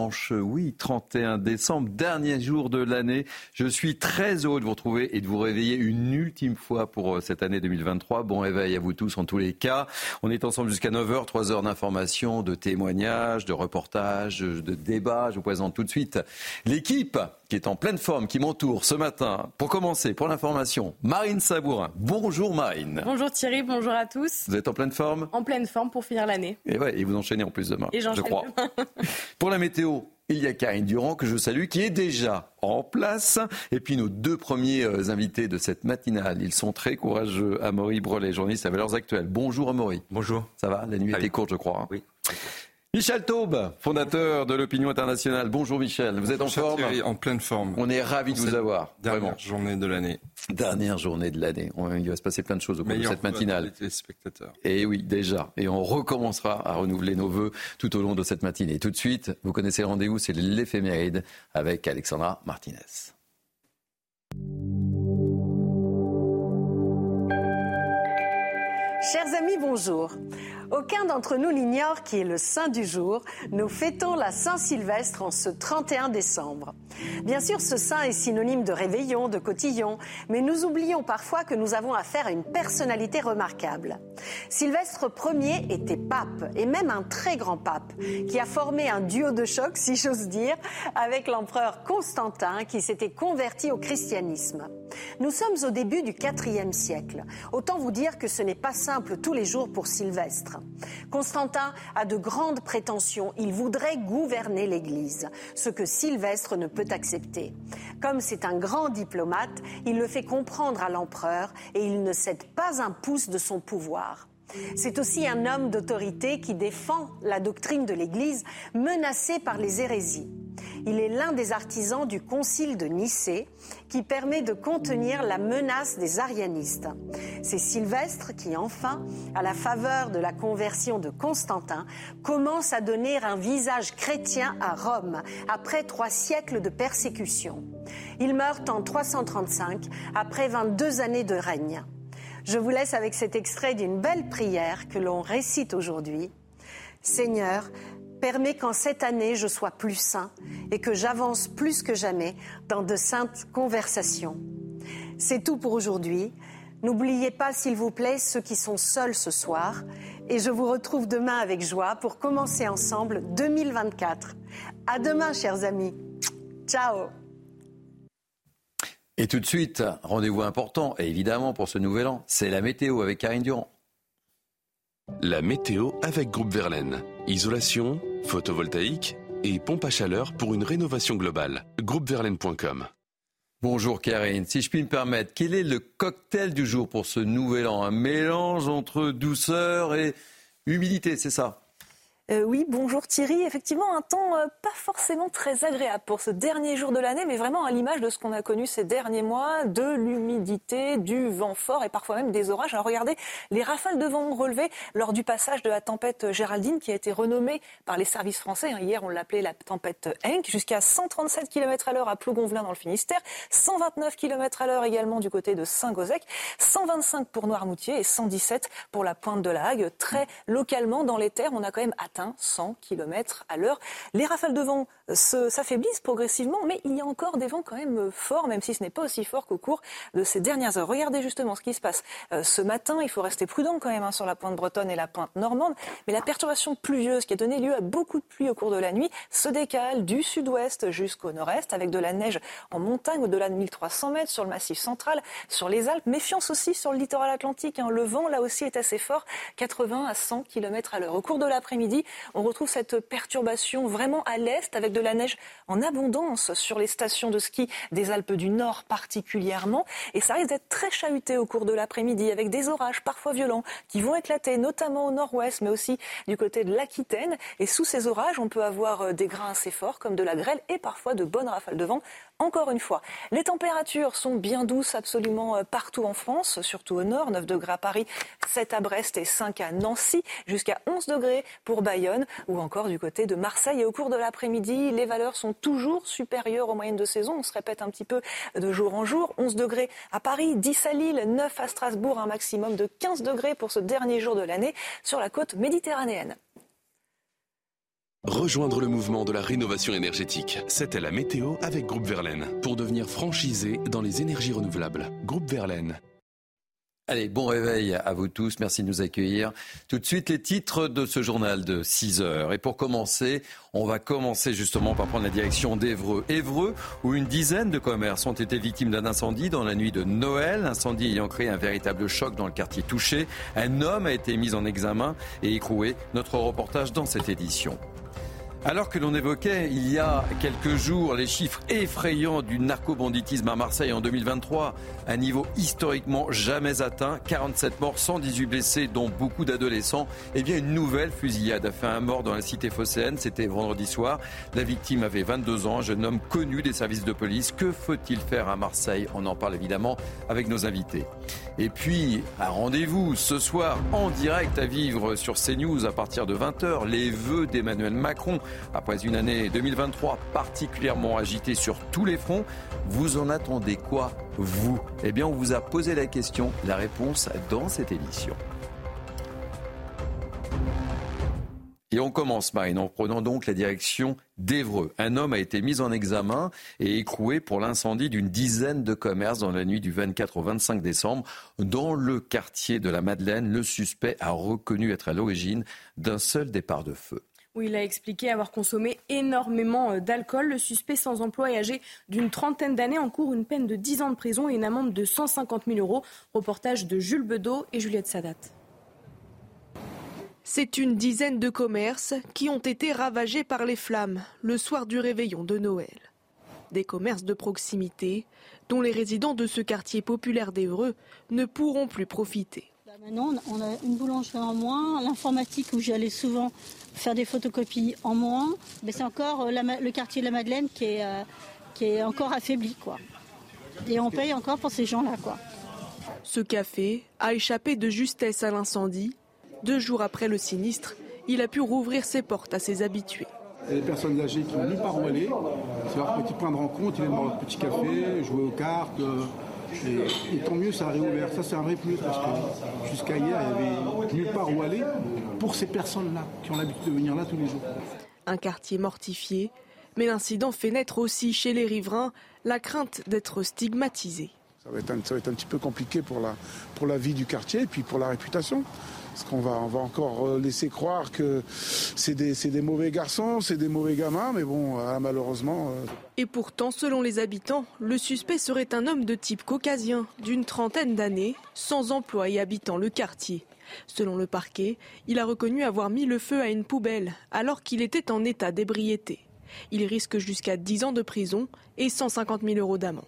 dimanche, oui, 31 décembre, dernier jour de l'année. Je suis très heureux de vous retrouver et de vous réveiller une ultime fois pour cette année 2023. Bon réveil à vous tous en tous les cas. On est ensemble jusqu'à 9h, 3 heures d'informations, de témoignages, de reportages, de débats. Je vous présente tout de suite l'équipe qui est en pleine forme, qui m'entoure ce matin. Pour commencer, pour l'information, Marine Sabourin. Bonjour Marine. Bonjour Thierry, bonjour à tous. Vous êtes en pleine forme ? En pleine forme pour finir l'année. Et vous enchaînez en plus demain, je crois. Demain. Pour la météo, il y a Karine Durand que je salue, qui est déjà en place. Et puis nos deux premiers invités de cette matinale, ils sont très courageux. Amaury Brelet, journaliste à Valeurs Actuelles. Bonjour Amaury. Bonjour. Ça va ? La nuit était courte, je crois. Oui. Michel Taube, fondateur de l'Opinion Internationale. Bonjour Michel, vous êtes en forme ? En pleine forme. On est ravis de vous avoir. Dernière journée de l'année. Dernière journée de l'année. Il va se passer plein de choses au cours de cette matinale. Téléspectateurs. Et oui, déjà. Et on recommencera à renouveler nos vœux tout au long de cette matinée. Tout de suite, vous connaissez le rendez-vous, c'est l'éphéméride avec Alexandra Martinez. Chers amis, bonjour. Aucun d'entre nous n'ignore qui est le saint du jour. Nous fêtons la Saint-Sylvestre en ce 31 décembre. Bien sûr, ce saint est synonyme de réveillon, de cotillon, mais nous oublions parfois que nous avons affaire à une personnalité remarquable. Sylvestre Ier était pape, et même un très grand pape, qui a formé un duo de choc, si j'ose dire, avec l'empereur Constantin, qui s'était converti au christianisme. Nous sommes au début du IVe siècle. Autant vous dire que ce n'est pas simple tous les jours pour Sylvestre. Constantin a de grandes prétentions. Il voudrait gouverner l'Église, ce que Sylvestre ne peut accepter. Comme c'est un grand diplomate, il le fait comprendre à l'empereur et il ne cède pas un pouce de son pouvoir. C'est aussi un homme d'autorité qui défend la doctrine de l'Église menacée par les hérésies. Il est l'un des artisans du concile de Nicée qui permet de contenir la menace des arianistes. C'est Sylvestre qui, enfin, à la faveur de la conversion de Constantin, commence à donner un visage chrétien à Rome après 3 siècles de persécution. Il meurt en 335 après 22 années de règne. Je vous laisse avec cet extrait d'une belle prière que l'on récite aujourd'hui. Seigneur, permets qu'en cette année je sois plus saint et que j'avance plus que jamais dans de saintes conversations. C'est tout pour aujourd'hui. N'oubliez pas, s'il vous plaît, ceux qui sont seuls ce soir. Et je vous retrouve demain avec joie pour commencer ensemble 2024. À demain, chers amis. Ciao. Et tout de suite, rendez-vous important, et évidemment pour ce nouvel an, c'est la météo avec Karine Durand. La météo avec Groupe Verlaine. Isolation, photovoltaïque et pompe à chaleur pour une rénovation globale. Groupeverlaine.com. Bonjour Karine, si je puis me permettre, quel est le cocktail du jour pour ce nouvel an ? Un mélange entre douceur et humidité, c'est ça ? Oui, bonjour Thierry. Effectivement, un temps pas forcément très agréable pour ce dernier jour de l'année, mais vraiment à l'image de ce qu'on a connu ces derniers mois, de l'humidité, du vent fort et parfois même des orages. Alors regardez, les rafales de vent relevées lors du passage de la tempête Géraldine qui a été renommée par les services français. Hier, on l'appelait la tempête Henk, jusqu'à 137 km/h à Plougonvelin dans le Finistère, 129 km/h également du côté de Saint-Gozec, 125 pour Noirmoutier et 117 pour la Pointe de la Hague. Très localement, dans les terres, on a quand même atteint 100 km/h. Les rafales de vent s'affaiblissent progressivement, mais il y a encore des vents quand même forts, même si ce n'est pas aussi fort qu'au cours de ces dernières heures. Regardez justement ce qui se passe ce matin. Il faut rester prudent quand même sur la pointe bretonne et la pointe normande, mais la perturbation pluvieuse qui a donné lieu à beaucoup de pluie au cours de la nuit se décale du sud-ouest jusqu'au nord-est, avec de la neige en montagne au-delà de 1300 mètres sur le massif central, sur les Alpes. Méfiance aussi sur le littoral atlantique. Le vent, là aussi, est assez fort, 80 à 100 km/h. Au cours de l'après-midi, on retrouve cette perturbation vraiment à l'est avec de la neige en abondance sur les stations de ski des Alpes du Nord particulièrement. Et ça risque d'être très chahuté au cours de l'après-midi avec des orages parfois violents qui vont éclater notamment au nord-ouest mais aussi du côté de l'Aquitaine. Et sous ces orages, on peut avoir des grains assez forts comme de la grêle et parfois de bonnes rafales de vent. Encore une fois, les températures sont bien douces absolument partout en France, surtout au nord, 9 degrés à Paris, 7 à Brest et 5 à Nancy, jusqu'à 11 degrés pour Bayonne ou encore du côté de Marseille. Et au cours de l'après-midi, les valeurs sont toujours supérieures aux moyennes de saison. On se répète un petit peu de jour en jour. 11 degrés à Paris, 10 à Lille, 9 à Strasbourg, un maximum de 15 degrés pour ce dernier jour de l'année sur la côte méditerranéenne. Rejoindre le mouvement de la rénovation énergétique. C'était la météo avec Groupe Verlaine. Pour devenir franchisé dans les énergies renouvelables. Groupe Verlaine. Allez, bon réveil à vous tous. Merci de nous accueillir. Tout de suite, les titres de ce journal de 6 heures. Et pour commencer, on va commencer justement par prendre la direction d'Évreux. Évreux, où une dizaine de commerces ont été victimes d'un incendie dans la nuit de Noël. Incendie ayant créé un véritable choc dans le quartier touché. Un homme a été mis en examen et écroué. Notre reportage dans cette édition. Alors que l'on évoquait il y a quelques jours les chiffres effrayants du narcobanditisme à Marseille en 2023, un niveau historiquement jamais atteint, 47 morts, 118 blessés, dont beaucoup d'adolescents, eh bien une nouvelle fusillade a fait un mort dans la cité phocéenne, c'était vendredi soir. La victime avait 22 ans, un jeune homme connu des services de police. Que faut-il faire à Marseille ? On en parle évidemment avec nos invités. Et puis, un rendez-vous ce soir en direct à vivre sur CNews à partir de 20h, les vœux d'Emmanuel Macron. Après une année 2023 particulièrement agitée sur tous les fronts, vous en attendez quoi, vous ? Eh bien, on vous a posé la question, la réponse dans cette édition. Et on commence, Marine, en prenant donc la direction d'Évreux. Un homme a été mis en examen et écroué pour l'incendie d'une dizaine de commerces dans la nuit du 24 au 25 décembre. Dans le quartier de la Madeleine, le suspect a reconnu être à l'origine d'un seul départ de feu. Oui, il a expliqué avoir consommé énormément d'alcool. Le suspect sans emploi est âgé d'une trentaine d'années, encourt une peine de 10 ans de prison et une amende de 150 000 €. Reportage de Jules Bedeau et Juliette Sadat. C'est une dizaine de commerces qui ont été ravagés par les flammes le soir du réveillon de Noël. Des commerces de proximité dont les résidents de ce quartier populaire d'Évreux ne pourront plus profiter. Maintenant, on a une boulangerie en moins, l'informatique où j'allais souvent faire des photocopies en moins, mais c'est encore le quartier de la Madeleine qui est encore affaibli, quoi. Et on paye encore pour ces gens-là, quoi. Ce café a échappé de justesse à l'incendie. 2 jours après le sinistre, il a pu rouvrir ses portes à ses habitués. Il y a des personnes âgées qui n'ont nulle part où aller. C'est leur petit point de rencontre, ils viennent boire leur petit café, jouer aux cartes. Et tant mieux, ça a réouvert. Ça, c'est un vrai plus parce que jusqu'à hier, il n'y avait nulle part où aller pour ces personnes-là qui ont l'habitude de venir là tous les jours. Un quartier mortifié, mais l'incident fait naître aussi chez les riverains la crainte d'être stigmatisés. Ça va être un petit peu compliqué pour la vie du quartier et puis pour la réputation. Parce qu'on va encore laisser croire que c'est des mauvais garçons, c'est des mauvais gamins, mais bon, malheureusement... Et pourtant, selon les habitants, le suspect serait un homme de type caucasien, d'une trentaine d'années, sans emploi et habitant le quartier. Selon le parquet, il a reconnu avoir mis le feu à une poubelle alors qu'il était en état d'ébriété. Il risque jusqu'à 10 ans de prison et 150 000 € d'amende.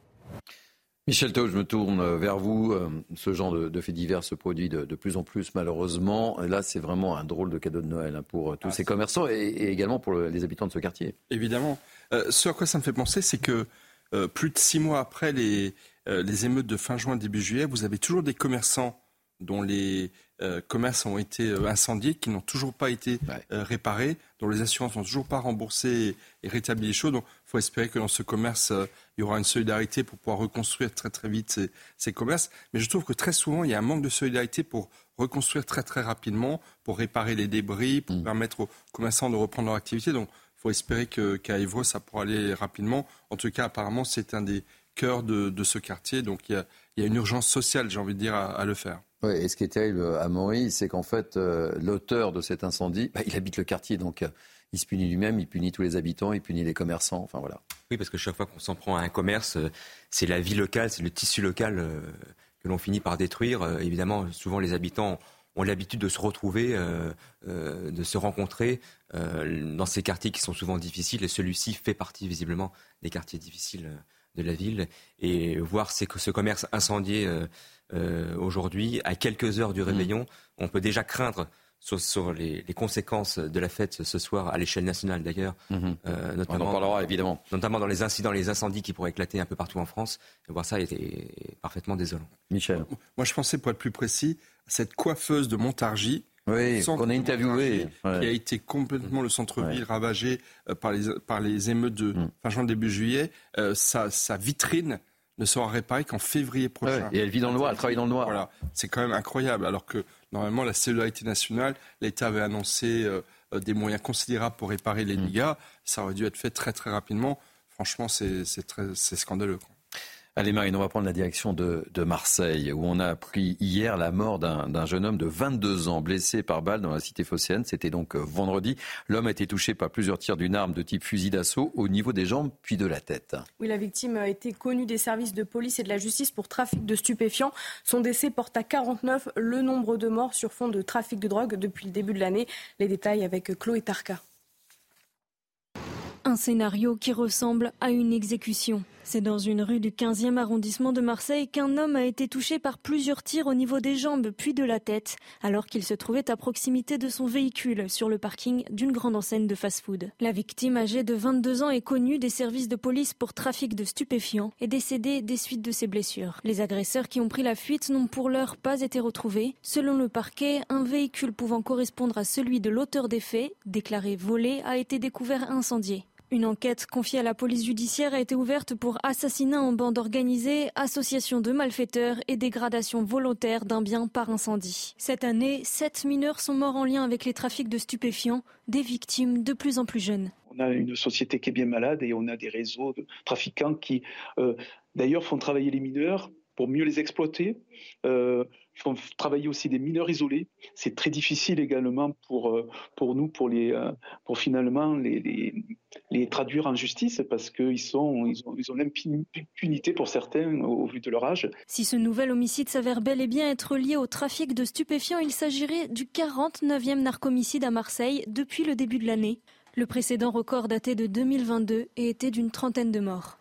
Michel Taub, je me tourne vers vous. Ce genre de faits divers se produit de plus en plus, malheureusement. Et là, c'est vraiment un drôle de cadeau de Noël pour tous ces commerçants et également pour les habitants de ce quartier. Évidemment. Ce à quoi ça me fait penser, c'est que plus de 6 mois après les émeutes de fin juin, début juillet, vous avez toujours des commerçants dont les commerces ont été incendiés, qui n'ont toujours pas été réparés, dont les assurances n'ont toujours pas remboursé et rétabli les choses. Donc, il faut espérer que dans ce commerce, il y aura une solidarité pour pouvoir reconstruire très très vite ces commerces. Mais je trouve que très souvent, il y a un manque de solidarité pour reconstruire très très rapidement, pour réparer les débris, pour permettre aux commerçants de reprendre leur activité. Donc, il faut espérer qu'à Évreux, ça pourra aller rapidement. En tout cas, apparemment, c'est un des cœurs de ce quartier. Donc, il y a une urgence sociale, j'ai envie de dire, à le faire. Oui, et ce qui est terrible à Maurice, c'est qu'en fait, l'auteur de cet incendie, il habite le quartier, donc il se punit lui-même, il punit tous les habitants, il punit les commerçants, enfin voilà. Oui, parce que chaque fois qu'on s'en prend à un commerce, c'est la vie locale, c'est le tissu local que l'on finit par détruire. Évidemment, souvent les habitants ont l'habitude de se retrouver, de se rencontrer dans ces quartiers qui sont souvent difficiles, et celui-ci fait partie visiblement des quartiers difficiles de la ville. Et voir ce commerce incendié aujourd'hui, à quelques heures du réveillon, on peut déjà craindre sur les conséquences de la fête ce soir, à l'échelle nationale d'ailleurs. Notamment, on en parlera évidemment. Notamment dans les incendies qui pourraient éclater un peu partout en France. Et voir ça est parfaitement désolant. Michel. Moi je pensais, pour être plus précis, cette coiffeuse de Montargis, qu'on a interviewé, qui a été complètement le centre-ville ravagé par les émeutes de fin juin, début juillet. Sa vitrine ne sera réparée qu'en février prochain. Et elle vit dans le noir, elle travaille dans le noir. Voilà, c'est quand même incroyable. Alors que normalement, la solidarité nationale, l'État avait annoncé des moyens considérables pour réparer les dégâts. Ça aurait dû être fait très très rapidement. Franchement, c'est scandaleux, quoi. Allez Marine, on va prendre la direction de Marseille, où on a appris hier la mort d'un jeune homme de 22 ans blessé par balle dans la cité phocéenne. C'était donc vendredi. L'homme a été touché par plusieurs tirs d'une arme de type fusil d'assaut au niveau des jambes puis de la tête. Oui, la victime a été connue des services de police et de la justice pour trafic de stupéfiants. Son décès porte à 49 le nombre de morts sur fond de trafic de drogue depuis le début de l'année. Les détails avec Chloé Tarka. Un scénario qui ressemble à une exécution. C'est dans une rue du 15e arrondissement de Marseille qu'un homme a été touché par plusieurs tirs au niveau des jambes puis de la tête, alors qu'il se trouvait à proximité de son véhicule sur le parking d'une grande enseigne de fast-food. La victime, âgée de 22 ans, est connue des services de police pour trafic de stupéfiants et décédée des suites de ses blessures. Les agresseurs qui ont pris la fuite n'ont pour l'heure pas été retrouvés. Selon le parquet, un véhicule pouvant correspondre à celui de l'auteur des faits, déclaré volé, a été découvert incendié. Une enquête confiée à la police judiciaire a été ouverte pour assassinat en bande organisée, association de malfaiteurs et dégradation volontaire d'un bien par incendie. Cette année, 7 mineurs sont morts en lien avec les trafics de stupéfiants, des victimes de plus en plus jeunes. On a une société qui est bien malade et on a des réseaux de trafiquants qui, d'ailleurs, font travailler les mineurs pour mieux les exploiter. Font travailler aussi des mineurs isolés. C'est très difficile également pour nous, pour finalement les traduire en justice parce qu'ils ont l'impunité pour certains au vu de leur âge. Si ce nouvel homicide s'avère bel et bien être lié au trafic de stupéfiants, il s'agirait du 49e narcomicide à Marseille depuis le début de l'année. Le précédent record datait de 2022 et était d'une 30aine de morts.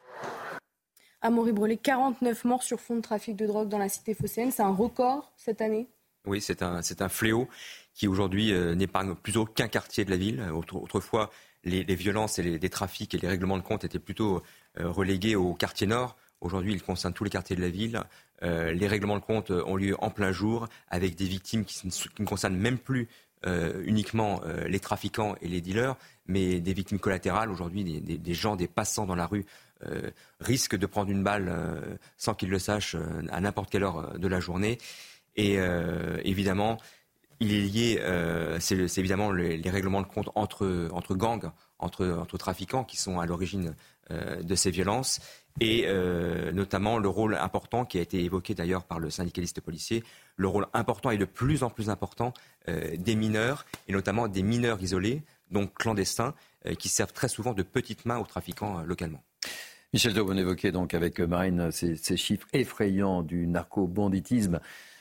Amaury Brelet, 49 morts sur fond de trafic de drogue dans la cité phocéenne. C'est un record cette année ? Oui, c'est un fléau qui aujourd'hui n'épargne plus aucun quartier de la ville. Autrefois, les violences et les trafics et les règlements de compte étaient plutôt relégués au quartier nord. Aujourd'hui, ils concernent tous les quartiers de la ville. Les règlements de compte ont lieu en plein jour avec des victimes qui ne concernent même plus uniquement les trafiquants et les dealers, mais des victimes collatérales. Aujourd'hui, des gens, des passants dans la rue risquent de prendre une balle sans qu'ils le sachent à n'importe quelle heure de la journée. Et évidemment, il est lié, c'est évidemment les règlements de compte entre gangs, entre trafiquants qui sont à l'origine de ces violences, et notamment le rôle important qui a été évoqué d'ailleurs par le syndicaliste policier, le rôle important et de plus en plus important des mineurs, et notamment des mineurs isolés, donc clandestins, qui servent très souvent de petites mains aux trafiquants localement. Michel Taubon évoquait donc avec Marine ces chiffres effrayants du narco-banditisme.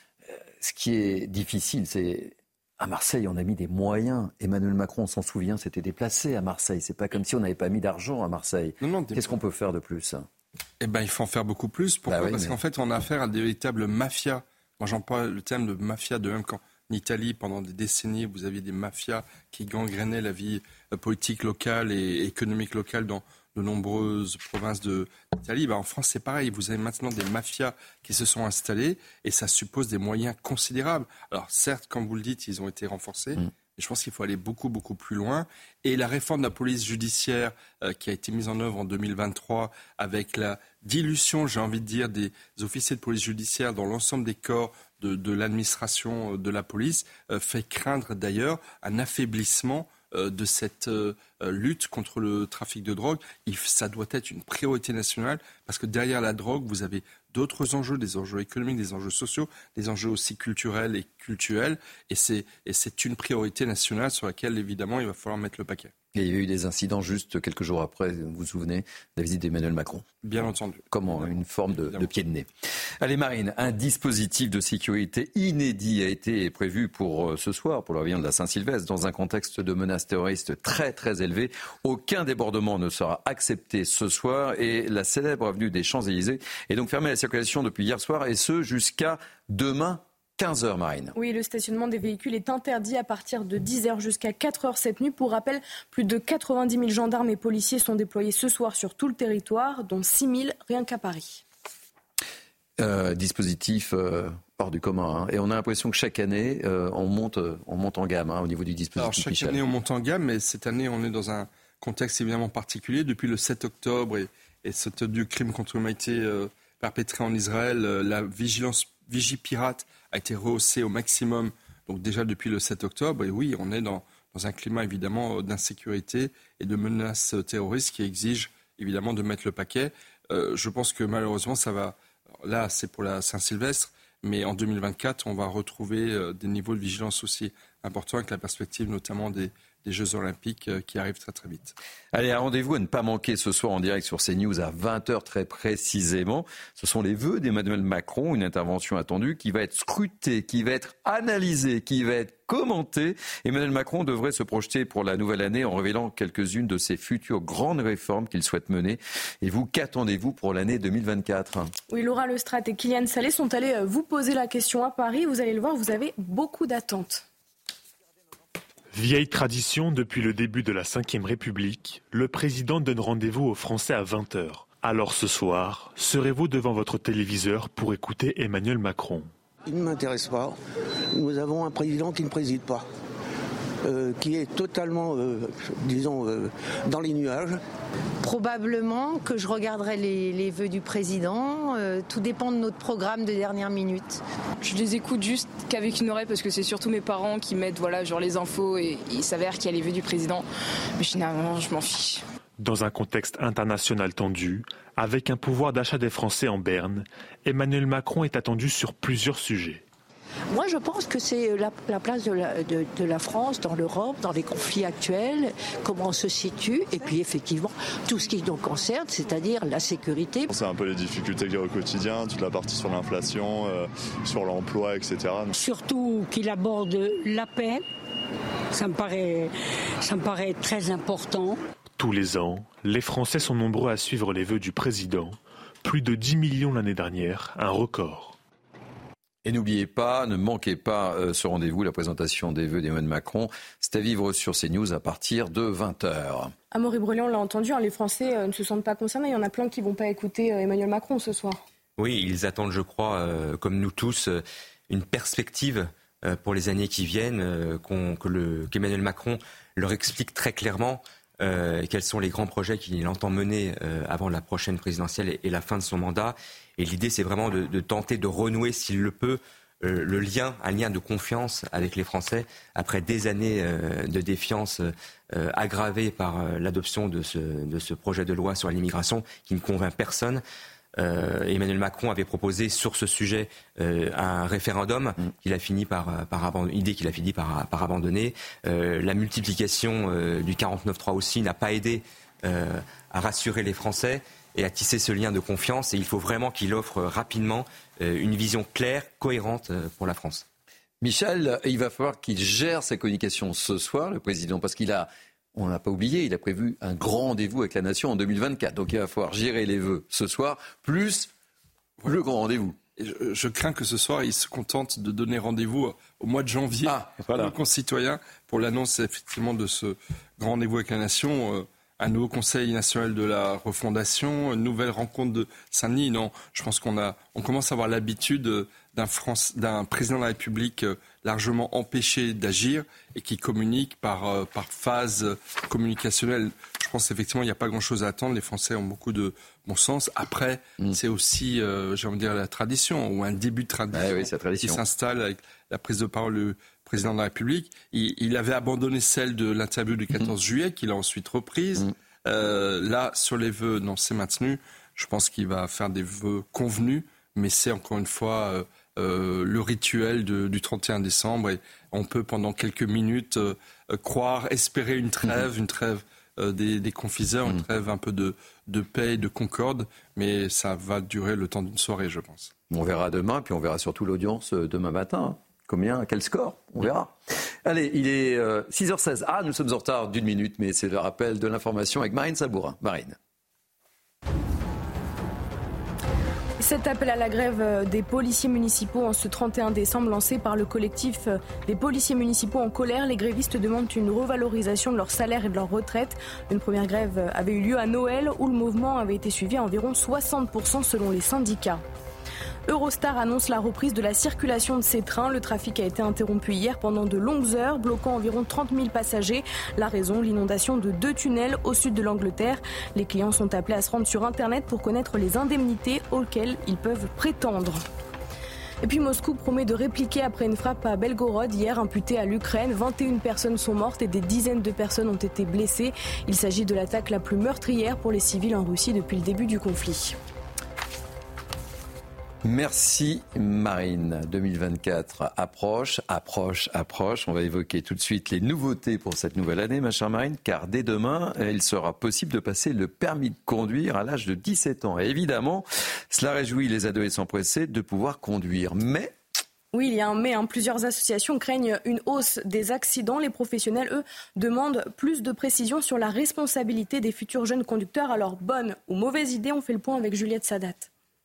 Ce qui est difficile, c'est à Marseille, on a mis des moyens. Emmanuel Macron, on s'en souvient, s'était déplacé à Marseille. C'est pas comme si on n'avait pas mis d'argent à Marseille. Qu'est-ce qu'on peut faire de plus ? Eh ben, il faut en faire beaucoup plus. Pourquoi ? Parce qu'en fait, on a affaire à des véritables mafias. Moi, j'emploie le terme de mafia, de même qu'en Italie, pendant des décennies, vous aviez des mafias qui gangrénaient la vie politique locale et économique locale dans de nombreuses provinces d'Italie. En France, c'est pareil. Vous avez maintenant des mafias qui se sont installées et ça suppose des moyens considérables. Alors certes, comme vous le dites, ils ont été renforcés, mais je pense qu'il faut aller beaucoup, beaucoup plus loin. Et la réforme de la police judiciaire qui a été mise en œuvre en 2023 avec la dilution, j'ai envie de dire, des officiers de police judiciaire dans l'ensemble des corps de l'administration de la police fait craindre d'ailleurs un affaiblissement de cette lutte contre le trafic de drogue. Ça doit être une priorité nationale parce que derrière la drogue, vous avez d'autres enjeux, des enjeux économiques, des enjeux sociaux, des enjeux aussi culturels et cultuels. Et c'est une priorité nationale sur laquelle, évidemment, il va falloir mettre le paquet. Et il y a eu des incidents juste quelques jours après, vous vous souvenez, de la visite d'Emmanuel Macron. Bien entendu. Comment une forme de pied de nez. Allez Marine, un dispositif de sécurité inédit a été prévu pour ce soir, pour le réveillon de la Saint-Sylvestre, dans un contexte de menace terroriste très très élevé. Aucun débordement ne sera accepté ce soir et la célèbre avenue des Champs-Élysées est donc fermée à la circulation depuis hier soir et ce jusqu'à demain 15h, Marine. Oui, le stationnement des véhicules est interdit à partir de 10h jusqu'à 4h cette nuit. Pour rappel, plus de 90 000 gendarmes et policiers sont déployés ce soir sur tout le territoire, dont 6 000 rien qu'à Paris. Dispositif hors du commun. Et on a l'impression que chaque année, on monte en gamme au niveau du dispositif. Alors, chaque année, on monte en gamme, mais cette année, on est dans un contexte évidemment particulier. Depuis le 7 octobre et ce du crime contre l'humanité perpétré en Israël, la Vigipirate a été rehaussée au maximum, donc déjà depuis le 7 octobre. Et oui, on est dans dans un climat évidemment d'insécurité et de menaces terroristes qui exigent évidemment de mettre le paquet. Je pense que malheureusement ça va, là c'est pour la Saint-Sylvestre, mais en 2024 on va retrouver des niveaux de vigilance aussi importants avec la perspective notamment des Jeux Olympiques qui arrivent très très vite. Allez, un rendez-vous à ne pas manquer ce soir en direct sur CNews à 20h très précisément. Ce sont les vœux d'Emmanuel Macron, une intervention attendue qui va être scrutée, qui va être analysée, qui va être commentée. Emmanuel Macron devrait se projeter pour la nouvelle année en révélant quelques-unes de ses futures grandes réformes qu'il souhaite mener. Et vous, qu'attendez-vous pour l'année 2024 ? Oui, Laura Lestrade et Kylian Salé sont allés vous poser la question à Paris. Vous allez le voir, vous avez beaucoup d'attentes. Vieille tradition, depuis le début de la Ve République, le président donne rendez-vous aux Français à 20h. Alors ce soir, serez-vous devant votre téléviseur pour écouter Emmanuel Macron ? Il ne m'intéresse pas. Nous avons un président qui ne préside pas, qui est totalement, dans les nuages. Probablement que je regarderai les vœux du président. Tout dépend de notre programme de dernière minute. Je les écoute juste qu'avec une oreille parce que c'est surtout mes parents qui mettent genre les infos et il s'avère qu'il y a les vœux du président. Mais finalement, je m'en fiche. Dans un contexte international tendu, avec un pouvoir d'achat des Français en berne, Emmanuel Macron est attendu sur plusieurs sujets. Moi, je pense que c'est la place de la France dans l'Europe, dans les conflits actuels, comment on se situe, et puis effectivement, tout ce qui nous concerne, c'est-à-dire la sécurité. C'est un peu les difficultés qu'il y a au quotidien, toute la partie sur l'inflation, sur l'emploi, etc. Surtout qu'il aborde la paix, ça me paraît très important. Tous les ans, les Français sont nombreux à suivre les vœux du président. Plus de 10 millions l'année dernière, un record. Et n'oubliez pas, ne manquez pas ce rendez-vous, la présentation des vœux d'Emmanuel Macron. C'est à vivre sur CNews à partir de 20h. Amaury Brellian, on l'a entendu, les Français ne se sentent pas concernés. Il y en a plein qui ne vont pas écouter Emmanuel Macron ce soir. Oui, ils attendent, je crois, comme nous tous, une perspective pour les années qui viennent, qu'Emmanuel Macron leur explique très clairement quels sont les grands projets qu'il entend mener avant la prochaine présidentielle et la fin de son mandat. Et l'idée, c'est vraiment de tenter de renouer, s'il le peut, un lien de confiance avec les Français après des années de défiance aggravée par l'adoption de ce projet de loi sur l'immigration qui ne convainc personne. Emmanuel Macron avait proposé sur ce sujet un référendum qu'il a fini par abandonner. La multiplication du 49.3 aussi n'a pas aidé à rassurer les Français et à tisser ce lien de confiance. Et il faut vraiment qu'il offre rapidement une vision claire, cohérente pour la France. Michel, il va falloir qu'il gère sa communication ce soir, le président, parce on n'a pas oublié, il a prévu un grand rendez-vous avec la nation en 2024. Donc il va falloir gérer les vœux ce soir, plus le grand rendez-vous. Et je crains que ce soir, il se contente de donner rendez-vous au mois de janvier à nos concitoyens pour l'annonce effectivement de ce grand rendez-vous avec la nation. Un nouveau Conseil national de la refondation, une nouvelle rencontre de Saint-Denis. Non, je pense qu'on commence à avoir l'habitude d'un président de la République largement empêché d'agir et qui communique par phase communicationnelle. Je pense qu'effectivement, il n'y a pas grand-chose à attendre. Les Français ont beaucoup de bon sens. Après, c'est aussi, j'ai envie de dire, la tradition ou un début de tradition, qui s'installe avec la prise de parole du président de la République. Il avait abandonné celle de l'interview du 14 juillet, qu'il a ensuite reprise. Là, sur les vœux, non, c'est maintenu. Je pense qu'il va faire des vœux convenus, mais c'est encore une fois le rituel du 31 décembre. Et on peut, pendant quelques minutes, espérer une trêve, des confiseurs, une trêve un peu de paix et de concorde, mais ça va durer le temps d'une soirée, je pense. On verra demain, puis on verra surtout l'audience demain matin. Quel score? On verra. Allez, il est 6h16. Nous sommes en retard d'1 minute, mais c'est le rappel de l'information avec Marine Sabourin. Marine. Cet appel à la grève des policiers municipaux en ce 31 décembre lancé par le collectif des policiers municipaux en colère. Les grévistes demandent une revalorisation de leur salaire et de leur retraite. Une première grève avait eu lieu à Noël où le mouvement avait été suivi à environ 60% selon les syndicats. Eurostar annonce la reprise de la circulation de ses trains. Le trafic a été interrompu hier pendant de longues heures, bloquant environ 30 000 passagers. La raison, l'inondation de 2 tunnels au sud de l'Angleterre. Les clients sont appelés à se rendre sur Internet pour connaître les indemnités auxquelles ils peuvent prétendre. Et puis Moscou promet de répliquer après une frappe à Belgorod hier imputée à l'Ukraine. 21 personnes sont mortes et des dizaines de personnes ont été blessées. Il s'agit de l'attaque la plus meurtrière pour les civils en Russie depuis le début du conflit. Merci Marine. 2024 approche. On va évoquer tout de suite les nouveautés pour cette nouvelle année, ma chère Marine, car dès demain, il sera possible de passer le permis de conduire à l'âge de 17 ans. Et évidemment, cela réjouit les adolescents pressés de pouvoir conduire. Mais... Oui, il y a un mais. Plusieurs associations craignent une hausse des accidents. Les professionnels, eux, demandent plus de précision sur la responsabilité des futurs jeunes conducteurs. Alors, bonne ou mauvaise idée, on fait le point avec Juliette Sadat.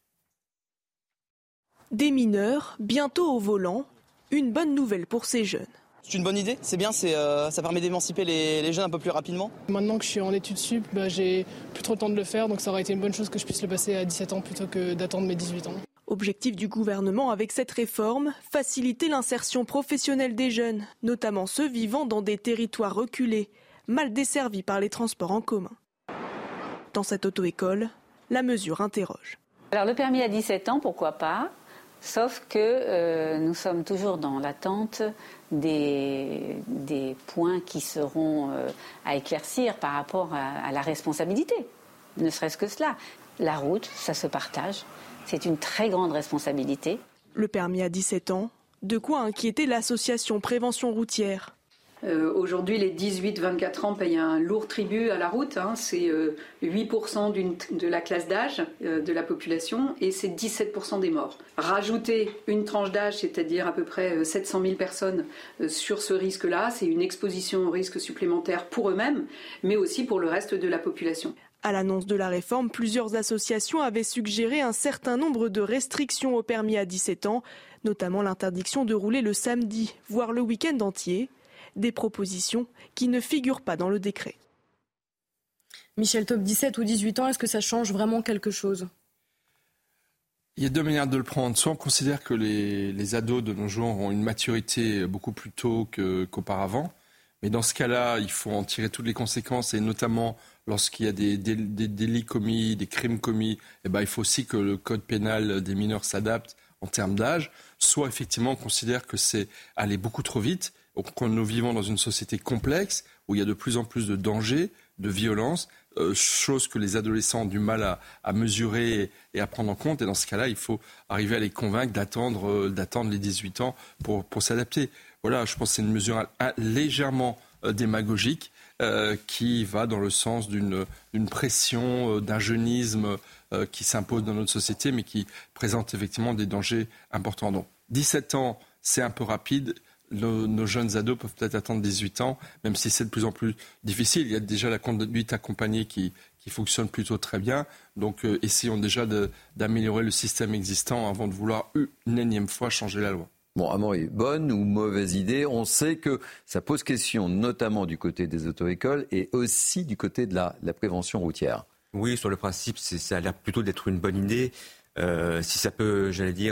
Des mineurs, bientôt au volant, une bonne nouvelle pour ces jeunes. C'est une bonne idée, c'est bien, ça permet d'émanciper les jeunes un peu plus rapidement. Maintenant que je suis en études sup, j'ai plus trop le temps de le faire, donc ça aurait été une bonne chose que je puisse le passer à 17 ans plutôt que d'attendre mes 18 ans. Objectif du gouvernement avec cette réforme, faciliter l'insertion professionnelle des jeunes, notamment ceux vivant dans des territoires reculés, mal desservis par les transports en commun. Dans cette auto-école, la mesure interroge. Alors le permis à 17 ans, pourquoi pas ? Sauf que nous sommes toujours dans l'attente des points qui seront à éclaircir par rapport à la responsabilité. Ne serait-ce que cela. La route, ça se partage. C'est une très grande responsabilité. Le permis à 17 ans, de quoi inquiéter l'association Prévention routière. Aujourd'hui, les 18-24 ans payent un lourd tribut à la route. C'est 8% de la classe d'âge de la population et c'est 17% des morts. Rajouter une tranche d'âge, c'est-à-dire à peu près 700 000 personnes sur ce risque-là, c'est une exposition au risque supplémentaire pour eux-mêmes, mais aussi pour le reste de la population. À l'annonce de la réforme, plusieurs associations avaient suggéré un certain nombre de restrictions au permis à 17 ans, notamment l'interdiction de rouler le samedi, voire le week-end entier. Des propositions qui ne figurent pas dans le décret. Michel Taube, 17 ou 18 ans, est-ce que ça change vraiment quelque chose ? Il y a deux manières de le prendre. Soit on considère que les ados de nos jours ont une maturité beaucoup plus tôt qu'auparavant. Mais dans ce cas-là, il faut en tirer toutes les conséquences. Et notamment, lorsqu'il y a des délits commis, des crimes commis, il faut aussi que le code pénal des mineurs s'adapte en termes d'âge. Soit effectivement, on considère que c'est aller beaucoup trop vite. Quand nous vivons dans une société complexe où il y a de plus en plus de dangers, de violences, chose que les adolescents ont du mal à mesurer et à prendre en compte. Et dans ce cas-là, il faut arriver à les convaincre d'attendre les 18 ans pour s'adapter. Voilà, je pense que c'est une mesure légèrement démagogique qui va dans le sens d'une pression, d'un jeunisme qui s'impose dans notre société, mais qui présente effectivement des dangers importants. Donc, 17 ans, c'est un peu rapide. Nos jeunes ados peuvent peut-être attendre 18 ans, même si c'est de plus en plus difficile. Il y a déjà la conduite accompagnée qui fonctionne plutôt très bien. Donc essayons déjà d'améliorer le système existant avant de vouloir une énième fois changer la loi. Bon, Amaury, bonne ou mauvaise idée ? On sait que ça pose question, notamment du côté des auto-écoles et aussi du côté de la prévention routière. Oui, sur le principe, ça a l'air plutôt d'être une bonne idée. Si ça peut,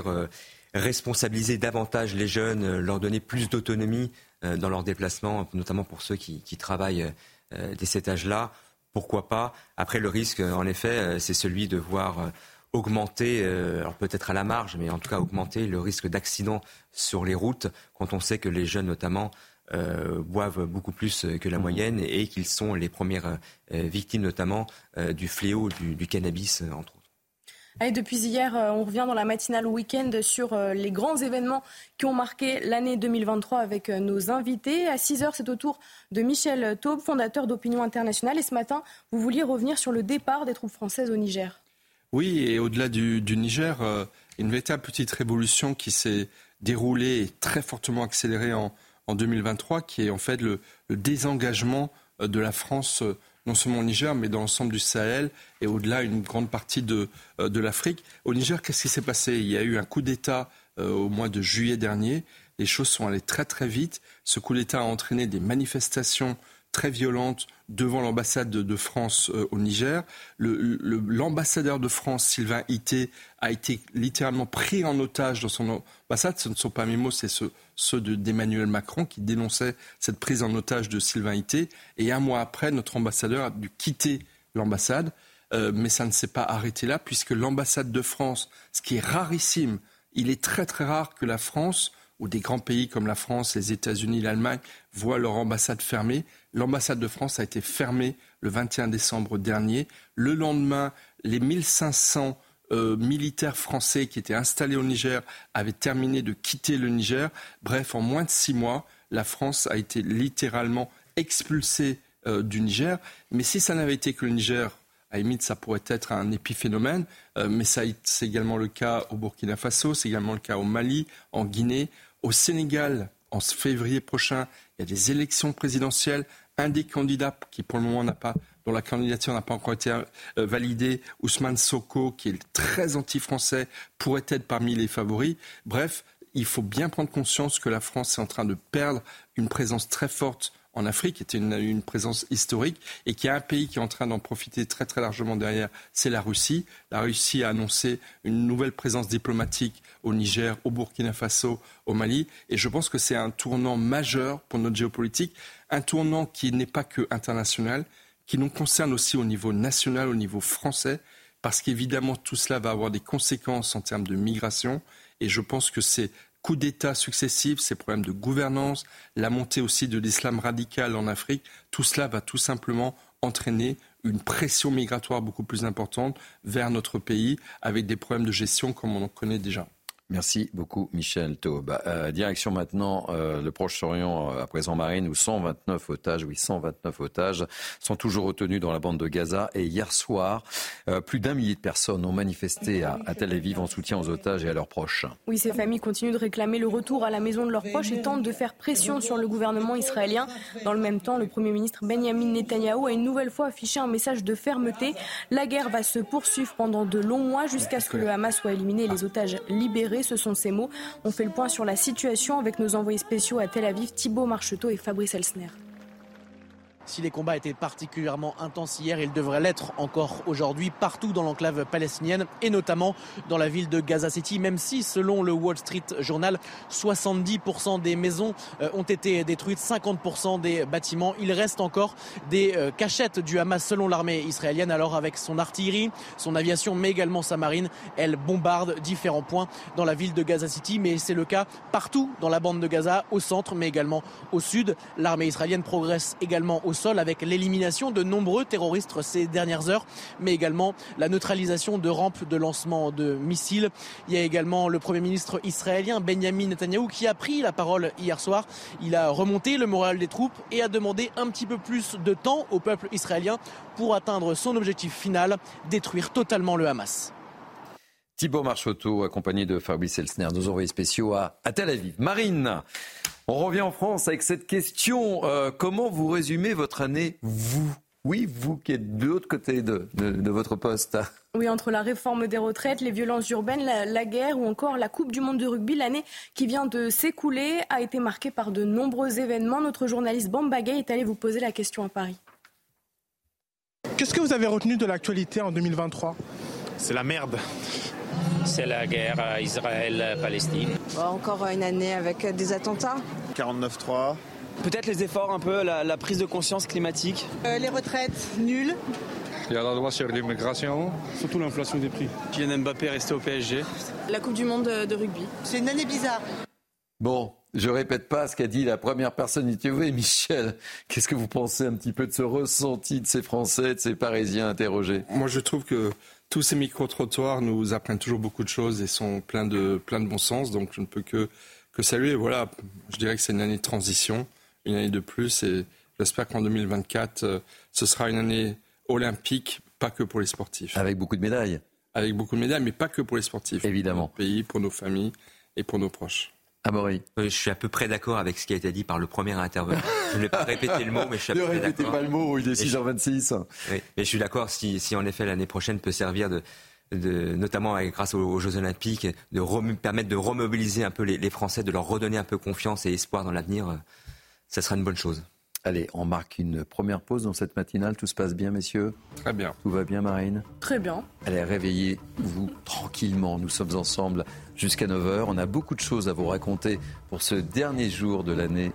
responsabiliser davantage les jeunes, leur donner plus d'autonomie dans leurs déplacements, notamment pour ceux qui travaillent dès cet âge-là, pourquoi pas ? Après, le risque, en effet, c'est celui de voir augmenter, alors peut-être à la marge, mais en tout cas augmenter le risque d'accident sur les routes, quand on sait que les jeunes, notamment, boivent beaucoup plus que la moyenne et qu'ils sont les premières victimes, notamment, du fléau du cannabis, entre autres. Allez, depuis hier, on revient dans la matinale week-end sur les grands événements qui ont marqué l'année 2023 avec nos invités. À 6h, c'est au tour de Michel Taube, fondateur d'Opinion Internationale. Et ce matin, vous vouliez revenir sur le départ des troupes françaises au Niger. Oui, et au-delà du Niger, une véritable petite révolution qui s'est déroulée et très fortement accélérée en 2023, qui est en fait le désengagement de la France non seulement au Niger, mais dans l'ensemble du Sahel et au-delà une grande partie de l'Afrique. Au Niger, qu'est-ce qui s'est passé ? Il y a eu un coup d'État au mois de juillet dernier. Les choses sont allées très très vite. Ce coup d'État a entraîné des manifestations très violentes devant l'ambassade de France au Niger. L'ambassadeur de France, Sylvain Ité, a été littéralement pris en otage dans son ambassade. Ce ne sont pas mes mots, c'est ceux d'Emmanuel Macron qui dénonçait cette prise en otage de Sylvain Ité. Et un mois après, notre ambassadeur a dû quitter l'ambassade. Mais ça ne s'est pas arrêté là, puisque l'ambassade de France, ce qui est rarissime, Il est très très rare que la France, ou des grands pays comme la France, les États-Unis, l'Allemagne, voient leur ambassade fermée. L'ambassade de France a été fermée le 21 décembre dernier. Le lendemain, les 1500 militaires français qui étaient installés au Niger avaient terminé de quitter le Niger. Bref, en moins de 6 mois, la France a été littéralement expulsée du Niger. Mais si ça n'avait été que le Niger, à la limite, ça pourrait être un épiphénomène, mais c'est également le cas au Burkina Faso, c'est également le cas au Mali, en Guinée. Au Sénégal, en février prochain, il y a des élections présidentielles. Un des candidats qui, pour le moment, dont la candidature n'a pas encore été validée, Ousmane Sonko, qui est très anti-français, pourrait être parmi les favoris. Bref, il faut bien prendre conscience que la France est en train de perdre une présence très forte en Afrique, qui était une présence historique, et qu'il y a un pays qui est en train d'en profiter très très largement derrière, c'est la Russie. La Russie a annoncé une nouvelle présence diplomatique au Niger, au Burkina Faso, au Mali, et je pense que c'est un tournant majeur pour notre géopolitique, un tournant qui n'est pas que international, qui nous concerne aussi au niveau national, au niveau français, parce qu'évidemment tout cela va avoir des conséquences en termes de migration, et je pense que ces coups d'État successifs, ces problèmes de gouvernance, la montée aussi de l'islam radical en Afrique, tout cela va tout simplement entraîner une pression migratoire beaucoup plus importante vers notre pays, avec des problèmes de gestion comme on en connaît déjà. Merci beaucoup Michel Taube. Direction maintenant le Proche-Orient, à présent Marine, où 129 otages sont toujours retenus dans la bande de Gaza. Et hier soir, plus d'1 millier de personnes ont manifesté à Tel Aviv en soutien aux otages et à leurs proches. Oui, ces familles continuent de réclamer le retour à la maison de leurs proches et tentent de faire pression sur le gouvernement israélien. Dans le même temps, le Premier ministre Benjamin Netanyahou a une nouvelle fois affiché un message de fermeté. La guerre va se poursuivre pendant de longs mois jusqu'à ce que le Hamas soit éliminé et les otages libérés. Ce sont ces mots. On fait le point sur la situation avec nos envoyés spéciaux à Tel Aviv, Thibaut Marcheteau et Fabrice Elsner. Si les combats étaient particulièrement intenses hier, ils devraient l'être encore aujourd'hui partout dans l'enclave palestinienne et notamment dans la ville de Gaza City, même si selon le Wall Street Journal, 70% des maisons ont été détruites, 50% des bâtiments. Il reste encore des cachettes du Hamas selon l'armée israélienne. Alors avec son artillerie, son aviation mais également sa marine, elle bombarde différents points dans la ville de Gaza City. Mais c'est le cas partout dans la bande de Gaza, au centre mais également au sud. L'armée israélienne progresse également au sol avec l'élimination de nombreux terroristes ces dernières heures, mais également la neutralisation de rampes de lancement de missiles. Il y a également le Premier ministre israélien Benjamin Netanyahou qui a pris la parole hier soir. Il a remonté le moral des troupes et a demandé un petit peu plus de temps au peuple israélien pour atteindre son objectif final, détruire totalement le Hamas. Thibaut Marcheteau, accompagné de Fabrice Elsner, nos envoyés spéciaux à Tel Aviv. Marine, on revient en France avec cette question. Comment vous résumez votre année, vous ? Oui, vous qui êtes de l'autre côté de votre poste. Oui, entre la réforme des retraites, les violences urbaines, la guerre ou encore la Coupe du monde de rugby, l'année qui vient de s'écouler a été marquée par de nombreux événements. Notre journaliste Bamba Gay est allé vous poser la question à Paris. Qu'est-ce que vous avez retenu de l'actualité en 2023 ? C'est la merde. C'est la guerre Israël-Palestine. Encore une année avec des attentats. 49-3. Peut-être les efforts, un peu la prise de conscience climatique. Les retraites, nulles. Il y a la loi sur l'immigration. Surtout l'inflation des prix. Kylian Mbappé est resté au PSG. La Coupe du monde de rugby. C'est une année bizarre. Bon, je répète pas ce qu'a dit la première personne interviewée. Michel, qu'est-ce que vous pensez un petit peu de ce ressenti de ces Français, de ces Parisiens interrogés ? Moi, je trouve que tous ces micro-trottoirs nous apprennent toujours beaucoup de choses et sont pleins de bon sens. Donc, je ne peux que saluer. Voilà, je dirais que c'est une année de transition, une année de plus. Et j'espère qu'en 2024, ce sera une année olympique, pas que pour les sportifs. Avec beaucoup de médailles. Avec beaucoup de médailles, mais pas que pour les sportifs. Évidemment. Pour notre pays, pour nos familles et pour nos proches. Amaury. Je suis à peu près d'accord avec ce qui a été dit par le premier intervenant. Je ne vais pas répéter le mot, mais je suis à peu près d'accord. Ne répétez pas le mot, il est 6h26. Oui, mais je suis d'accord, si en effet l'année prochaine peut servir notamment grâce aux Jeux Olympiques, permettre de remobiliser un peu les Français, de leur redonner un peu confiance et espoir dans l'avenir, ça sera une bonne chose. Allez, on marque une première pause dans cette matinale. Tout se passe bien, messieurs ? Très bien. Tout va bien, Marine ? Très bien. Allez, réveillez-vous tranquillement. Nous sommes ensemble jusqu'à 9h. On a beaucoup de choses à vous raconter pour ce dernier jour de l'année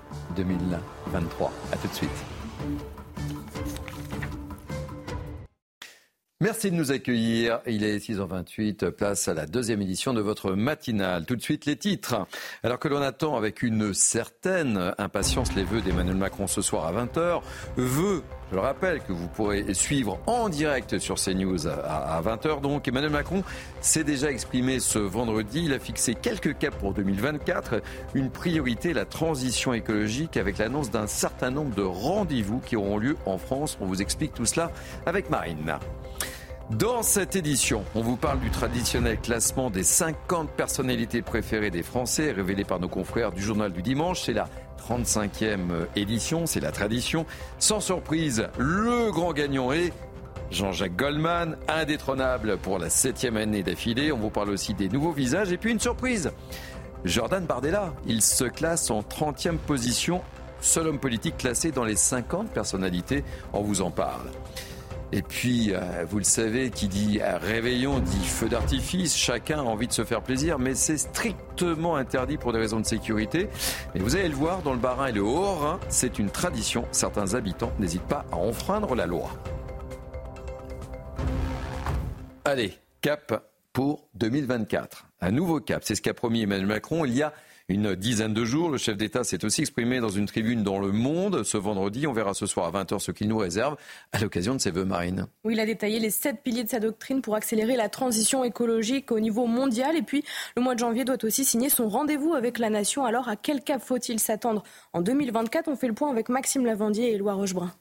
2023. À tout de suite. Merci de nous accueillir. Il est 6h28, place à la deuxième édition de votre matinale. Tout de suite, les titres. Alors que l'on attend avec une certaine impatience les vœux d'Emmanuel Macron ce soir à 20h, vœux, je le rappelle, que vous pourrez suivre en direct sur CNews à 20h. Donc, Emmanuel Macron s'est déjà exprimé ce vendredi. Il a fixé quelques caps pour 2024. Une priorité, la transition écologique, avec l'annonce d'un certain nombre de rendez-vous qui auront lieu en France. On vous explique tout cela avec Marine. Dans cette édition, on vous parle du traditionnel classement des 50 personnalités préférées des Français, révélé par nos confrères du Journal du Dimanche. C'est la 35e édition, c'est la tradition. Sans surprise, le grand gagnant est Jean-Jacques Goldman, indétrônable pour la 7e année d'affilée. On vous parle aussi des nouveaux visages. Et puis une surprise, Jordan Bardella, il se classe en 30e position, seul homme politique classé dans les 50 personnalités. On vous en parle. Et puis, vous le savez, qui dit réveillon dit feu d'artifice. Chacun a envie de se faire plaisir, mais c'est strictement interdit pour des raisons de sécurité. Mais vous allez le voir, dans le Bas-Rhin et le Haut-Rhin, c'est une tradition. Certains habitants n'hésitent pas à enfreindre la loi. Allez, cap pour 2024. Un nouveau cap, c'est ce qu'a promis Emmanuel Macron il y a une dizaine de jours. Le chef d'État s'est aussi exprimé dans une tribune dans Le Monde ce vendredi. On verra ce soir à 20h ce qu'il nous réserve à l'occasion de ses vœux, Marine. Oui, il a détaillé les 7 piliers de sa doctrine pour accélérer la transition écologique au niveau mondial. Et puis, le mois de janvier doit aussi signer son rendez-vous avec la nation. Alors, à quel cap faut-il s'attendre en 2024 ? On fait le point avec Maxime Lavandier et Éloi Rochebrun.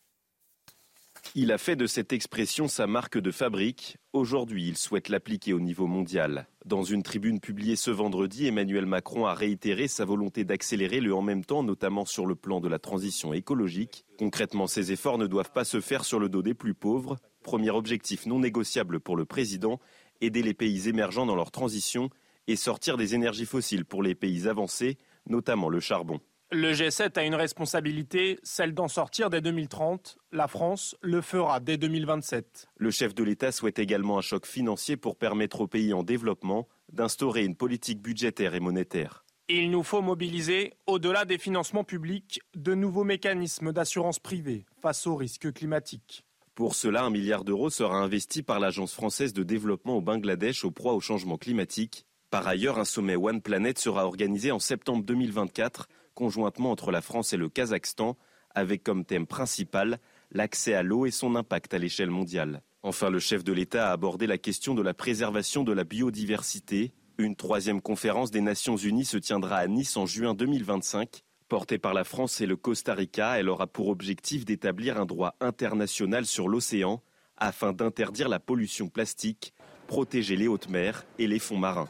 Il a fait de cette expression sa marque de fabrique. Aujourd'hui, il souhaite l'appliquer au niveau mondial. Dans une tribune publiée ce vendredi, Emmanuel Macron a réitéré sa volonté d'accélérer le en même temps, notamment sur le plan de la transition écologique. Concrètement, ces efforts ne doivent pas se faire sur le dos des plus pauvres. Premier objectif non négociable pour le président, aider les pays émergents dans leur transition et sortir des énergies fossiles pour les pays avancés, notamment le charbon. Le G7 a une responsabilité, celle d'en sortir dès 2030. La France le fera dès 2027. Le chef de l'État souhaite également un choc financier pour permettre aux pays en développement d'instaurer une politique budgétaire et monétaire. Il nous faut mobiliser, au-delà des financements publics, de nouveaux mécanismes d'assurance privée face aux risques climatiques. Pour cela, 1 milliard d'euros sera investi par l'Agence française de développement au Bangladesh aux proies au changement climatique. Par ailleurs, un sommet One Planet sera organisé en septembre 2024, conjointement entre la France et le Kazakhstan, avec comme thème principal l'accès à l'eau et son impact à l'échelle mondiale. Enfin, le chef de l'État a abordé la question de la préservation de la biodiversité. Une 3e conférence des Nations Unies se tiendra à Nice en juin 2025. Portée par la France et le Costa Rica, elle aura pour objectif d'établir un droit international sur l'océan afin d'interdire la pollution plastique, protéger les hautes mers et les fonds marins.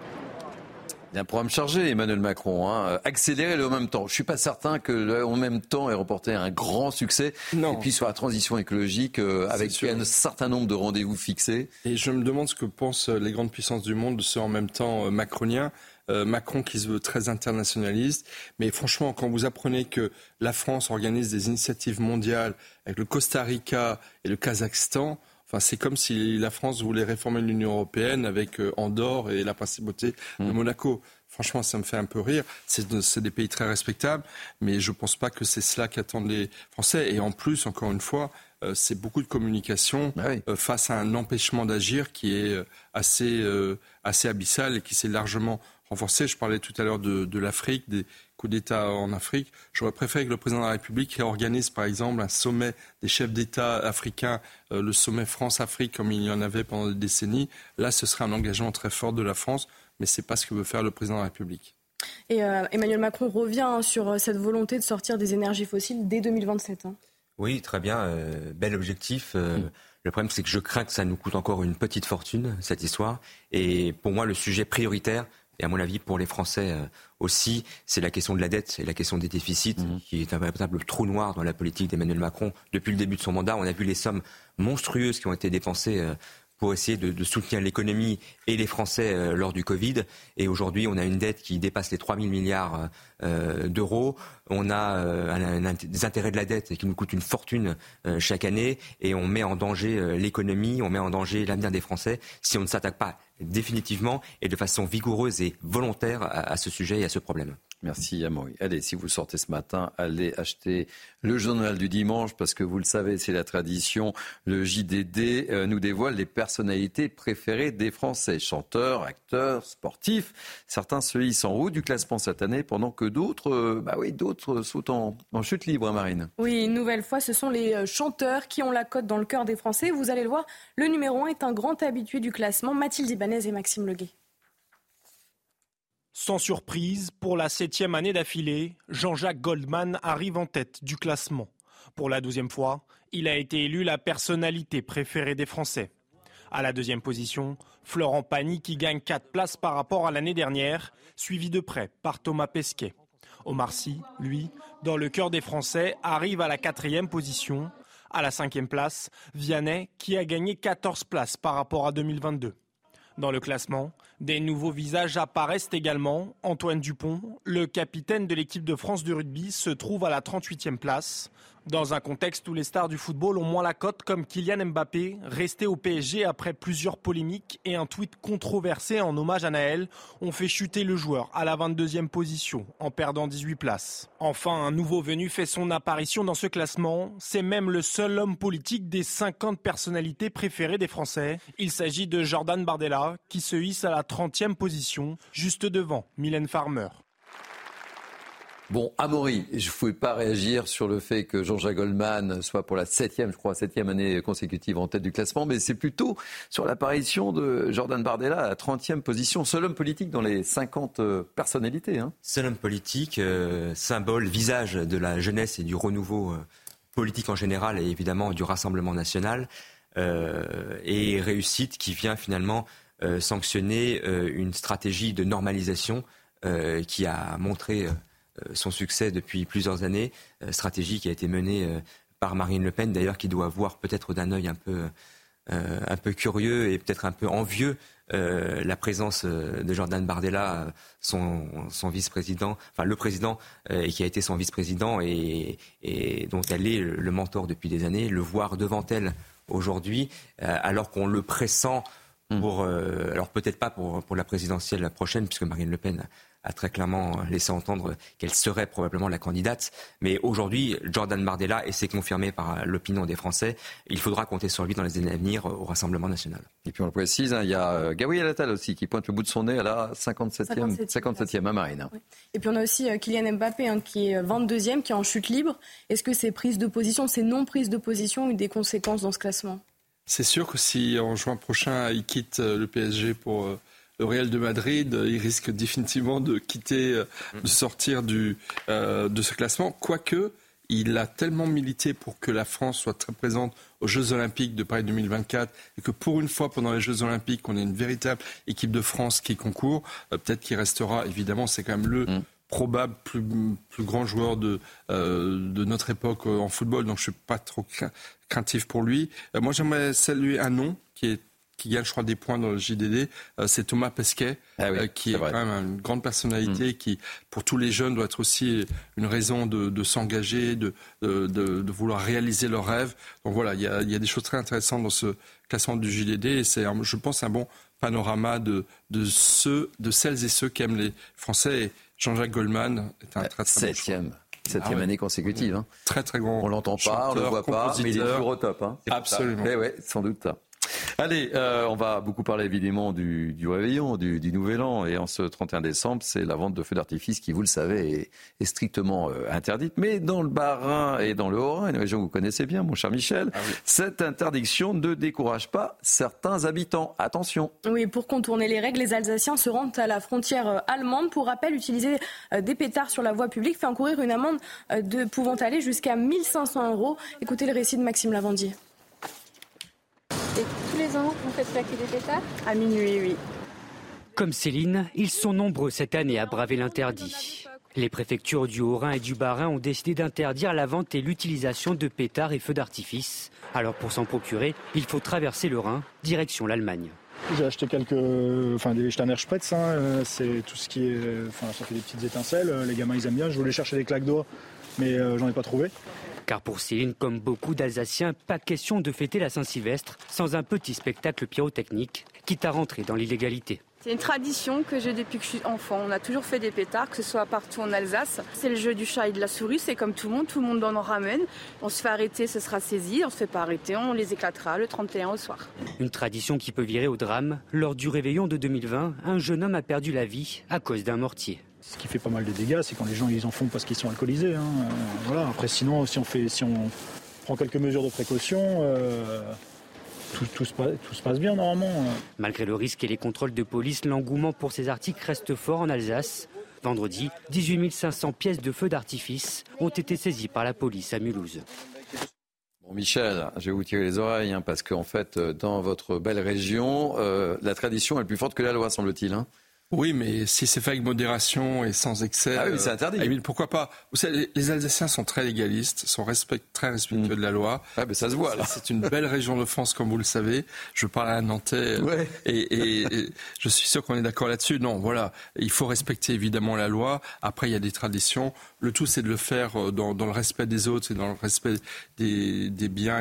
Un programme chargé, Emmanuel Macron, accélérer le en même temps. Je ne suis pas certain que le en même temps ait remporté un grand succès. Non. Et puis sur la transition écologique, avec un certain nombre de rendez-vous fixés. Et je me demande ce que pensent les grandes puissances du monde de ce en même temps macronien. Macron qui se veut très internationaliste. Mais franchement, quand vous apprenez que la France organise des initiatives mondiales avec le Costa Rica et le Kazakhstan... Enfin, c'est comme si la France voulait réformer l'Union européenne avec Andorre et la principauté de Monaco. Franchement, ça me fait un peu rire. C'est des pays très respectables, mais je ne pense pas que c'est cela qu'attendent les Français. Et en plus, encore une fois, c'est beaucoup de communication face à un empêchement d'agir qui est assez abyssal et qui s'est largement renforcé. Je parlais tout à l'heure de l'Afrique, des coups d'État en Afrique. J'aurais préféré que le président de la République organise par exemple un sommet des chefs d'État africains, le sommet France-Afrique comme il y en avait pendant des décennies. Là, ce serait un engagement très fort de la France, mais ce n'est pas ce que veut faire le président de la République. Et Emmanuel Macron revient sur cette volonté de sortir des énergies fossiles dès 2027. Oui, très bien, bel objectif. Le problème, c'est que je crains que ça nous coûte encore une petite fortune, cette histoire. Et pour moi, le sujet prioritaire, et à mon avis pour les Français aussi, c'est la question de la dette et la question des déficits, qui est un véritable trou noir dans la politique d'Emmanuel Macron. Depuis le début de son mandat, on a vu les sommes monstrueuses qui ont été dépensées pour essayer de soutenir l'économie et les Français lors du Covid. Et aujourd'hui, on a une dette qui dépasse les 3 000 milliards d'euros. On a des intérêts de la dette qui nous coûtent une fortune chaque année. Et on met en danger l'économie, on met en danger l'avenir des Français si on ne s'attaque pas définitivement et de façon vigoureuse et volontaire à ce sujet et à ce problème. Merci Amaury. Allez, si vous sortez ce matin, allez acheter le journal du dimanche parce que vous le savez, c'est la tradition. Le JDD nous dévoile les personnalités préférées des Français. Chanteurs, acteurs, sportifs. Certains se hissent en haut du classement cette année pendant que d'autres sautent en chute libre, Marine. Oui, une nouvelle fois, ce sont les chanteurs qui ont la cote dans le cœur des Français. Vous allez le voir, le numéro 1 est un grand habitué du classement. Mathilde Ibanez et Maxime Leguet. Sans surprise, pour la 7e année d'affilée, Jean-Jacques Goldman arrive en tête du classement. Pour la 12e fois, il a été élu la personnalité préférée des Français. À la 2e position, Florent Pagny qui gagne 4 places par rapport à l'année dernière, suivi de près par Thomas Pesquet. Omar Sy, lui, dans le cœur des Français, arrive à la 4e position. À la 5e place, Vianney qui a gagné 14 places par rapport à 2022. Dans le classement, des nouveaux visages apparaissent également. Antoine Dupont, le capitaine de l'équipe de France de rugby, se trouve à la 38e place. Dans un contexte où les stars du football ont moins la cote, comme Kylian Mbappé, resté au PSG après plusieurs polémiques et un tweet controversé en hommage à Naël, ont fait chuter le joueur à la 22e position, en perdant 18 places. Enfin, un nouveau venu fait son apparition dans ce classement. C'est même le seul homme politique des 50 personnalités préférées des Français. Il s'agit de Jordan Bardella, qui se hisse à la 30e position, juste devant Mylène Farmer. Bon, Amaury, je ne pouvais pas réagir sur le fait que Jean-Jacques Goldman soit pour la 7e année consécutive en tête du classement, mais c'est plutôt sur l'apparition de Jordan Bardella à la 30e position, seul homme politique dans les 50 personnalités. Seul homme politique, symbole, visage de la jeunesse et du renouveau politique en général et évidemment du Rassemblement national, et réussite qui vient finalement sanctionner une stratégie de normalisation qui a montré son succès depuis plusieurs années, stratégie qui a été menée par Marine Le Pen, d'ailleurs, qui doit voir peut-être d'un œil un peu curieux et peut-être un peu envieux la présence de Jordan Bardella, son vice-président, enfin le président, et qui a été son vice-président et dont elle est le mentor depuis des années, le voir devant elle aujourd'hui, alors qu'on le pressent alors peut-être pas pour la présidentielle prochaine, puisque Marine Le Pen a très clairement laissé entendre qu'elle serait probablement la candidate. Mais aujourd'hui, Jordan Bardella, et c'est confirmé par l'opinion des Français, il faudra compter sur lui dans les années à venir au Rassemblement national. Et puis on le précise, il y a Gabriel Attal aussi qui pointe le bout de son nez à la 57e à Marine. Oui. Et puis on a aussi Kylian Mbappé qui est 22e, qui est en chute libre. Est-ce que ces prises de position, ces non-prises de position ont eu des conséquences dans ce classement ? C'est sûr que si en juin prochain, il quitte le PSG pour le Real de Madrid, il risque définitivement de quitter, de sortir de ce classement. Quoique, il a tellement milité pour que la France soit très présente aux Jeux Olympiques de Paris 2024 et que pour une fois, pendant les Jeux Olympiques, on ait une véritable équipe de France qui concourt. Peut-être qu'il restera, évidemment, c'est quand même le probable plus grand joueur de notre époque en football, donc je ne suis pas trop craintif pour lui. Moi, j'aimerais saluer un nom qui gagne, je crois, des points dans le JDD, c'est Thomas Pesquet, qui est quand même une grande personnalité, qui, pour tous les jeunes, doit être aussi une raison de s'engager, de vouloir réaliser leurs rêves. Donc voilà, il y a des choses très intéressantes dans ce classement du JDD, et c'est, je pense, un bon panorama de celles et ceux qui aiment les Français. Et Jean-Jacques Goldman est un très très bon choix. Septième année consécutive. Très très grand. On l'entend pas, on le voit pas, mais il est toujours au top. Absolument. Oui, sans doute. Allez, on va beaucoup parler évidemment du réveillon, du Nouvel An. Et en ce 31 décembre, c'est la vente de feux d'artifice qui, vous le savez, est strictement interdite. Mais dans le Bas-Rhin et dans le Haut-Rhin, une région que vous connaissez bien, mon cher Michel, cette interdiction ne décourage pas certains habitants. Attention. Oui, pour contourner les règles, les Alsaciens se rendent à la frontière allemande. Pour rappel, utiliser des pétards sur la voie publique fait encourir une amende pouvant aller jusqu'à 1 500 €. Écoutez le récit de Maxime Lavandier. Et tous les ans, vous faites claquer des pétards ? À minuit, oui. Comme Céline, ils sont nombreux cette année à braver l'interdit. Les préfectures du Haut-Rhin et du Bas-Rhin ont décidé d'interdire la vente et l'utilisation de pétards et feux d'artifice. Alors pour s'en procurer, il faut traverser le Rhin, direction l'Allemagne. J'ai acheté des Steiner Spritz, c'est tout ce qui est, ça fait des petites étincelles, les gamins ils aiment bien. Je voulais chercher des claques d'eau, mais j'en ai pas trouvé. Car pour Céline, comme beaucoup d'Alsaciens, pas question de fêter la Saint-Sylvestre sans un petit spectacle pyrotechnique, quitte à rentrer dans l'illégalité. C'est une tradition que j'ai depuis que je suis enfant. On a toujours fait des pétards, que ce soit partout en Alsace. C'est le jeu du chat et de la souris, c'est comme tout le monde en ramène. On se fait arrêter, ce sera saisi. On se fait pas arrêter, on les éclatera le 31 au soir. Une tradition qui peut virer au drame. Lors du réveillon de 2020, un jeune homme a perdu la vie à cause d'un mortier. Ce qui fait pas mal de dégâts, c'est quand les gens ils en font parce qu'ils sont alcoolisés. Voilà. Après, sinon, si on prend quelques mesures de précaution, tout se passe bien normalement. Malgré le risque et les contrôles de police, l'engouement pour ces articles reste fort en Alsace. Vendredi, 18 500 pièces de feux d'artifice ont été saisies par la police à Mulhouse. Bon, Michel, je vais vous tirer les oreilles, parce qu'en fait, dans votre belle région, la tradition est plus forte que la loi, semble-t-il. Oui, mais si c'est fait avec modération et sans excès... Ah oui, c'est interdit. Pourquoi pas ? Vous savez, les Alsaciens sont très légalistes, sont très respectueux de la loi. Ah, ben ça se voit, là. C'est une belle région de France, comme vous le savez. Je parle à un Nantais et je suis sûr qu'on est d'accord là-dessus. Non, voilà, il faut respecter évidemment la loi. Après, il y a des traditions. Le tout, c'est de le faire dans le respect des autres et dans le respect des biens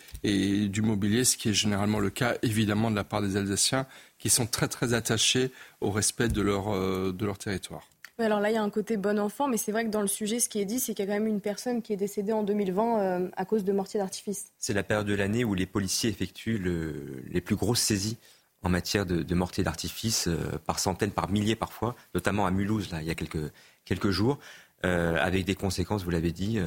et du mobilier, ce qui est généralement le cas, évidemment, de la part des Alsaciens, qui sont très très attachés au respect de leur territoire. Alors là, il y a un côté bon enfant, mais c'est vrai que dans le sujet, ce qui est dit, c'est qu'il y a quand même une personne qui est décédée en 2020 à cause de mortiers d'artifice. C'est la période de l'année où les policiers effectuent les plus grosses saisies en matière de mortiers d'artifice, par centaines, par milliers parfois, notamment à Mulhouse, là, il y a quelques jours, avec des conséquences, vous l'avez dit,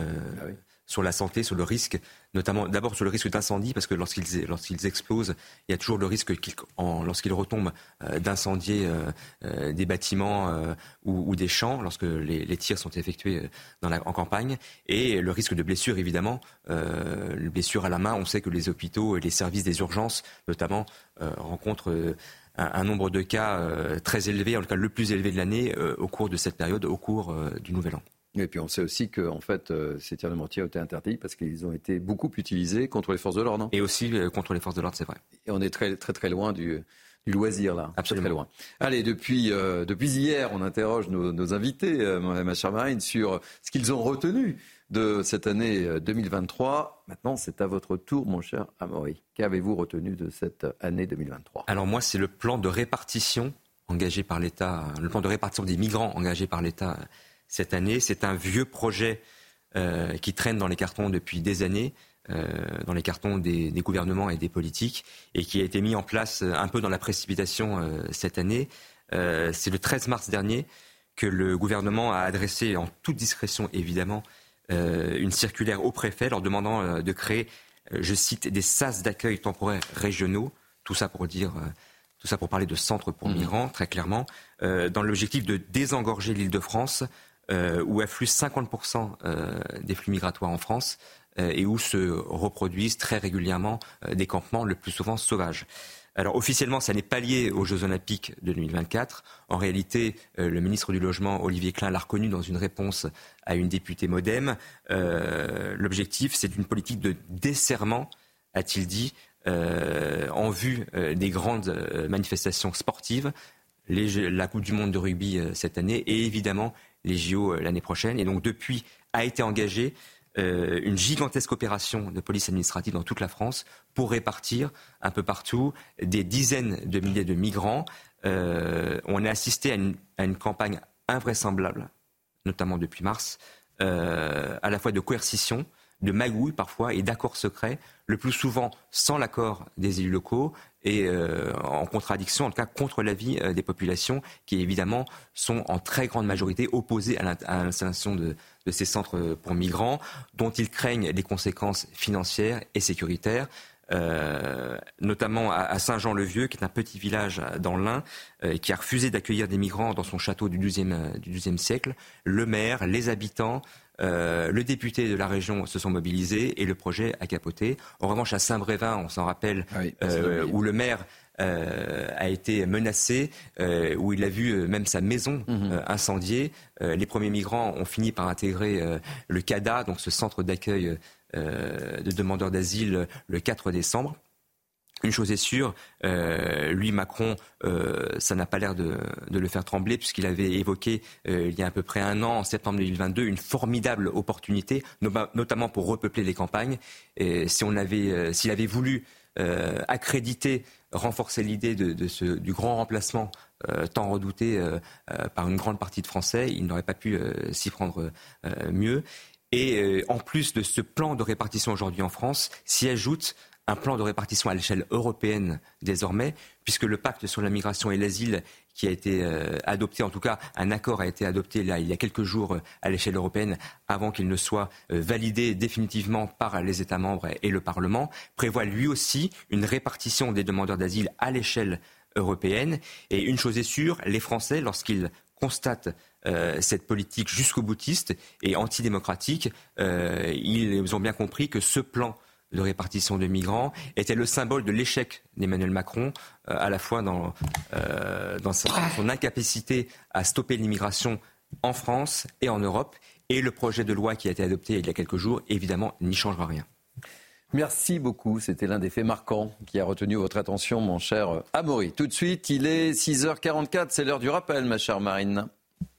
sur la santé, sur le risque, notamment d'abord sur le risque d'incendie, parce que lorsqu'ils explosent, il y a toujours le risque, lorsqu'ils retombent, d'incendier des bâtiments ou des champs, lorsque les tirs sont effectués en campagne, et le risque de blessure, évidemment. Les blessures à la main, on sait que les hôpitaux et les services des urgences, notamment, rencontrent un nombre de cas très élevé, en tout cas le plus élevé de l'année, au cours de cette période, au cours du Nouvel An. Et puis on sait aussi que en fait, ces tirs de mortier ont été interdits parce qu'ils ont été beaucoup utilisés contre les forces de l'ordre. Et aussi contre les forces de l'ordre, c'est vrai. Et on est très très très loin du loisir là. Absolument. Très loin. Allez, depuis hier, on interroge nos invités, ma chère Marine, sur ce qu'ils ont retenu de cette année 2023. Maintenant, c'est à votre tour, mon cher Amaury. Qu'avez-vous retenu de cette année 2023 ? Alors moi, c'est le plan de répartition engagé par l'État, le plan de répartition des migrants engagé par l'État cette année. C'est un vieux projet qui traîne dans les cartons depuis des années, dans les cartons des gouvernements et des politiques, et qui a été mis en place un peu dans la précipitation cette année. C'est le 13 mars dernier que le gouvernement a adressé, en toute discrétion évidemment, une circulaire au préfet leur demandant de créer, je cite, des sas d'accueil temporaires régionaux. Tout ça pour parler de centres pour migrants, très clairement, dans l'objectif de désengorger l'Île-de-France, où affluent 50% des flux migratoires en France et où se reproduisent très régulièrement des campements, le plus souvent sauvages. Alors officiellement, ça n'est pas lié aux Jeux Olympiques de 2024. En réalité, le ministre du Logement, Olivier Klein, l'a reconnu dans une réponse à une députée MoDem. L'objectif, c'est une politique de desserrement, a-t-il dit, en vue des grandes manifestations sportives, la Coupe du Monde de rugby cette année et évidemment les JO l'année prochaine. Et donc depuis a été engagée une gigantesque opération de police administrative dans toute la France pour répartir un peu partout des dizaines de milliers de migrants. On a assisté à une campagne invraisemblable, notamment depuis mars, à la fois de coercition, de magouilles parfois et d'accords secrets, le plus souvent sans l'accord des élus locaux et en contradiction, en tout cas contre l'avis des populations qui évidemment sont en très grande majorité opposées à l'installation de ces centres pour migrants dont ils craignent les conséquences financières et sécuritaires. Notamment à Saint-Jean-le-Vieux, qui est un petit village dans l'Ain, qui a refusé d'accueillir des migrants dans son château du XIIe siècle. Le maire, les habitants, le député de la région se sont mobilisés et le projet a capoté. En revanche, à Saint-Brévin, on s'en rappelle, où le maire a été menacé, où il a vu même sa maison incendiée. Les premiers migrants ont fini par intégrer le CADA, donc ce centre d'accueil de demandeurs d'asile, le 4 décembre. Une chose est sûre, lui, Macron, ça n'a pas l'air de le faire trembler, puisqu'il avait évoqué, il y a à peu près un an, en septembre 2022, une formidable opportunité, notamment pour repeupler les campagnes. Et s'il avait voulu accréditer, renforcer l'idée du grand remplacement tant redouté par une grande partie de Français. Il n'aurait pas pu s'y prendre mieux. Et en plus de ce plan de répartition aujourd'hui en France, s'y ajoute un plan de répartition à l'échelle européenne désormais, puisque le pacte sur la migration et l'asile qui a été adopté, en tout cas un accord a été adopté là il y a quelques jours à l'échelle européenne, avant qu'il ne soit validé définitivement par les États membres et le Parlement, prévoit lui aussi une répartition des demandeurs d'asile à l'échelle européenne. Et une chose est sûre, les Français, lorsqu'ils constatent cette politique jusqu'au boutiste et antidémocratique, ils ont bien compris que ce plan de répartition de migrants était le symbole de l'échec d'Emmanuel Macron, à la fois dans son incapacité à stopper l'immigration en France et en Europe. Et le projet de loi qui a été adopté il y a quelques jours, évidemment, n'y changera rien. Merci beaucoup. C'était l'un des faits marquants qui a retenu votre attention, mon cher Amaury. Tout de suite, il est 6h44. C'est l'heure du rappel, ma chère Marine.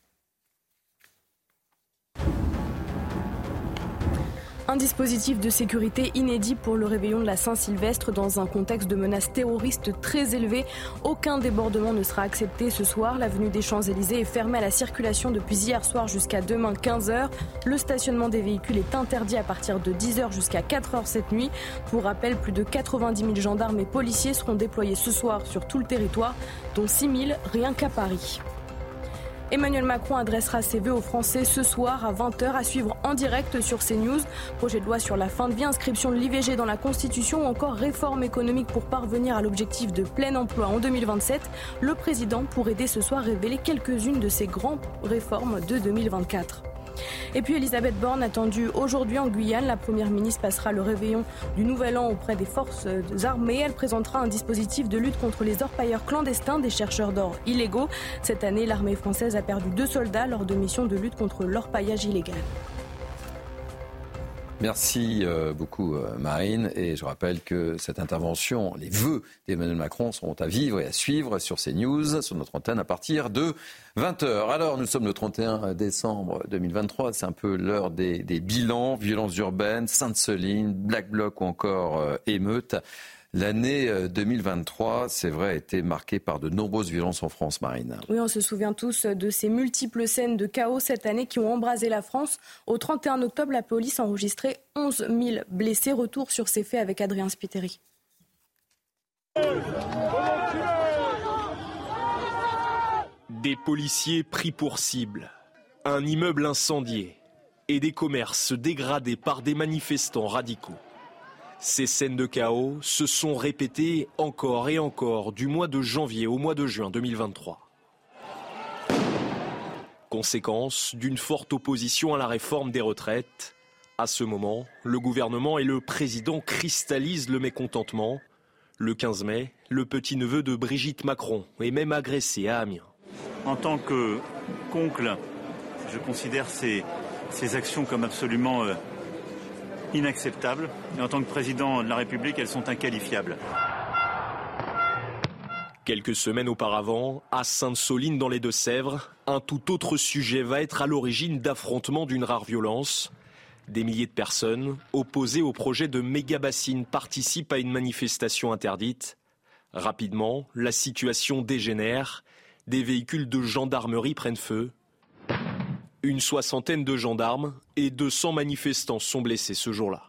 Un dispositif de sécurité inédit pour le réveillon de la Saint-Sylvestre dans un contexte de menace terroriste très élevé. Aucun débordement ne sera accepté ce soir. L'avenue des Champs-Élysées est fermée à la circulation depuis hier soir jusqu'à demain 15h. Le stationnement des véhicules est interdit à partir de 10h jusqu'à 4h cette nuit. Pour rappel, plus de 90 000 gendarmes et policiers seront déployés ce soir sur tout le territoire, dont 6 000 rien qu'à Paris. Emmanuel Macron adressera ses vœux aux Français ce soir à 20h à suivre en direct sur CNews. Projet de loi sur la fin de vie, inscription de l'IVG dans la Constitution ou encore réforme économique pour parvenir à l'objectif de plein emploi en 2027. Le président pourrait dès ce soir révéler quelques-unes de ces grandes réformes de 2024. Et puis Elisabeth Borne attendue aujourd'hui en Guyane. La première ministre passera le réveillon du Nouvel An auprès des forces armées. Elle présentera un dispositif de lutte contre les orpailleurs clandestins des chercheurs d'or illégaux. Cette année, l'armée française a perdu 2 soldats lors de missions de lutte contre l'orpaillage illégal. Merci beaucoup Marine, et je rappelle que cette intervention, les vœux d'Emmanuel Macron seront à vivre et à suivre sur CNews, sur notre antenne à partir de 20h. Alors nous sommes le 31 décembre 2023, c'est un peu l'heure des bilans, violences urbaines, Sainte-Soline, Black Bloc ou encore émeutes. L'année 2023, c'est vrai, a été marquée par de nombreuses violences en France, Marine. Oui, on se souvient tous de ces multiples scènes de chaos cette année qui ont embrasé la France. Au 31 octobre, la police a enregistré 11 000 blessés. Retour sur ces faits avec Adrien Spiteri. Des policiers pris pour cible, un immeuble incendié et des commerces dégradés par des manifestants radicaux. Ces scènes de chaos se sont répétées encore et encore du mois de janvier au mois de juin 2023. Conséquence d'une forte opposition à la réforme des retraites. À ce moment, le gouvernement et le président cristallisent le mécontentement. Le 15 mai, le petit-neveu de Brigitte Macron est même agressé à Amiens. En tant qu'oncle, je considère ces actions comme absolument inacceptables. Et en tant que président de la République, elles sont inqualifiables. Quelques semaines auparavant, à Sainte-Soline dans les Deux-Sèvres, un tout autre sujet va être à l'origine d'affrontements d'une rare violence. Des milliers de personnes, opposées au projet de méga-bassine, participent à une manifestation interdite. Rapidement, la situation dégénère. Des véhicules de gendarmerie prennent feu. Une soixantaine de gendarmes et 200 manifestants sont blessés ce jour-là.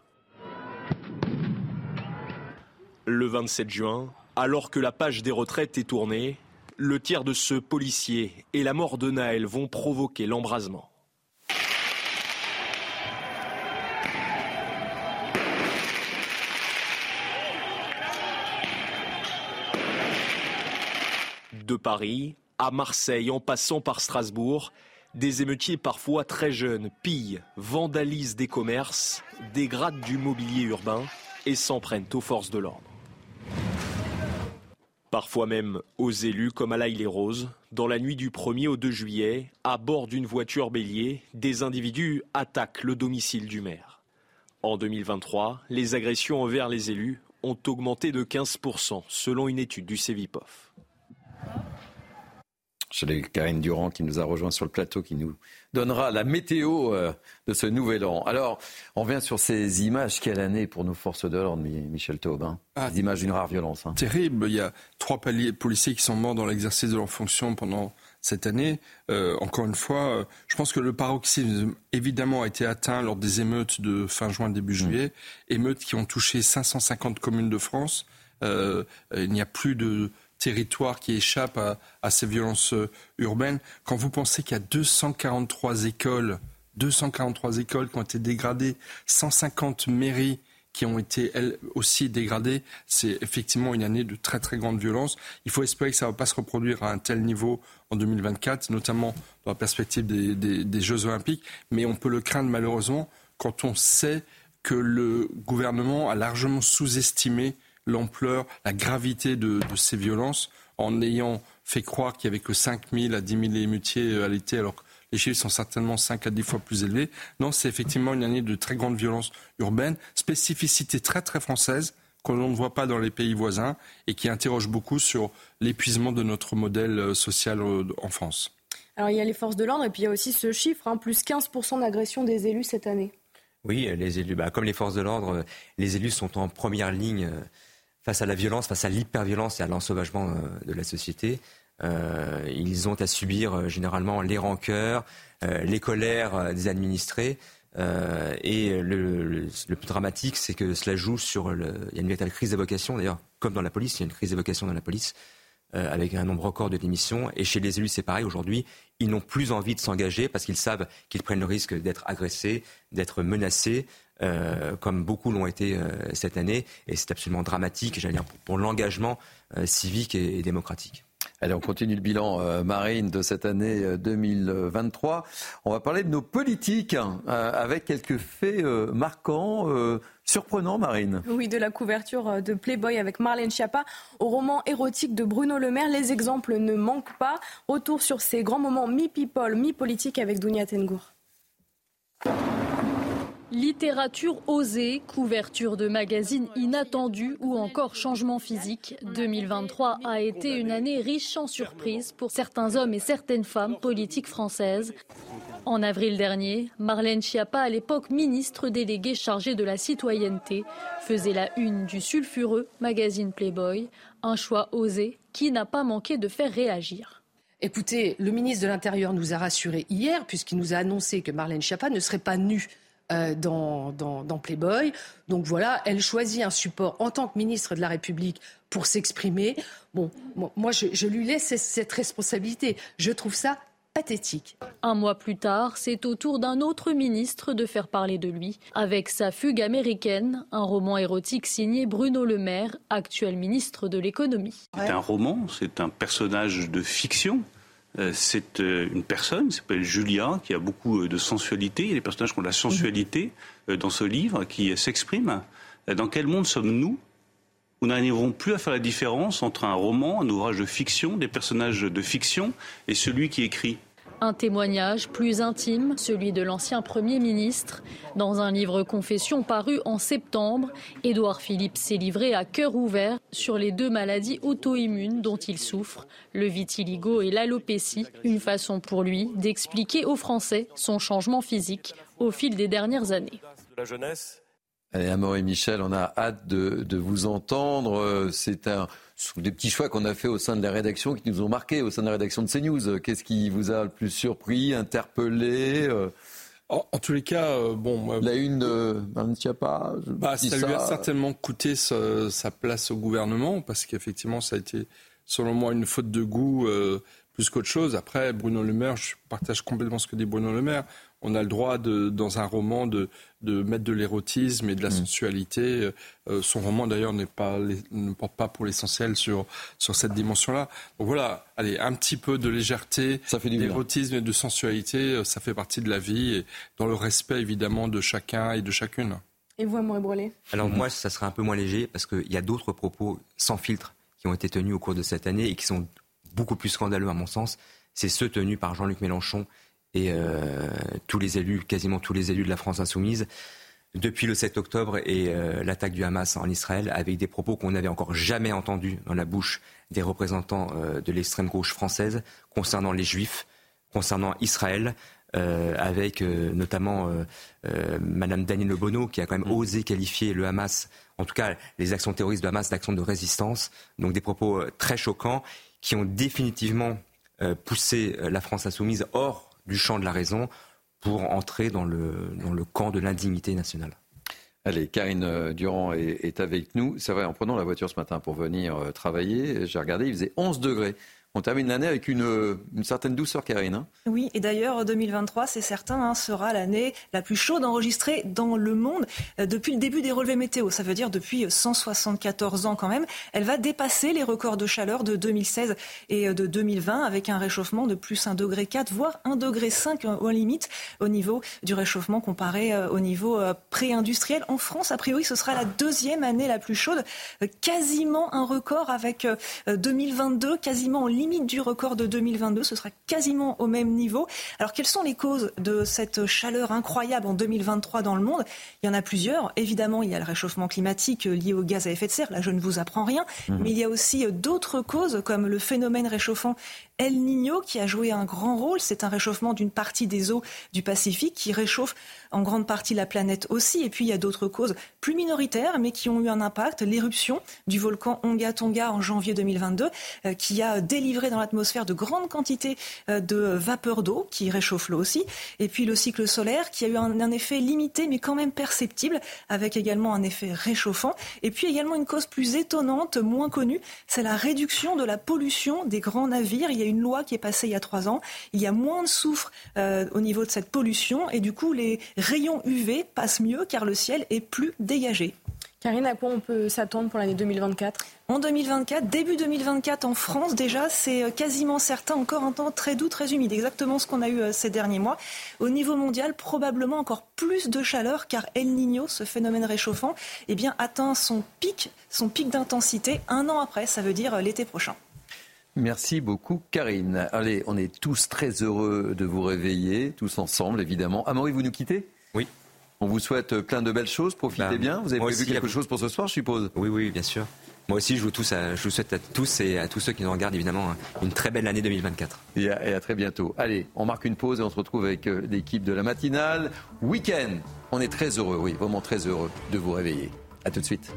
Le 27 juin, alors que la page des retraites est tournée, le tir de ce policier et la mort de Naël vont provoquer l'embrasement. De Paris à Marseille, en passant par Strasbourg, des émeutiers parfois très jeunes pillent, vandalisent des commerces, dégradent du mobilier urbain et s'en prennent aux forces de l'ordre. Parfois même aux élus comme à l'Haye-les-Roses. Dans la nuit du 1er au 2 juillet, à bord d'une voiture bélier, des individus attaquent le domicile du maire. En 2023, les agressions envers les élus ont augmenté de 15% selon une étude du Cevipof. Chez Karine Durand qui nous a rejoint sur le plateau, qui nous donnera la météo de ce nouvel an. Alors, on revient sur ces images. Quelle année pour nos forces de l'ordre, Michel Taube, des images d'une rare violence. Terrible. Il y a 3 policiers qui sont morts dans l'exercice de leur fonction pendant cette année. Encore une fois, je pense que le paroxysme, évidemment, a été atteint lors des émeutes de fin juin, début juillet. Émeutes qui ont touché 550 communes de France. Il n'y a plus de territoire qui échappe à ces violences urbaines. Quand vous pensez qu'il y a 243 écoles qui ont été dégradées, 150 mairies qui ont été, elles aussi, dégradées, c'est effectivement une année de très très grande violence. Il faut espérer que ça ne va pas se reproduire à un tel niveau en 2024, notamment dans la perspective des Jeux Olympiques. Mais on peut le craindre malheureusement quand on sait que le gouvernement a largement sous-estimé l'ampleur, la gravité de ces violences, en ayant fait croire qu'il n'y avait que 5 000 à 10 000 émeutiers à l'été, alors que les chiffres sont certainement 5 à 10 fois plus élevés. Non, c'est effectivement une année de très grande violence urbaine, spécificité très très française, que l'on ne voit pas dans les pays voisins, et qui interroge beaucoup sur l'épuisement de notre modèle social en France. Alors il y a les forces de l'ordre, et puis il y a aussi ce chiffre, plus 15% d'agression des élus cette année. Oui, les élus, comme les forces de l'ordre, les élus sont en première ligne face à la violence, face à l'hyperviolence et à l'ensauvagement de la société. Ils ont à subir généralement les rancœurs, les colères des administrés. Et le plus dramatique, c'est que cela joue sur il y a une véritable crise des vocations. D'ailleurs, comme dans la police, il y a une crise des vocations dans la police, avec un nombre record de démissions. Et chez les élus, c'est pareil. Aujourd'hui, ils n'ont plus envie de s'engager parce qu'ils savent qu'ils prennent le risque d'être agressés, d'être menacés, comme beaucoup l'ont été cette année. Et c'est absolument dramatique, j'allais dire, pour l'engagement civique et démocratique. Allez, on continue le bilan, Marine, de cette année 2023. On va parler de nos politiques avec quelques faits marquants, surprenants, Marine. Oui, de la couverture de Playboy avec Marlène Schiappa au roman érotique de Bruno Le Maire. Les exemples ne manquent pas. Retour sur ces grands moments mi-people, mi-politique avec Dounia Tengour. Littérature osée, couverture de magazines inattendus ou encore changement physique. 2023 a été une année riche en surprises pour certains hommes et certaines femmes politiques françaises. En avril dernier, Marlène Schiappa, à l'époque ministre déléguée chargée de la citoyenneté, faisait la une du sulfureux magazine Playboy. Un choix osé qui n'a pas manqué de faire réagir. Écoutez, le ministre de l'Intérieur nous a rassurés hier, puisqu'il nous a annoncé que Marlène Schiappa ne serait pas nue dans Playboy. Donc voilà, elle choisit un support en tant que ministre de la République pour s'exprimer. Bon, moi, je lui laisse cette responsabilité. Je trouve ça pathétique. Un mois plus tard, c'est au tour d'un autre ministre de faire parler de lui. Avec Sa fugue américaine, un roman érotique signé Bruno Le Maire, actuel ministre de l'économie. C'est un roman, c'est un personnage de fiction. C'est une personne qui s'appelle Julia, qui a beaucoup de sensualité. Il y a des personnages qui ont de la sensualité dans ce livre, qui s'expriment. Dans quel monde sommes-nous ? Nous n'arriverons plus à faire la différence entre un roman, un ouvrage de fiction, des personnages de fiction, et celui qui écrit. Un témoignage plus intime, celui de l'ancien Premier ministre. Dans un livre confession paru en septembre, Édouard Philippe s'est livré à cœur ouvert sur les 2 maladies auto-immunes dont il souffre, le vitiligo et l'alopécie. Une façon pour lui d'expliquer aux Français son changement physique au fil des dernières années. La jeunesse. Allez, Amaury et Michel, on a hâte de vous entendre. Ce sont des petits choix qu'on a fait au sein de la rédaction qui nous ont marqués, au sein de la rédaction de CNews. Qu'est-ce qui vous a le plus surpris, interpellé En tous les cas, la une de Marlène Schiappa, ça lui a certainement coûté sa place au gouvernement, parce qu'effectivement, ça a été, selon moi, une faute de goût plus qu'autre chose. Après, Bruno Le Maire, je partage complètement ce que dit Bruno Le Maire. On a le droit, dans un roman, de mettre de l'érotisme et de la sensualité. Son roman, d'ailleurs, ne porte pas pour l'essentiel sur cette dimension-là. Donc voilà, allez, un petit peu de légèreté, d'érotisme et de sensualité, ça fait partie de la vie, et dans le respect, évidemment, de chacun et de chacune. Et vous, Amaury Brelet ? Alors moi, ça serait un peu moins léger, parce qu'il y a d'autres propos sans filtre qui ont été tenus au cours de cette année et qui sont beaucoup plus scandaleux, à mon sens. C'est ceux tenus par Jean-Luc Mélenchon et quasiment tous les élus de la France insoumise. depuis le 7 octobre et l'attaque du Hamas en Israël, avec des propos qu'on n'avait encore jamais entendus dans la bouche des représentants de l'extrême gauche française concernant les Juifs, concernant Israël, avec notamment Madame Danielle Obono, qui a quand même osé qualifier le Hamas, en tout cas les actions terroristes de Hamas, d'actions de résistance. Donc des propos très choquants qui ont définitivement poussé la France insoumise hors du champ de la raison pour entrer dans le camp de l'indignité nationale. Allez, Karine Durand est avec nous. C'est vrai, en prenant la voiture ce matin pour venir travailler, j'ai regardé, il faisait 11 degrés. On termine l'année avec une certaine douceur, Karine. Hein. Oui, et d'ailleurs, 2023, c'est certain, sera l'année la plus chaude enregistrée dans le monde depuis le début des relevés météo. Ça veut dire depuis 174 ans quand même. Elle va dépasser les records de chaleur de 2016 et de 2020 avec un réchauffement de plus 1,4 degré, voire 1,5 degré en limite au niveau du réchauffement comparé au niveau pré-industriel. En France, a priori, ce sera la deuxième année la plus chaude. Quasiment un record avec 2022, quasiment en limite du record de 2022, ce sera quasiment au même niveau. Alors quelles sont les causes de cette chaleur incroyable en 2023 dans le monde ? Il y en a plusieurs. Évidemment, il y a le réchauffement climatique lié aux gaz à effet de serre. Là, je ne vous apprends rien. Mais il y a aussi d'autres causes comme le phénomène réchauffant El Niño qui a joué un grand rôle. C'est un réchauffement d'une partie des eaux du Pacifique qui réchauffe en grande partie la planète aussi. Et puis il y a d'autres causes plus minoritaires mais qui ont eu un impact. L'éruption du volcan Onga Tonga en janvier 2022 qui a délivré dans l'atmosphère de grandes quantités de vapeur d'eau qui réchauffe l'eau aussi. Et puis le cycle solaire qui a eu un effet limité mais quand même perceptible avec également un effet réchauffant. Et puis également une cause plus étonnante, moins connue, c'est la réduction de la pollution des grands navires. Il y a une loi qui est passée il y a 3 ans. Il y a moins de soufre au niveau de cette pollution et du coup les rayons UV passent mieux car le ciel est plus dégagé. Karine, à quoi on peut s'attendre pour l'année 2024 ? En 2024, début 2024 en France déjà, c'est quasiment certain, encore un temps très doux, très humide, exactement ce qu'on a eu ces derniers mois. Au niveau mondial, probablement encore plus de chaleur car El Niño, ce phénomène réchauffant, atteint son pic d'intensité 1 an après, ça veut dire l'été prochain. Merci beaucoup, Karine. Allez, on est tous très heureux de vous réveiller, tous ensemble, évidemment. Amaury, vous nous quittez ? Oui. On vous souhaite plein de belles choses, profitez bien. Vous avez prévu quelque chose pour ce soir, je suppose ? Oui, bien sûr. Moi aussi, je vous souhaite à tous et à tous ceux qui nous regardent, évidemment, une très belle année 2024. Et à très bientôt. Allez, on marque une pause et on se retrouve avec l'équipe de la matinale. Week-end, on est très heureux, oui, vraiment très heureux de vous réveiller. À tout de suite.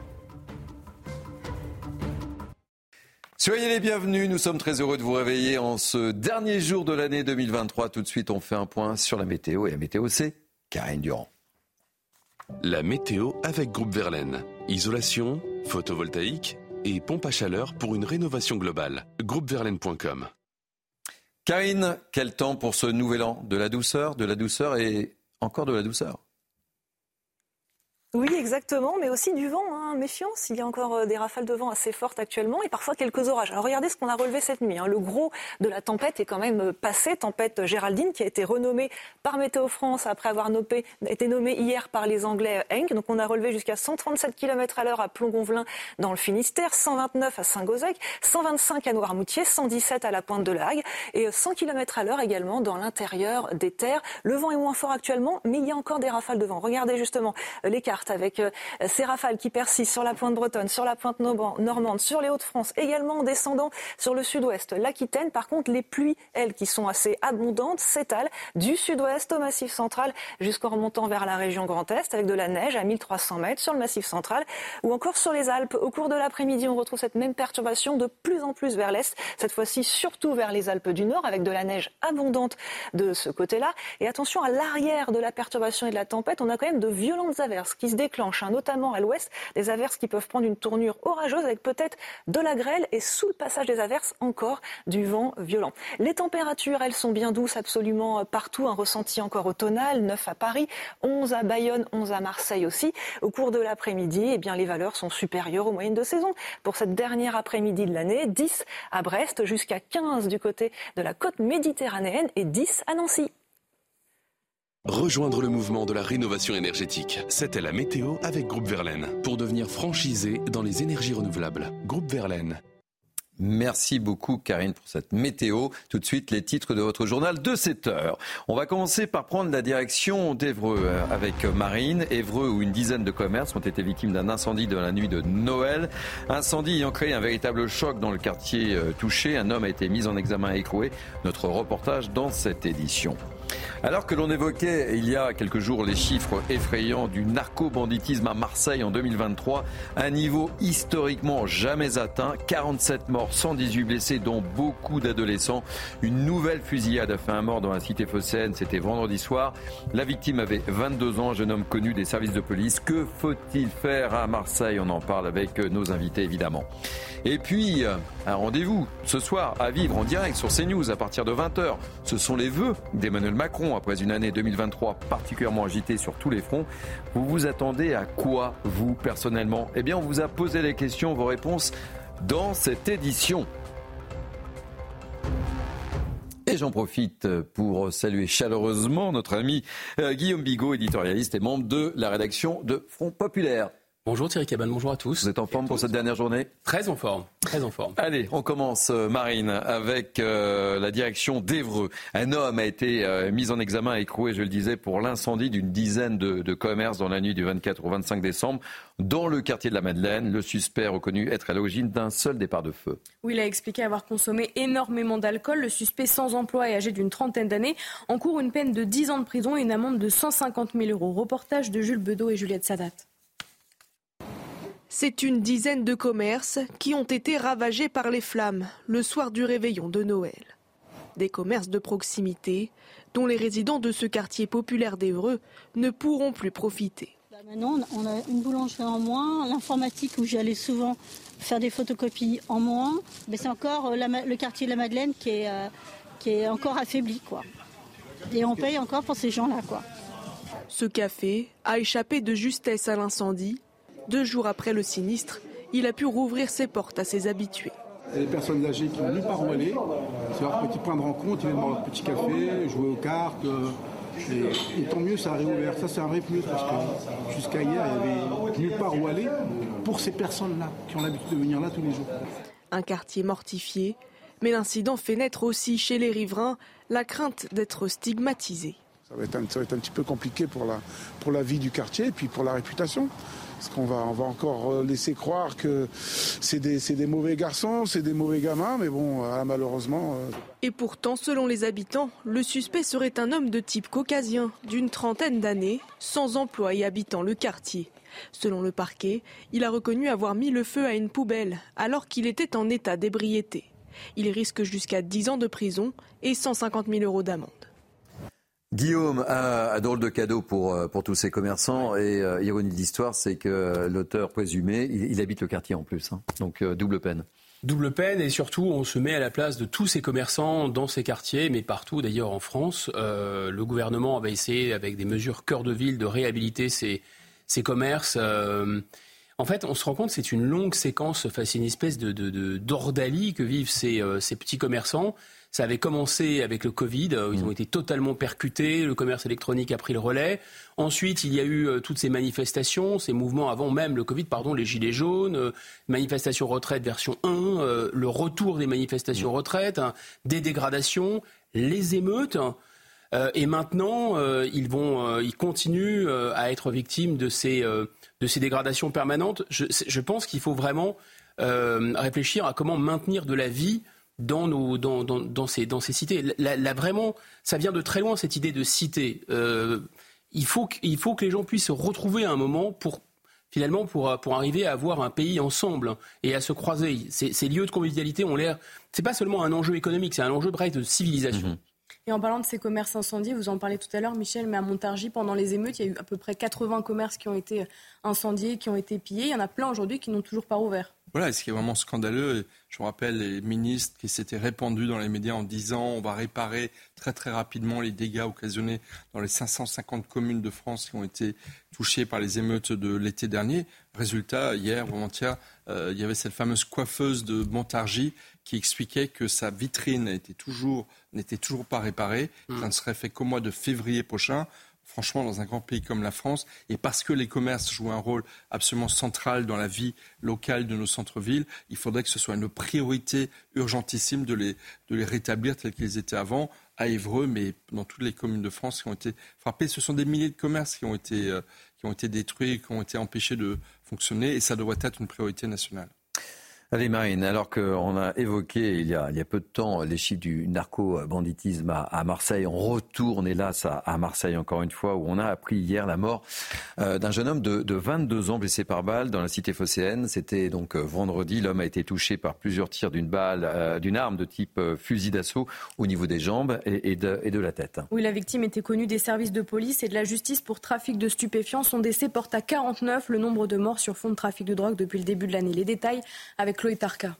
Soyez les bienvenus, nous sommes très heureux de vous réveiller en ce dernier jour de l'année 2023. Tout de suite, on fait un point sur la météo. Et la météo, c'est Karine Durand. La météo avec Groupe Verlaine. Isolation, photovoltaïque et pompe à chaleur pour une rénovation globale. Groupeverlaine.com. Karine, quel temps pour ce nouvel an ? De la douceur et encore de la douceur. Oui, exactement, mais aussi du vent, méfiance. Il y a encore des rafales de vent assez fortes actuellement et parfois quelques orages. Alors regardez ce qu'on a relevé cette nuit. Le gros de la tempête est quand même passé, tempête Géraldine qui a été renommée par Météo France après avoir été nommée hier par les Anglais Henk. Donc on a relevé jusqu'à 137 km/h à Plomgonvelin dans le Finistère, 129 à Saint-Gozec, 125 à Noirmoutier, 117 à la Pointe de la Hague et 100 km/h également dans l'intérieur des terres. Le vent est moins fort actuellement, mais il y a encore des rafales de vent. Regardez justement les cartes avec ces rafales qui persistent sur la pointe bretonne, sur la pointe normande, sur les Hauts-de-France, également en descendant sur le sud-ouest, l'Aquitaine. Par contre, les pluies, elles, qui sont assez abondantes, s'étalent du sud-ouest au Massif central jusqu'en remontant vers la région Grand Est avec de la neige à 1300 mètres sur le Massif central ou encore sur les Alpes. Au cours de l'après-midi, on retrouve cette même perturbation de plus en plus vers l'est, cette fois-ci surtout vers les Alpes du Nord avec de la neige abondante de ce côté-là. Et attention, à l'arrière de la perturbation et de la tempête, on a quand même de violentes averses qui se déclenchent, notamment à l'ouest, des averses qui peuvent prendre une tournure orageuse avec peut-être de la grêle et sous le passage des averses, encore du vent violent. Les températures, elles sont bien douces absolument partout, un ressenti encore automnal, 9 à Paris, 11 à Bayonne, 11 à Marseille aussi. Au cours de l'après-midi, les valeurs sont supérieures aux moyennes de saison. Pour cette dernière après-midi de l'année, 10 à Brest, jusqu'à 15 du côté de la côte méditerranéenne et 10 à Nancy. Rejoindre le mouvement de la rénovation énergétique. C'était la météo avec Groupe Verlaine. Pour devenir franchisé dans les énergies renouvelables. Groupe Verlaine. Merci beaucoup Karine pour cette météo. Tout de suite, les titres de votre journal de 7h. On va commencer par prendre la direction d'Évreux avec Marine. Évreux où une dizaine de commerces ont été victimes d'un incendie de la nuit de Noël. Incendie ayant créé un véritable choc dans le quartier touché. Un homme a été mis en examen et écroué. Notre reportage dans cette édition. Alors que l'on évoquait il y a quelques jours les chiffres effrayants du narco-banditisme à Marseille en 2023, un niveau historiquement jamais atteint, 47 morts, 118 blessés dont beaucoup d'adolescents. Une nouvelle fusillade a fait un mort dans la cité phocéenne, c'était vendredi soir. La victime avait 22 ans, un jeune homme connu des services de police. Que faut-il faire à Marseille? On en parle avec nos invités évidemment. Et puis, un rendez-vous ce soir à vivre en direct sur CNews à partir de 20h. Ce sont les vœux d'Emmanuel Macron après une année 2023 particulièrement agitée sur tous les fronts. Vous vous attendez à quoi, vous, personnellement? Eh bien, on vous a posé les questions, vos réponses dans cette édition. Et j'en profite pour saluer chaleureusement notre ami Guillaume Bigot, éditorialiste et membre de la rédaction de Front Populaire. Bonjour Thierry Cabane, bonjour à tous. Vous êtes en forme pour cette dernière journée? Très en forme, très en forme. Allez, on commence Marine avec la direction d'Évreux. Un homme a été mis en examen et écroué, je le disais, pour l'incendie d'une dizaine de commerces dans la nuit du 24 au 25 décembre dans le quartier de la Madeleine. Le suspect reconnu être à l'origine d'un seul départ de feu. Oui, il a expliqué avoir consommé énormément d'alcool. Le suspect sans emploi et âgé d'une trentaine d'années encourt une peine de 10 ans de prison et une amende de 150 000 €. Reportage de Jules Bedeau et Juliette Sadat. C'est une dizaine de commerces qui ont été ravagés par les flammes le soir du réveillon de Noël. Des commerces de proximité dont les résidents de ce quartier populaire d'Évreux ne pourront plus profiter. Maintenant, on a une boulangerie en moins, l'informatique où j'allais souvent faire des photocopies en moins, mais c'est encore le quartier de la Madeleine qui est encore affaibli, quoi. Et on paye encore pour ces gens-là, quoi. Ce café a échappé de justesse à l'incendie. 2 jours après le sinistre, il a pu rouvrir ses portes à ses habitués. Les personnes âgées qui n'ont nulle part où aller, c'est leur petit point de rencontre, ils viennent boire leur petit café, jouer aux cartes. Et tant mieux, ça a réouvert. Ça, c'est un vrai plus parce que jusqu'à hier, il n'y avait nulle part où aller pour ces personnes-là qui ont l'habitude de venir là tous les jours. Un quartier mortifié, mais l'incident fait naître aussi chez les riverains la crainte d'être stigmatisés. Ça va être un petit peu compliqué pour la vie du quartier et puis pour la réputation. Parce qu'on va encore laisser croire que c'est des mauvais garçons, c'est des mauvais gamins, mais bon, malheureusement... Et pourtant, selon les habitants, le suspect serait un homme de type caucasien, d'une trentaine d'années, sans emploi et habitant le quartier. Selon le parquet, il a reconnu avoir mis le feu à une poubelle alors qu'il était en état d'ébriété. Il risque jusqu'à 10 ans de prison et 150 000 € d'amende. Guillaume a un drôle de cadeau pour tous ces commerçants et ironie de l'histoire, c'est que l'auteur présumé, il habite le quartier en plus, hein, donc double peine. Double peine et surtout on se met à la place de tous ces commerçants dans ces quartiers, mais partout d'ailleurs en France. Le gouvernement avait essayé avec des mesures cœur de ville de réhabiliter ces commerces. En fait, on se rend compte que c'est une longue séquence, c'est une espèce d'ordalie que vivent ces petits commerçants. Ça avait commencé avec le Covid, ils ont été totalement percutés, le commerce électronique a pris le relais. Ensuite, il y a eu toutes ces manifestations, ces mouvements avant même le Covid, les gilets jaunes, manifestations retraite version 1, le retour des manifestations retraite, des dégradations, les émeutes. Et maintenant, ils continuent à être victimes de ces dégradations permanentes. Je pense qu'il faut vraiment réfléchir à comment maintenir de la vie dans ces cités. Là, vraiment, ça vient de très loin, cette idée de cité. Il faut que les gens puissent se retrouver à un moment pour arriver à avoir un pays ensemble et à se croiser. Ces lieux de convivialité ont l'air... C'est pas seulement un enjeu économique, c'est un enjeu bref de civilisation. Et en parlant de ces commerces incendiés, vous en parlez tout à l'heure, Michel, mais à Montargis, pendant les émeutes, il y a eu à peu près 80 commerces qui ont été incendiés, qui ont été pillés. Il y en a plein aujourd'hui qui n'ont toujours pas rouvert. Voilà, ce qui est vraiment scandaleux, je me rappelle les ministres qui s'étaient répandus dans les médias en disant on va réparer très très rapidement les dégâts occasionnés dans les 550 communes de France qui ont été touchées par les émeutes de l'été dernier. Résultat, hier ou avant-hier, il y avait cette fameuse coiffeuse de Montargis qui expliquait que sa vitrine n'était toujours pas réparée, ça ne serait fait qu'au mois de février prochain. franchement, dans un grand pays comme la France, et parce que les commerces jouent un rôle absolument central dans la vie locale de nos centres-villes, il faudrait que ce soit une priorité urgentissime de les rétablir tels qu'ils étaient avant, à Évreux, mais dans toutes les communes de France qui ont été frappées. Ce sont des milliers de commerces qui ont été détruits, qui ont été empêchés de fonctionner, et ça devrait être une priorité nationale. Allez Marine, alors qu'on a évoqué il y a peu de temps les chiffres du narco-banditisme à Marseille, on retourne hélas à Marseille encore une fois, où on a appris hier la mort d'un jeune homme de 22 ans blessé par balle dans la cité phocéenne. C'était donc vendredi, l'homme a été touché par plusieurs tirs d'une arme de type fusil d'assaut au niveau des jambes et de la tête. Oui, la victime était connue des services de police et de la justice pour trafic de stupéfiants. Son décès porte à 49 le nombre de morts sur fond de trafic de drogue depuis le début de l'année. Les détails avec Chloé Tarka.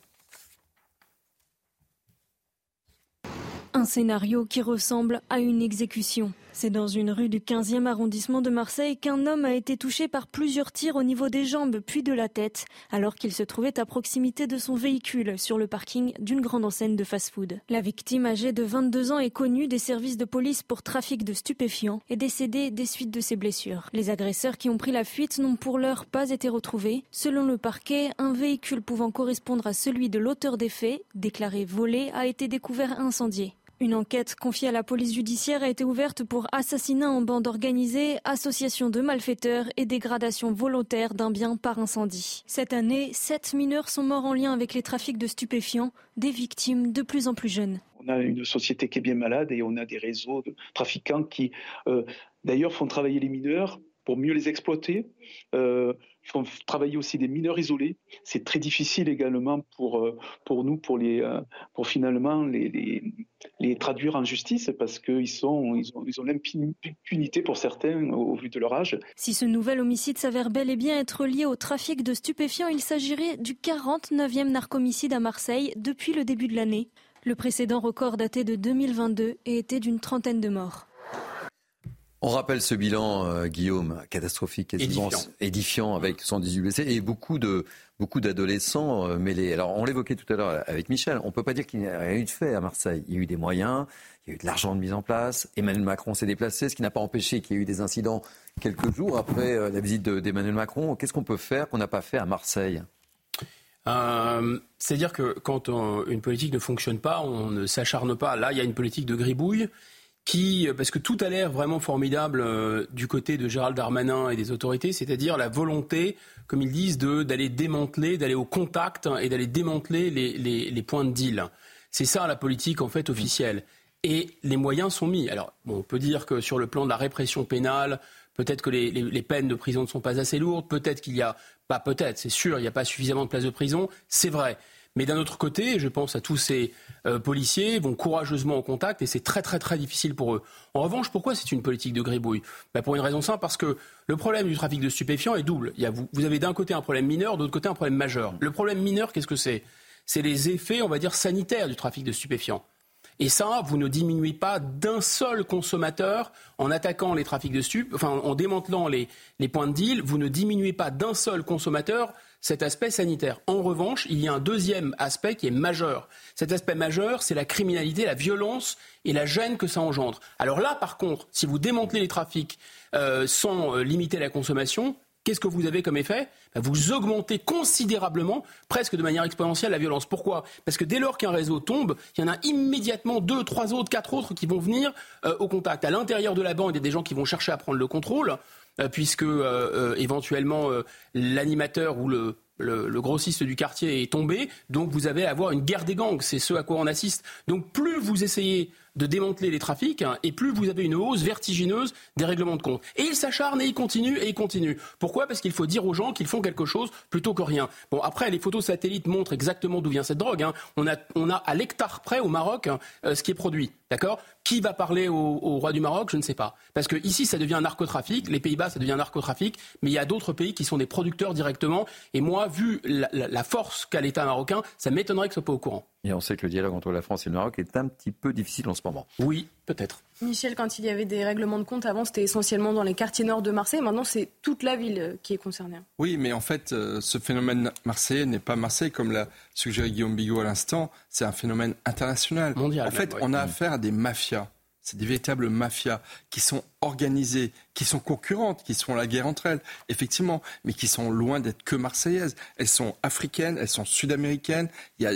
Un scénario qui ressemble à une exécution. C'est dans une rue du 15e arrondissement de Marseille qu'un homme a été touché par plusieurs tirs au niveau des jambes puis de la tête, alors qu'il se trouvait à proximité de son véhicule sur le parking d'une grande enseigne de fast-food. La victime, âgée de 22 ans, est connue des services de police pour trafic de stupéfiants et décédée des suites de ses blessures. Les agresseurs qui ont pris la fuite n'ont pour l'heure pas été retrouvés. Selon le parquet, un véhicule pouvant correspondre à celui de l'auteur des faits, déclaré volé, a été découvert incendié. Une enquête confiée à la police judiciaire a été ouverte pour assassinat en bande organisée, association de malfaiteurs et dégradation volontaire d'un bien par incendie. Cette année, 7 mineurs sont morts en lien avec les trafics de stupéfiants, des victimes de plus en plus jeunes. On a une société qui est bien malade et on a des réseaux de trafiquants qui, d'ailleurs, font travailler les mineurs pour mieux les exploiter. Font travailler aussi des mineurs isolés. C'est très difficile également pour nous, pour finalement les traduire en justice parce qu'ils ont l'impunité pour certains au vu de leur âge. Si ce nouvel homicide s'avère bel et bien être lié au trafic de stupéfiants, il s'agirait du 49e narcomicide à Marseille depuis le début de l'année. Le précédent record datait de 2022 et était d'une 30aine de morts. On rappelle ce bilan, Guillaume, catastrophique, quasiment édifiant avec 118 blessés et beaucoup d'adolescents mêlés. Alors, on l'évoquait tout à l'heure avec Michel, on ne peut pas dire qu'il n'y a rien eu de fait à Marseille. Il y a eu des moyens, il y a eu de l'argent de mise en place. Emmanuel Macron s'est déplacé, ce qui n'a pas empêché qu'il y ait eu des incidents quelques jours après la visite d'Emmanuel Macron. Qu'est-ce qu'on peut faire qu'on n'a pas fait à Marseille ? C'est-à-dire que quand une politique ne fonctionne pas, on ne s'acharne pas. Là, il y a une politique de gribouille. Parce que tout a l'air vraiment formidable du côté de Gérald Darmanin et des autorités, c'est-à-dire la volonté, comme ils disent, d'aller démanteler, d'aller au contact et d'aller démanteler les points de deal. C'est ça la politique en fait officielle. Et les moyens sont mis. Alors, on peut dire que sur le plan de la répression pénale, peut-être que les peines de prison ne sont pas assez lourdes, c'est sûr, il n'y a pas suffisamment de places de prison, c'est vrai. Mais d'un autre côté, je pense à tous ces policiers vont courageusement au contact et c'est très très très difficile pour eux. En revanche, pourquoi c'est une politique de gribouille ? Pour une raison simple, parce que le problème du trafic de stupéfiants est double. Vous avez d'un côté un problème mineur, de l'autre côté un problème majeur. Le problème mineur, qu'est-ce que c'est ? C'est les effets, on va dire, sanitaires du trafic de stupéfiants. Et ça, vous ne diminuez pas d'un seul consommateur en attaquant les trafics de en démantelant les points de deal, vous ne diminuez pas d'un seul consommateur cet aspect sanitaire. En revanche, il y a un deuxième aspect qui est majeur. Cet aspect majeur, c'est la criminalité, la violence et la gêne que ça engendre. Alors là, par contre, si vous démantelez les trafics sans limiter la consommation, qu'est-ce que vous avez comme effet ? Vous augmentez considérablement, presque de manière exponentielle, la violence. Pourquoi ? Parce que dès lors qu'un réseau tombe, il y en a immédiatement 2, 3 autres, 4 autres qui vont venir au contact. À l'intérieur de la bande, il y a des gens qui vont chercher à prendre le contrôle, puisque éventuellement l'animateur ou le grossiste du quartier est tombé. Donc vous avez à avoir une guerre des gangs. C'est ce à quoi on assiste. Donc plus vous essayez de démanteler les trafics, et plus vous avez une hausse vertigineuse des règlements de compte. Et ils s'acharnent et ils continuent. Pourquoi ? Parce qu'il faut dire aux gens qu'ils font quelque chose plutôt que rien. Bon, après, les photos satellites montrent exactement d'où vient cette drogue. On a à l'hectare près au Maroc ce qui est produit. D'accord ? Qui va parler au roi du Maroc ? Je ne sais pas. Parce que ici, ça devient un narcotrafic. Les Pays-Bas, ça devient un narcotrafic. Mais il y a d'autres pays qui sont des producteurs directement. Et moi, vu la force qu'a l'État marocain, ça m'étonnerait que ce soit pas au courant. Et on sait que le dialogue entre la France et le Maroc est un petit peu difficile en ce moment. Oui, peut-être. Michel, quand il y avait des règlements de compte, avant c'était essentiellement dans les quartiers nord de Marseille. Maintenant, c'est toute la ville qui est concernée. Oui, mais en fait, ce phénomène marseillais n'est pas Marseille, comme l'a suggéré Guillaume Bigot à l'instant. C'est un phénomène international. Mondial. En fait, on a affaire à des mafias. c'est des véritables mafias qui sont organisées, qui sont concurrentes, qui sont à la guerre entre elles, effectivement, mais qui sont loin d'être que marseillaises. Elles sont africaines, elles sont sud-américaines.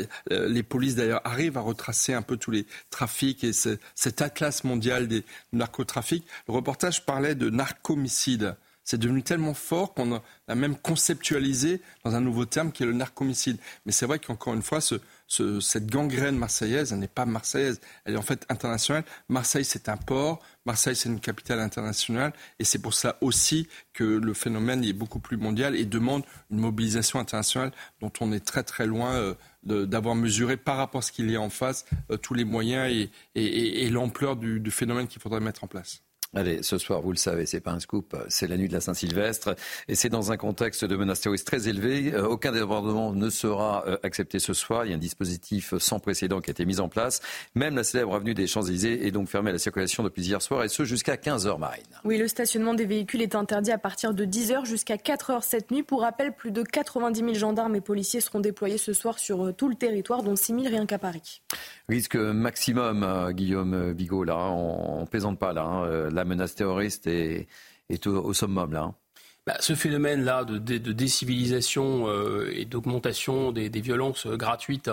Les polices, d'ailleurs, arrivent à retracer un peu tous les trafics et cet atlas mondial des narcotrafics. Le reportage parlait de narcomicide. C'est devenu tellement fort qu'on a même conceptualisé dans un nouveau terme qui est le narcomicide. Mais c'est vrai qu'encore une fois, cette gangrène marseillaise, elle n'est pas marseillaise, elle est en fait internationale. Marseille, c'est un port, Marseille, c'est une capitale internationale, et c'est pour ça aussi que le phénomène est beaucoup plus mondial et demande une mobilisation internationale dont on est très très loin d'avoir mesuré par rapport à ce qu'il y a en face tous les moyens et l'ampleur du phénomène qu'il faudrait mettre en place. Allez, ce soir, vous le savez, c'est pas un scoop, c'est la nuit de la Saint-Sylvestre et c'est dans un contexte de menace terroriste très élevé. Aucun débordement ne sera accepté ce soir. Il y a un dispositif sans précédent qui a été mis en place. Même la célèbre avenue des Champs-Élysées est donc fermée à la circulation depuis hier soir et ce jusqu'à 15h, Marine. Oui, le stationnement des véhicules est interdit à partir de 10h jusqu'à 4h cette nuit. Pour rappel, plus de 90 000 gendarmes et policiers seront déployés ce soir sur tout le territoire, dont 6 000 rien qu'à Paris. Risque maximum, Guillaume Bigot, là, on ne plaisante pas, là. La menace terroriste est au summum, là. Ce phénomène-là de décivilisation et d'augmentation des violences gratuites,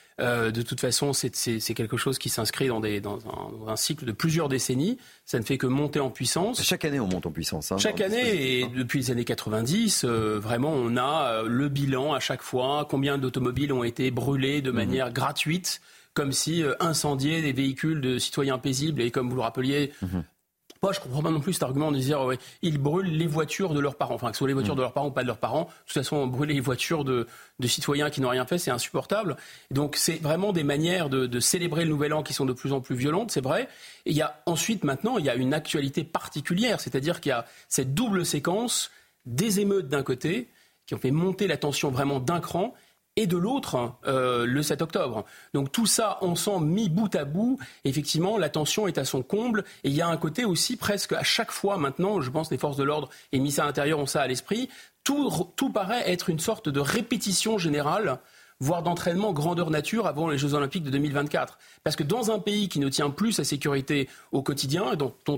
de toute façon, c'est quelque chose qui s'inscrit dans un cycle de plusieurs décennies. Ça ne fait que monter en puissance. Chaque année, on monte en puissance. Chaque année, et depuis les années 90, vraiment, on a le bilan à chaque fois. Combien d'automobiles ont été brûlés de manière gratuite, comme si incendier des véhicules de citoyens paisibles, et comme vous le rappeliez... Moi, je ne comprends pas non plus cet argument de dire ils brûlent les voitures de leurs parents. Enfin, que ce soit les voitures de leurs parents ou pas de leurs parents. De toute façon, brûler les voitures de citoyens qui n'ont rien fait, c'est insupportable. Et donc, c'est vraiment des manières de célébrer le Nouvel An qui sont de plus en plus violentes, c'est vrai. Et il y a ensuite, maintenant, il y a une actualité particulière. C'est-à-dire qu'il y a cette double séquence des émeutes d'un côté qui ont fait monter la tension vraiment d'un cran, et de l'autre, le 7 octobre. Donc tout ça, ensemble, mis bout à bout, effectivement, la tension est à son comble. Et il y a un côté aussi, presque à chaque fois maintenant, je pense les forces de l'ordre et ministère de l'Intérieur ont ça à l'esprit, tout paraît être une sorte de répétition générale, voire d'entraînement grandeur nature avant les Jeux Olympiques de 2024. Parce que dans un pays qui ne tient plus sa sécurité au quotidien,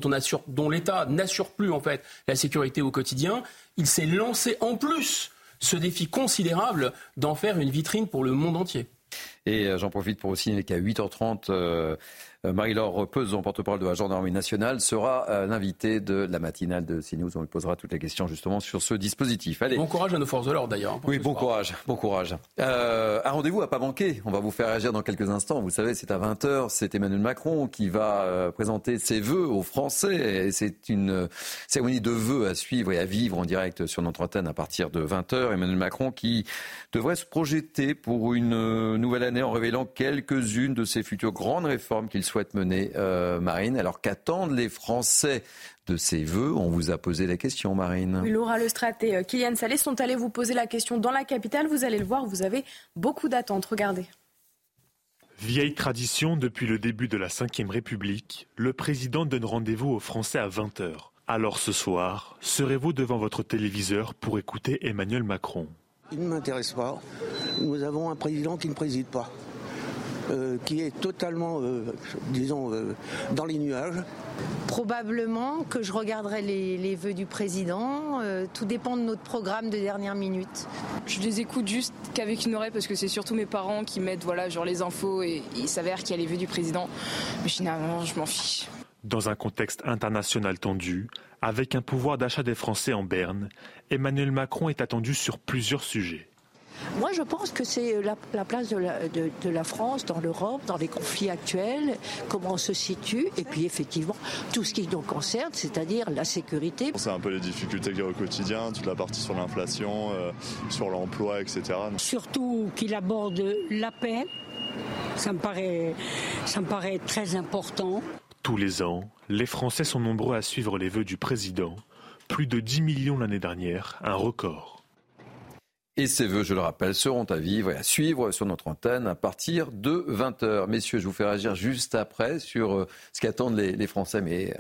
dont l'État n'assure plus en fait la sécurité au quotidien, il s'est lancé en plus ce défi considérable d'en faire une vitrine pour le monde entier. Et j'en profite pour vous signaler qu'à 8h30, Marie-Laure Peuzon, porte-parole de la Gendarmerie nationale, sera l'invitée de la matinale de CNews. On lui posera toutes les questions justement sur ce dispositif. Allez. Bon courage à nos forces de l'ordre d'ailleurs. Oui, bon courage. Un rendez-vous à pas manquer. On va vous faire réagir dans quelques instants. Vous savez, c'est à 20h. C'est Emmanuel Macron qui va présenter ses vœux aux Français. Et c'est une cérémonie de vœux à suivre et à vivre en direct sur notre antenne à partir de 20h. Emmanuel Macron qui devrait se projeter pour une nouvelle année en révélant quelques-unes de ses futures grandes réformes qu'il souhaite mener, Marine. Alors qu'attendent les Français de ces vœux? On vous a posé la question, Marine. Oui, Laura Lestrade et Kylian Salé sont allés vous poser la question dans la capitale. Vous allez le voir, vous avez beaucoup d'attentes. Regardez. Vieille tradition, depuis le début de la Ve République, le président donne rendez-vous aux Français à 20h. Alors ce soir, serez-vous devant votre téléviseur pour écouter Emmanuel Macron? Il ne m'intéresse pas. Nous avons un président qui ne préside pas. Qui est totalement, dans les nuages. Probablement que je regarderai les vœux du président. Tout dépend de notre programme de dernière minute. Je les écoute juste qu'avec une oreille parce que c'est surtout mes parents qui mettent genre les infos et il s'avère qu'il y a les vœux du président. Mais finalement, je m'en fiche. Dans un contexte international tendu, avec un pouvoir d'achat des Français en berne, Emmanuel Macron est attendu sur plusieurs sujets. Moi, je pense que c'est la place de la France dans l'Europe, dans les conflits actuels, comment on se situe, et puis effectivement, tout ce qui nous concerne, c'est-à-dire la sécurité. C'est un peu les difficultés qu'il y a au quotidien, toute la partie sur l'inflation, sur l'emploi, etc. Surtout qu'il aborde la paix, ça me paraît très important. Tous les ans, les Français sont nombreux à suivre les vœux du président. Plus de 10 millions l'année dernière, un record. Et ces vœux, je le rappelle, seront à vivre et à suivre sur notre antenne à partir de 20h. Messieurs, je vous fais réagir juste après sur ce qu'attendent les Français. Mais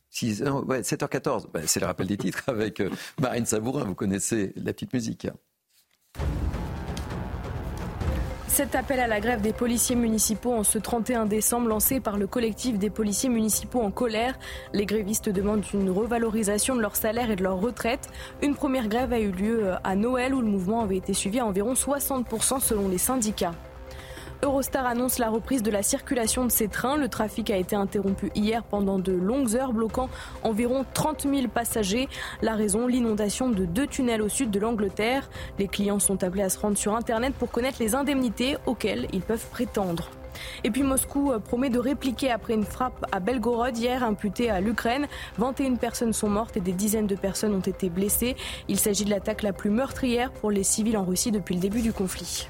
7h14, c'est le rappel des titres avec Marine Sabourin. Vous connaissez la petite musique. Cet appel à la grève des policiers municipaux en ce 31 décembre lancé par le collectif des policiers municipaux en colère. Les grévistes demandent une revalorisation de leur salaire et de leur retraite. Une première grève a eu lieu à Noël où le mouvement avait été suivi à environ 60% selon les syndicats. Eurostar annonce la reprise de la circulation de ses trains. Le trafic a été interrompu hier pendant de longues heures, bloquant environ 30 000 passagers. La raison, l'inondation de 2 tunnels au sud de l'Angleterre. Les clients sont appelés à se rendre sur Internet pour connaître les indemnités auxquelles ils peuvent prétendre. Et puis Moscou promet de répliquer après une frappe à Belgorod hier imputée à l'Ukraine. 21 personnes sont mortes et des dizaines de personnes ont été blessées. Il s'agit de l'attaque la plus meurtrière pour les civils en Russie depuis le début du conflit.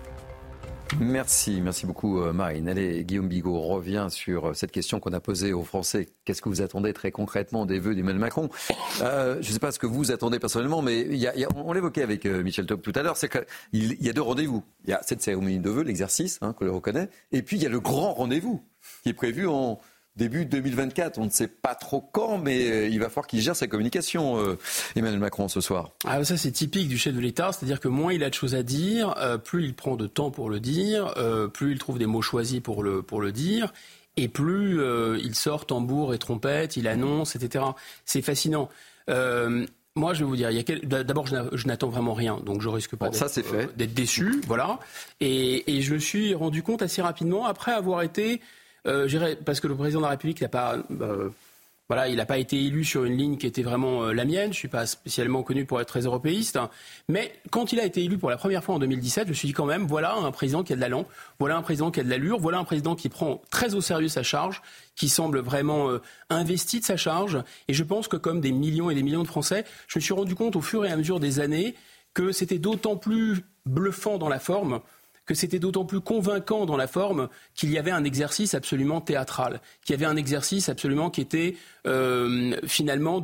Merci beaucoup Marine. Allez, Guillaume Bigot revient sur cette question qu'on a posée aux Français. Qu'est-ce que vous attendez très concrètement des vœux d'Emmanuel Macron ? Je ne sais pas ce que vous attendez personnellement, mais on l'évoquait avec Michel Taub tout à l'heure, c'est qu'il y a 2 rendez-vous. Il y a cette cérémonie de vœux, l'exercice, que l'on reconnaît, et puis il y a le grand rendez-vous qui est prévu en début 2024. On ne sait pas trop quand, mais il va falloir qu'il gère sa communication, Emmanuel Macron, ce soir. Ah, ça, c'est typique du chef de l'État. C'est-à-dire que moins il a de choses à dire, plus il prend de temps pour le dire, plus il trouve des mots choisis pour le dire, et plus il sort tambour et trompette, il annonce, etc. C'est fascinant. Moi, je vais vous dire, d'abord, je n'attends vraiment rien, donc je risque pas d'être déçu. Voilà. Et je me suis rendu compte assez rapidement, après avoir été... parce que le président de la République n'a pas, il n'a pas été élu sur une ligne qui était vraiment la mienne. Je ne suis pas spécialement connu pour être très européiste. Mais quand il a été élu pour la première fois en 2017, je me suis dit quand même, voilà un président qui a de l'allant, voilà un président qui a de l'allure, voilà un président qui prend très au sérieux sa charge, qui semble vraiment investi de sa charge. Et je pense que comme des millions et des millions de Français, je me suis rendu compte au fur et à mesure des années que c'était d'autant plus bluffant dans la forme, que c'était d'autant plus convaincant dans la forme qu'il y avait un exercice absolument théâtral, qu'il y avait un exercice absolument qui était finalement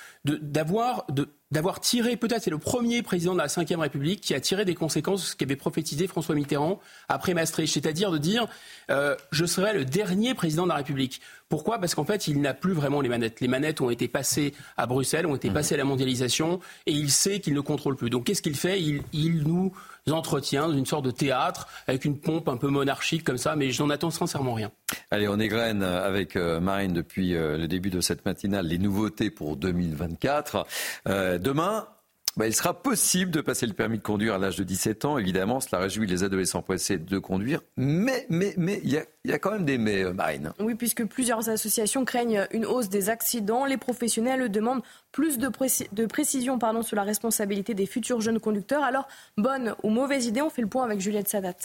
d'avoir tiré, peut-être c'est le premier président de la Ve République qui a tiré des conséquences de ce qu'avait prophétisé François Mitterrand après Maastricht, c'est-à-dire de dire je serai le dernier président de la République. Pourquoi ? Parce qu'en fait, il n'a plus vraiment les manettes. Les manettes ont été passées à Bruxelles, ont été passées à la mondialisation, et il sait qu'il ne contrôle plus. Donc qu'est-ce qu'il fait ? Il nous entretient dans une sorte de théâtre, avec une pompe un peu monarchique comme ça, mais je n'en attends sincèrement rien. Allez, on égrène avec Marine depuis le début de cette matinale les nouveautés pour 2024. Demain, il sera possible de passer le permis de conduire à l'âge de 17 ans. Évidemment, cela réjouit les adolescents pressés de conduire. Mais il y a quand même des mais, Marine. Oui, puisque plusieurs associations craignent une hausse des accidents. Les professionnels demandent plus de précision sur la responsabilité des futurs jeunes conducteurs. Alors, bonne ou mauvaise idée, on fait le point avec Juliette Sadat.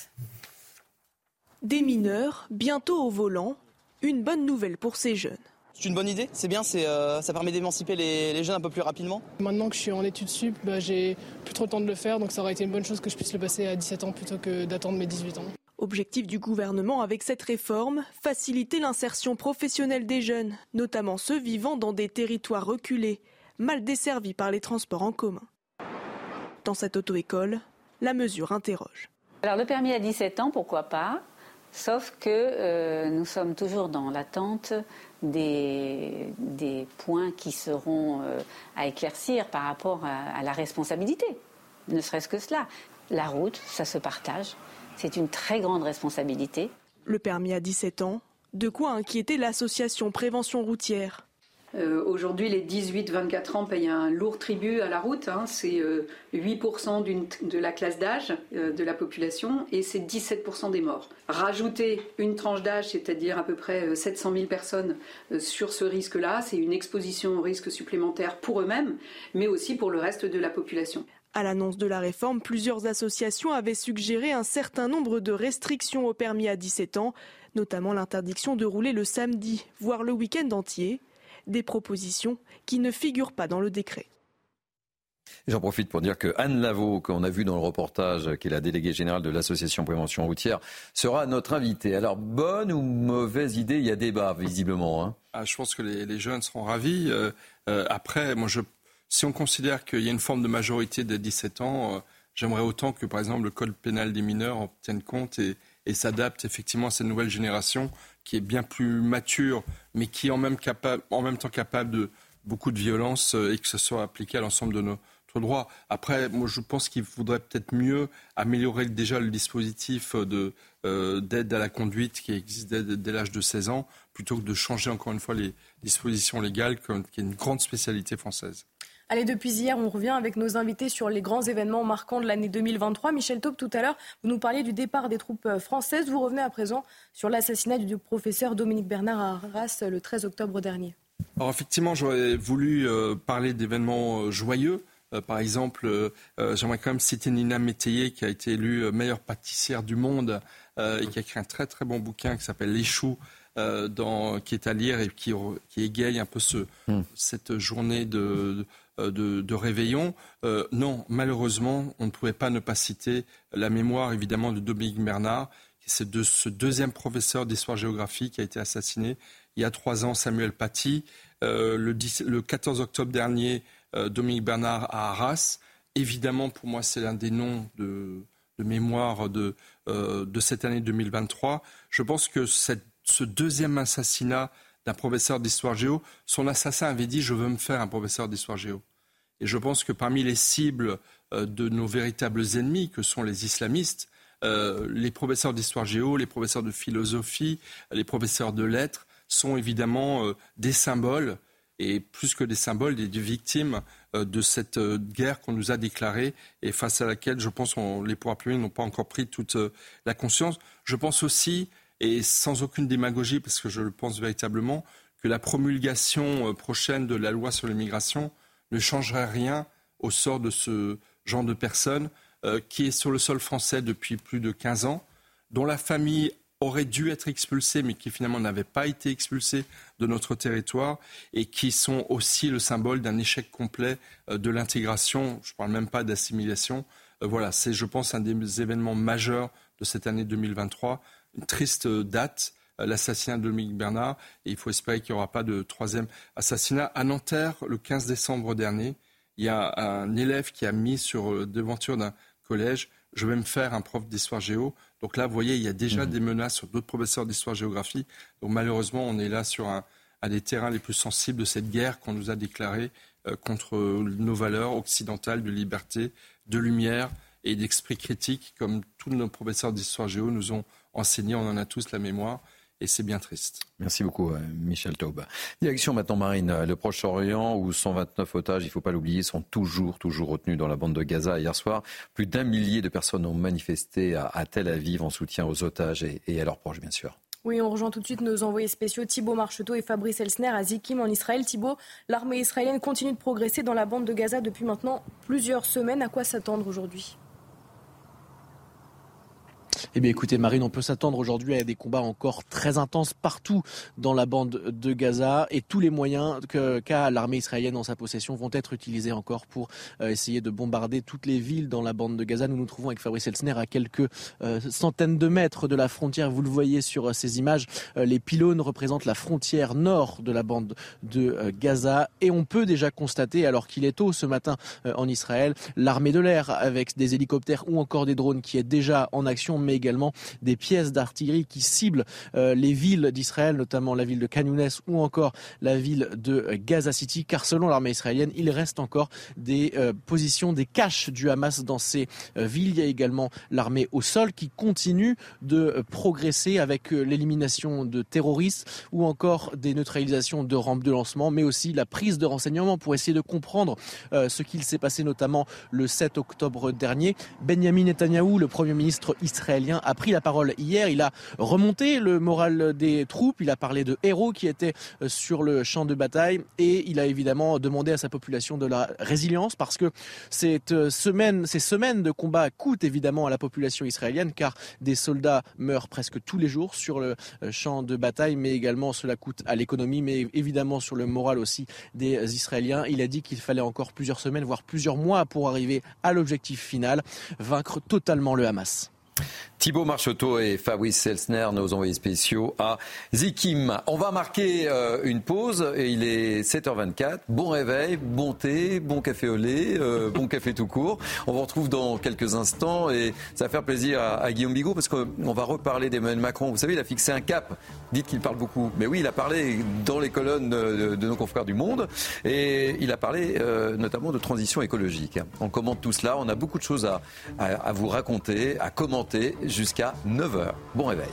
Des mineurs, bientôt au volant. Une bonne nouvelle pour ces jeunes. C'est une bonne idée, c'est bien, ça permet d'émanciper les jeunes un peu plus rapidement. Maintenant que je suis en études sup, j'ai plus trop le temps de le faire, donc ça aurait été une bonne chose que je puisse le passer à 17 ans plutôt que d'attendre mes 18 ans. Objectif du gouvernement avec cette réforme, faciliter l'insertion professionnelle des jeunes, notamment ceux vivant dans des territoires reculés, mal desservis par les transports en commun. Dans cette auto-école, la mesure interroge. Alors le permis à 17 ans, pourquoi pas ? Sauf que nous sommes toujours dans l'attente des points qui seront à éclaircir par rapport à la responsabilité. Ne serait-ce que cela. La route, ça se partage. C'est une très grande responsabilité. Le permis à 17 ans, de quoi inquiéter l'association Prévention routière. Aujourd'hui, les 18-24 ans payent un lourd tribut à la route. C'est 8% de la classe d'âge de la population et c'est 17% des morts. Rajouter une tranche d'âge, c'est-à-dire à peu près 700 000 personnes sur ce risque-là, c'est une exposition au risque supplémentaire pour eux-mêmes, mais aussi pour le reste de la population. À l'annonce de la réforme, plusieurs associations avaient suggéré un certain nombre de restrictions au permis à 17 ans, notamment l'interdiction de rouler le samedi, voire le week-end entier. Des propositions qui ne figurent pas dans le décret. J'en profite pour dire que Anne Lavaux, qu'on a vu dans le reportage, qui est la déléguée générale de l'association Prévention routière, sera notre invitée. Alors, bonne ou mauvaise idée ? Il y a débat, visiblement. Je pense que les jeunes seront ravis. Après, si on considère qu'il y a une forme de majorité dès 17 ans, j'aimerais autant que, par exemple, le code pénal des mineurs en tienne compte et s'adapte effectivement à cette nouvelle génération qui est bien plus mature, mais qui est en même temps capable de beaucoup de violence et que ce soit appliqué à l'ensemble droit. Après, moi, je pense qu'il faudrait peut-être mieux améliorer déjà le dispositif d'aide à la conduite qui existe dès l'âge de 16 ans, plutôt que de changer encore une fois les dispositions légales, qui est une grande spécialité française. Allez, depuis hier, on revient avec nos invités sur les grands événements marquants de l'année 2023. Michel Taube, tout à l'heure, vous nous parliez du départ des troupes françaises. Vous revenez à présent sur l'assassinat du professeur Dominique Bernard à Arras le 13 octobre dernier. Alors effectivement, j'aurais voulu parler d'événements joyeux. Par exemple, j'aimerais quand même citer Nina Métayer, qui a été élue meilleure pâtissière du monde et qui a écrit un très très bon bouquin qui s'appelle Les choux, qui est à lire et qui égaye un peu cette journée de réveillon. Non, malheureusement, on ne pouvait pas ne pas citer la mémoire évidemment de Dominique Bernard. C'est de ce deuxième professeur d'histoire-géographie qui a été assassiné il y a 3 ans, Samuel Paty. Le 14 octobre dernier, Dominique Bernard à Arras. Évidemment, pour moi, c'est l'un des noms de mémoire de cette année 2023. Je pense que ce deuxième assassinat d'un professeur d'histoire-géo, son assassin avait dit « je veux me faire un professeur d'histoire-géo ». Et je pense que parmi les cibles de nos véritables ennemis, que sont les islamistes, les professeurs d'histoire-géo, les professeurs de philosophie, les professeurs de lettres sont évidemment des symboles, et plus que des symboles, des victimes de cette guerre qu'on nous a déclarée et face à laquelle, je pense, les pouvoirs publics n'ont pas encore pris toute la conscience. Je pense aussi, et sans aucune démagogie, parce que je le pense véritablement, que la promulgation prochaine de la loi sur l'immigration ne changerait rien au sort de ce genre de personnes qui est sur le sol français depuis plus de 15 ans, dont la famille auraient dû être expulsés, mais qui finalement n'avaient pas été expulsés de notre territoire et qui sont aussi le symbole d'un échec complet de l'intégration. Je ne parle même pas d'assimilation. Voilà, c'est, je pense, un des événements majeurs de cette année 2023. Une triste date, l'assassinat de Dominique Bernard, et il faut espérer qu'il n'y aura pas de troisième assassinat. À Nanterre, le 15 décembre dernier, il y a un élève qui a mis sur la devanture d'un collège « Je vais me faire un prof d'histoire-géo ». Donc là, vous voyez, il y a déjà des menaces sur d'autres professeurs d'histoire-géographie. Donc malheureusement, on est là sur un des terrains les plus sensibles de cette guerre qu'on nous a déclarée contre nos valeurs occidentales de liberté, de lumière et d'esprit critique, comme tous nos professeurs d'histoire-géo nous ont enseigné. On en a tous la mémoire. Et c'est bien triste. Merci beaucoup, Michel Taube. Direction maintenant, Marine, le Proche-Orient, où 129 otages, il ne faut pas l'oublier, sont toujours retenus dans la bande de Gaza. Hier soir, plus d'1 millier de personnes ont manifesté à Tel Aviv en soutien aux otages et à leurs proches, bien sûr. Oui, on rejoint tout de suite nos envoyés spéciaux Thibaut Marcheteau et Fabrice Elsner à Zikim en Israël. Thibaut, l'armée israélienne continue de progresser dans la bande de Gaza depuis maintenant plusieurs semaines. À quoi s'attendre aujourd'hui ? Eh bien écoutez Marine, on peut s'attendre aujourd'hui à des combats encore très intenses partout dans la bande de Gaza et tous les moyens qu'a l'armée israélienne en sa possession vont être utilisés encore pour essayer de bombarder toutes les villes dans la bande de Gaza. Nous nous trouvons avec Fabrice Elsner à quelques centaines de mètres de la frontière. Vous le voyez sur ces images, les pylônes représentent la frontière nord de la bande de Gaza et on peut déjà constater, alors qu'il est tôt ce matin en Israël, l'armée de l'air avec des hélicoptères ou encore des drones qui est déjà en action, mais également des pièces d'artillerie qui ciblent les villes d'Israël, notamment la ville de Khan Younes ou encore la ville de Gaza City, car selon l'armée israélienne, il reste encore des positions, des caches du Hamas dans ces villes. Il y a également l'armée au sol qui continue de progresser avec l'élimination de terroristes ou encore des neutralisations de rampes de lancement, mais aussi la prise de renseignements pour essayer de comprendre ce qu'il s'est passé notamment le 7 octobre dernier. Benjamin Netanyahou, le Premier ministre israélien, a pris la parole hier. Il a remonté le moral des troupes. Il a parlé de héros qui étaient sur le champ de bataille et il a évidemment demandé à sa population de la résilience parce que ces semaines de combat coûtent évidemment à la population israélienne car des soldats meurent presque tous les jours sur le champ de bataille, mais également cela coûte à l'économie, mais évidemment sur le moral aussi des Israéliens. Il a dit qu'il fallait encore plusieurs semaines, voire plusieurs mois pour arriver à l'objectif final, vaincre totalement le Hamas. Thibaut Marcheteau et Fabrice Selsner, nos envoyés spéciaux à Zikim. On va marquer une pause et il est 7h24. Bon réveil, bon thé, bon café au lait, bon café tout court. On vous retrouve dans quelques instants et ça va faire plaisir à Guillaume Bigot parce qu'on va reparler d'Emmanuel Macron. Vous savez, il a fixé un cap. Dites qu'il parle beaucoup. Mais oui, il a parlé dans les colonnes de nos confrères du Monde et il a parlé notamment de transition écologique. On commente tout cela. On a beaucoup de choses à vous raconter, à commenter. Jusqu'à 9h. Bon réveil.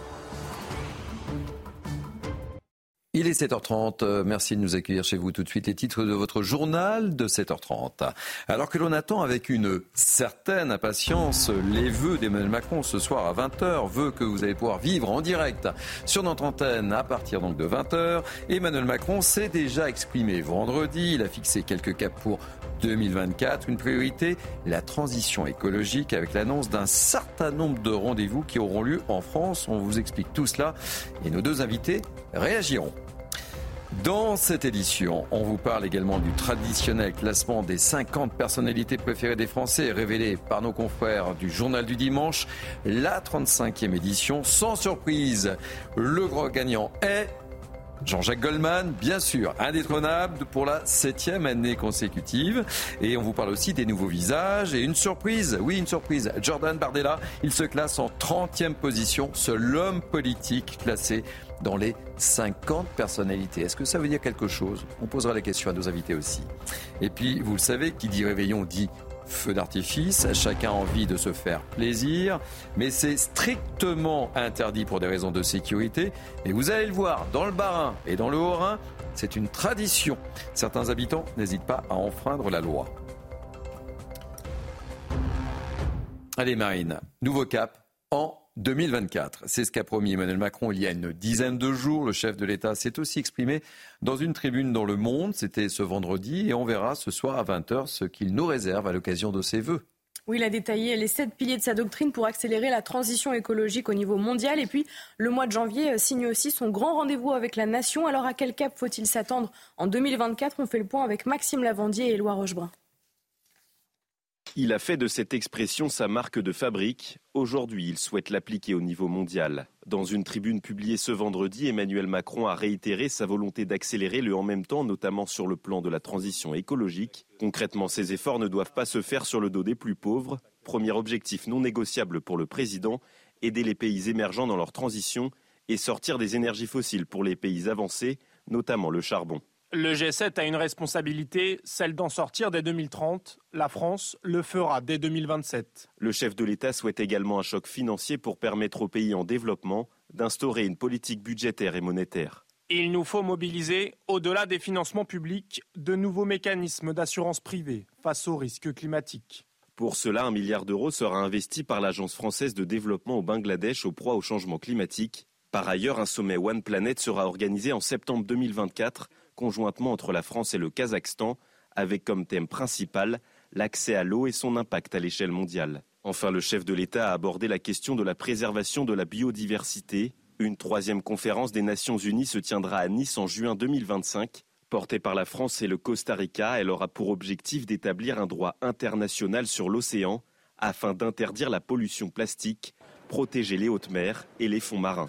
Il est 7h30. Merci de nous accueillir chez vous tout de suite. Les titres de votre journal de 7h30. Alors que l'on attend avec une certaine impatience les vœux d'Emmanuel Macron ce soir à 20h, vœux que vous allez pouvoir vivre en direct sur notre antenne à partir donc de 20h. Emmanuel Macron s'est déjà exprimé vendredi. Il a fixé quelques caps pour 2024. Une priorité, la transition écologique avec l'annonce d'un certain nombre de rendez-vous qui auront lieu en France. On vous explique tout cela et nos deux invités réagiront. Dans cette édition, on vous parle également du traditionnel classement des 50 personnalités préférées des Français révélé par nos confrères du Journal du Dimanche, la 35e édition. Sans surprise, le grand gagnant est Jean-Jacques Goldman, bien sûr, indétrônable pour la 7e année consécutive. Et on vous parle aussi des nouveaux visages. Et une surprise, oui, une surprise. Jordan Bardella, il se classe en 30e position, seul homme politique classé dans les 50 personnalités. Est-ce que ça veut dire quelque chose ? On posera la question à nos invités aussi. Et puis, vous le savez, qui dit réveillon dit feu d'artifice. Chacun a envie de se faire plaisir, mais c'est strictement interdit pour des raisons de sécurité. Et vous allez le voir, dans le Bas-Rhin et dans le Haut-Rhin, c'est une tradition. Certains habitants n'hésitent pas à enfreindre la loi. Allez Marine, nouveau cap en 2024. C'est ce qu'a promis Emmanuel Macron il y a une dizaine de jours. Le chef de l'État s'est aussi exprimé dans une tribune dans Le Monde. C'était ce vendredi et on verra ce soir à 20h ce qu'il nous réserve à l'occasion de ses vœux. Oui, il a détaillé les 7 piliers de sa doctrine pour accélérer la transition écologique au niveau mondial. Et puis, le mois de janvier signe aussi son grand rendez-vous avec la nation. Alors, à quel cap faut-il s'attendre en 2024 ? On fait le point avec Maxime Lavandier et Éloi Rochebrun. Il a fait de cette expression sa marque de fabrique. Aujourd'hui, il souhaite l'appliquer au niveau mondial. Dans une tribune publiée ce vendredi, Emmanuel Macron a réitéré sa volonté d'accélérer le en même temps, notamment sur le plan de la transition écologique. Concrètement, ces efforts ne doivent pas se faire sur le dos des plus pauvres. Premier objectif non négociable pour le président, aider les pays émergents dans leur transition et sortir des énergies fossiles pour les pays avancés, notamment le charbon. Le G7 a une responsabilité, celle d'en sortir dès 2030. La France le fera dès 2027. Le chef de l'État souhaite également un choc financier pour permettre aux pays en développement d'instaurer une politique budgétaire et monétaire. Il nous faut mobiliser, au-delà des financements publics, de nouveaux mécanismes d'assurance privée face aux risques climatiques. Pour cela, 1 milliard d'euros sera investi par l'Agence française de développement au Bangladesh aux proies au changement climatique. Par ailleurs, un sommet One Planet sera organisé en septembre 2024, conjointement entre la France et le Kazakhstan, avec comme thème principal l'accès à l'eau et son impact à l'échelle mondiale. Enfin, le chef de l'État a abordé la question de la préservation de la biodiversité. Une 3e conférence des Nations Unies se tiendra à Nice en juin 2025. Portée par la France et le Costa Rica, elle aura pour objectif d'établir un droit international sur l'océan afin d'interdire la pollution plastique, protéger les hautes mers et les fonds marins.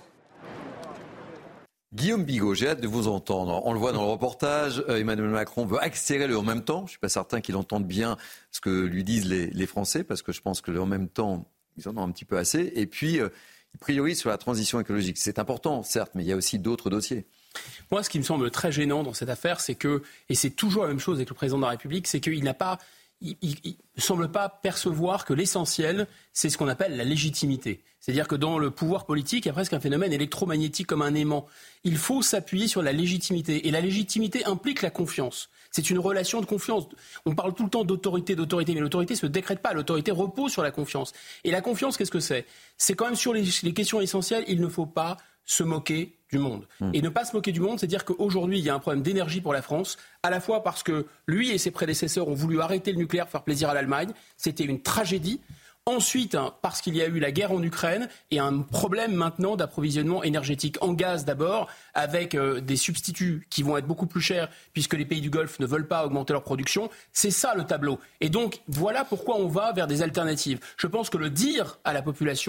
Guillaume Bigot, j'ai hâte de vous entendre. On le voit dans le reportage, Emmanuel Macron veut accélérer le en même temps. Je ne suis pas certain qu'il entende bien ce que lui disent les Français, parce que je pense que le en même temps, ils en ont un petit peu assez. Et puis, il priorise sur la transition écologique. C'est important, certes, mais il y a aussi d'autres dossiers. Moi, ce qui me semble très gênant dans cette affaire, c'est que, et c'est toujours la même chose avec le président de la République, c'est qu'il n'a pas... Il ne semble pas percevoir que l'essentiel, c'est ce qu'on appelle la légitimité. C'est-à-dire que dans le pouvoir politique, il y a presque un phénomène électromagnétique comme un aimant. Il faut s'appuyer sur la légitimité. Et la légitimité implique la confiance. C'est une relation de confiance. On parle tout le temps d'autorité, mais l'autorité ne se décrète pas. L'autorité repose sur la confiance. Et la confiance, qu'est-ce que c'est ? C'est quand même sur les questions essentielles, il ne faut pas se moquer du monde. Et ne pas se moquer du monde, c'est dire qu'aujourd'hui, il y a un problème d'énergie pour la France, à la fois parce que lui et ses prédécesseurs ont voulu arrêter le nucléaire pour faire plaisir à l'Allemagne. C'était une tragédie. Ensuite, parce qu'il y a eu la guerre en Ukraine et un problème maintenant d'approvisionnement énergétique en gaz d'abord, avec des substituts qui vont être beaucoup plus chers puisque les pays du Golfe ne veulent pas augmenter leur production. C'est ça le tableau. Et donc, voilà pourquoi on va vers des alternatives. Je pense que le dire à la population,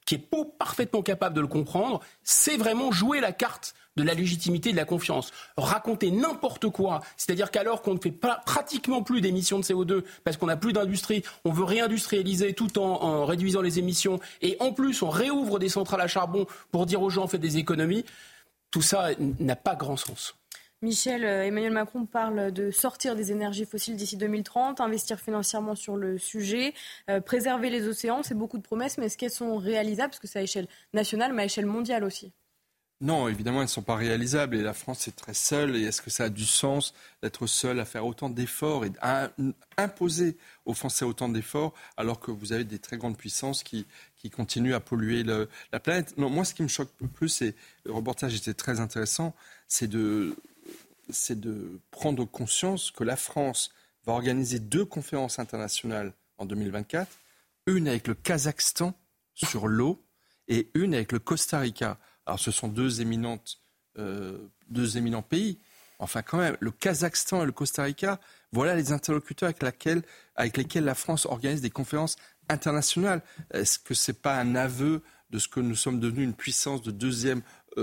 qui est parfaitement capable de le comprendre, c'est vraiment jouer la carte de la légitimité et de la confiance. Raconter n'importe quoi, c'est-à-dire qu'alors qu'on ne fait pratiquement plus d'émissions de CO2 parce qu'on n'a plus d'industrie, on veut réindustrialiser tout en réduisant les émissions et en plus on réouvre des centrales à charbon pour dire aux gens faites des économies, tout ça n'a pas grand sens. Michel, Emmanuel Macron parle de sortir des énergies fossiles d'ici 2030, investir financièrement sur le sujet, préserver les océans, c'est beaucoup de promesses, mais est-ce qu'elles sont réalisables? Parce que c'est à échelle nationale, mais à échelle mondiale aussi. Non, évidemment, elles ne sont pas réalisables et la France est très seule. Et est-ce que ça a du sens d'être seule à faire autant d'efforts et à imposer aux Français autant d'efforts alors que vous avez des très grandes puissances qui continuent à polluer la planète? Non, moi, ce qui me choque le plus, et le reportage était très intéressant, c'est de prendre conscience que la France va organiser 2 conférences internationales en 2024, une avec le Kazakhstan sur l'eau et une avec le Costa Rica. Alors ce sont deux éminents pays. Enfin quand même, le Kazakhstan et le Costa Rica, voilà les interlocuteurs avec lesquels la France organise des conférences internationales. Est-ce que ce n'est pas un aveu de ce que nous sommes devenus une puissance de deuxième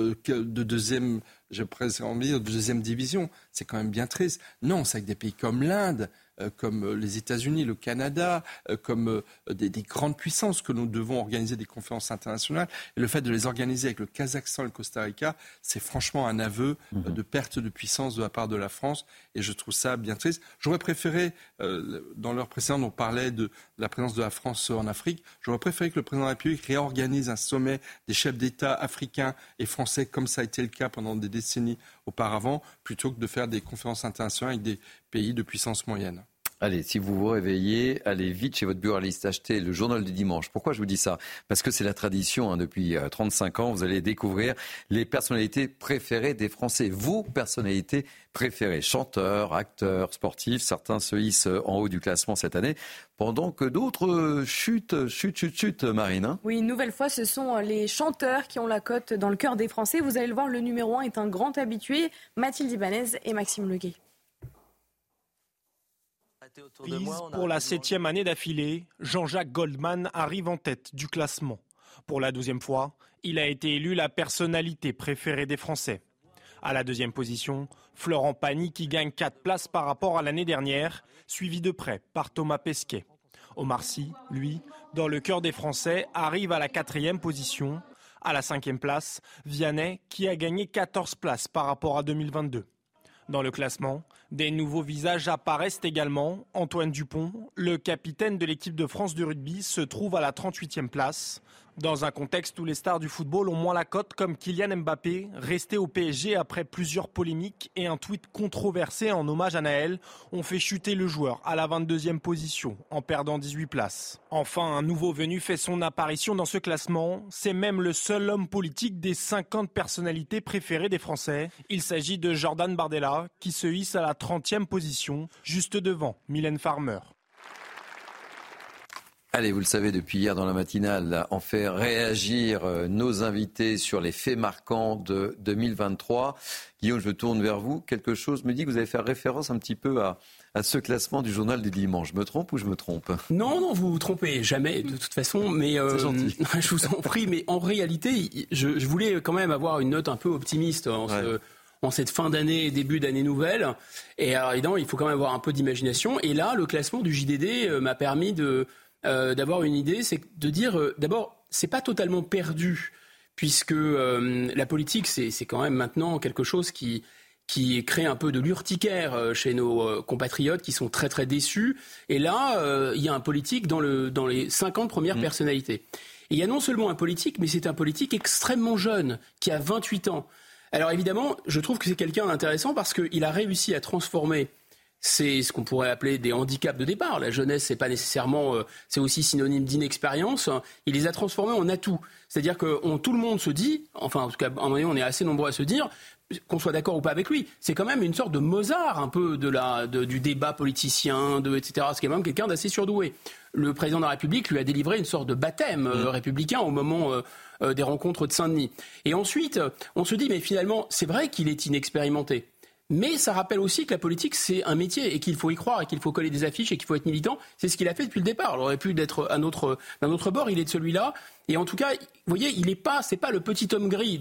division? C'est quand même bien triste. Non, c'est avec des pays comme l'Inde, comme les États-Unis, le Canada, comme des grandes puissances que nous devons organiser des conférences internationales. Et le fait de les organiser avec le Kazakhstan et le Costa Rica, c'est franchement un aveu de perte de puissance de la part de la France. Et je trouve ça bien triste. J'aurais préféré, dans l'heure précédente, on parlait de la présence de la France en Afrique. J'aurais préféré que le président de la République réorganise un sommet des chefs d'État africains et français, comme ça a été le cas pendant des décennies auparavant, plutôt que de faire des conférences internationales avec des pays de puissance moyenne. Allez, si vous vous réveillez, allez vite chez votre buraliste, achetez le journal du dimanche. Pourquoi je vous dis ça? Parce que c'est la tradition, depuis 35 ans, vous allez découvrir les personnalités préférées des Français. Vos personnalités préférées, chanteurs, acteurs, sportifs. Certains se hissent en haut du classement cette année, pendant que d'autres chutent, Marine. Oui, une nouvelle fois, ce sont les chanteurs qui ont la cote dans le cœur des Français. Vous allez le voir, le numéro 1 est un grand habitué, Mathilde Ibanez et Maxime Leguet. Pour la 7e année d'affilée, Jean-Jacques Goldman arrive en tête du classement. Pour la 12e fois, il a été élu la personnalité préférée des Français. À la 2e position, Florent Pagny qui gagne 4 places par rapport à l'année dernière, suivi de près par Thomas Pesquet. Omar Sy, lui, dans le cœur des Français, arrive à la 4e position. À la 5e place, Vianney qui a gagné 14 places par rapport à 2022. Dans le classement, des nouveaux visages apparaissent également. Antoine Dupont, le capitaine de l'équipe de France de rugby, se trouve à la 38e place. Dans un contexte où les stars du football ont moins la cote, comme Kylian Mbappé, resté au PSG après plusieurs polémiques et un tweet controversé en hommage à Naël, ont fait chuter le joueur à la 22e position, en perdant 18 places. Enfin, un nouveau venu fait son apparition dans ce classement. C'est même le seul homme politique des 50 personnalités préférées des Français. Il s'agit de Jordan Bardella, qui se hisse à la 30e position, juste devant Mylène Farmer. Allez, vous le savez, depuis hier dans la matinale, on fait réagir nos invités sur les faits marquants de 2023. Guillaume, je tourne vers vous. Quelque chose me dit que vous allez faire référence un petit peu à ce classement du journal du dimanche. Je me trompe ou je me trompe? Non, vous vous trompez jamais de toute façon. Mais c'est gentil. Je vous en prie. Mais en réalité, je voulais quand même avoir une note un peu optimiste en cette fin d'année et début d'année nouvelle. Et alors, évidemment, il faut quand même avoir un peu d'imagination. Et là, le classement du JDD m'a permis d'avoir une idée, c'est de dire, d'abord, c'est pas totalement perdu, puisque la politique, c'est quand même maintenant quelque chose qui crée un peu de l'urticaire chez nos compatriotes qui sont très très déçus. Et là, il y a un politique dans les 50 premières personnalités. Et il y a non seulement un politique, mais c'est un politique extrêmement jeune, qui a 28 ans. Alors évidemment, je trouve que c'est quelqu'un d'intéressant parce qu'il a réussi à transformer... C'est ce qu'on pourrait appeler des handicaps de départ. La jeunesse, c'est pas nécessairement, c'est aussi synonyme d'inexpérience. Il les a transformés en atouts. C'est-à-dire que tout le monde se dit, enfin en tout cas, à un moment donné, on est assez nombreux à se dire, qu'on soit d'accord ou pas avec lui, c'est quand même une sorte de Mozart un peu du débat politicien, etc. C'est quand même quelqu'un d'assez surdoué. Le président de la République lui a délivré une sorte de baptême républicain au moment des rencontres de Saint-Denis. Et ensuite, on se dit, mais finalement, c'est vrai qu'il est inexpérimenté. Mais ça rappelle aussi que la politique, c'est un métier et qu'il faut y croire et qu'il faut coller des affiches et qu'il faut être militant. C'est ce qu'il a fait depuis le départ. Il aurait pu être d'un autre bord, il est de celui-là. Et en tout cas, vous voyez, c'est pas le petit homme gris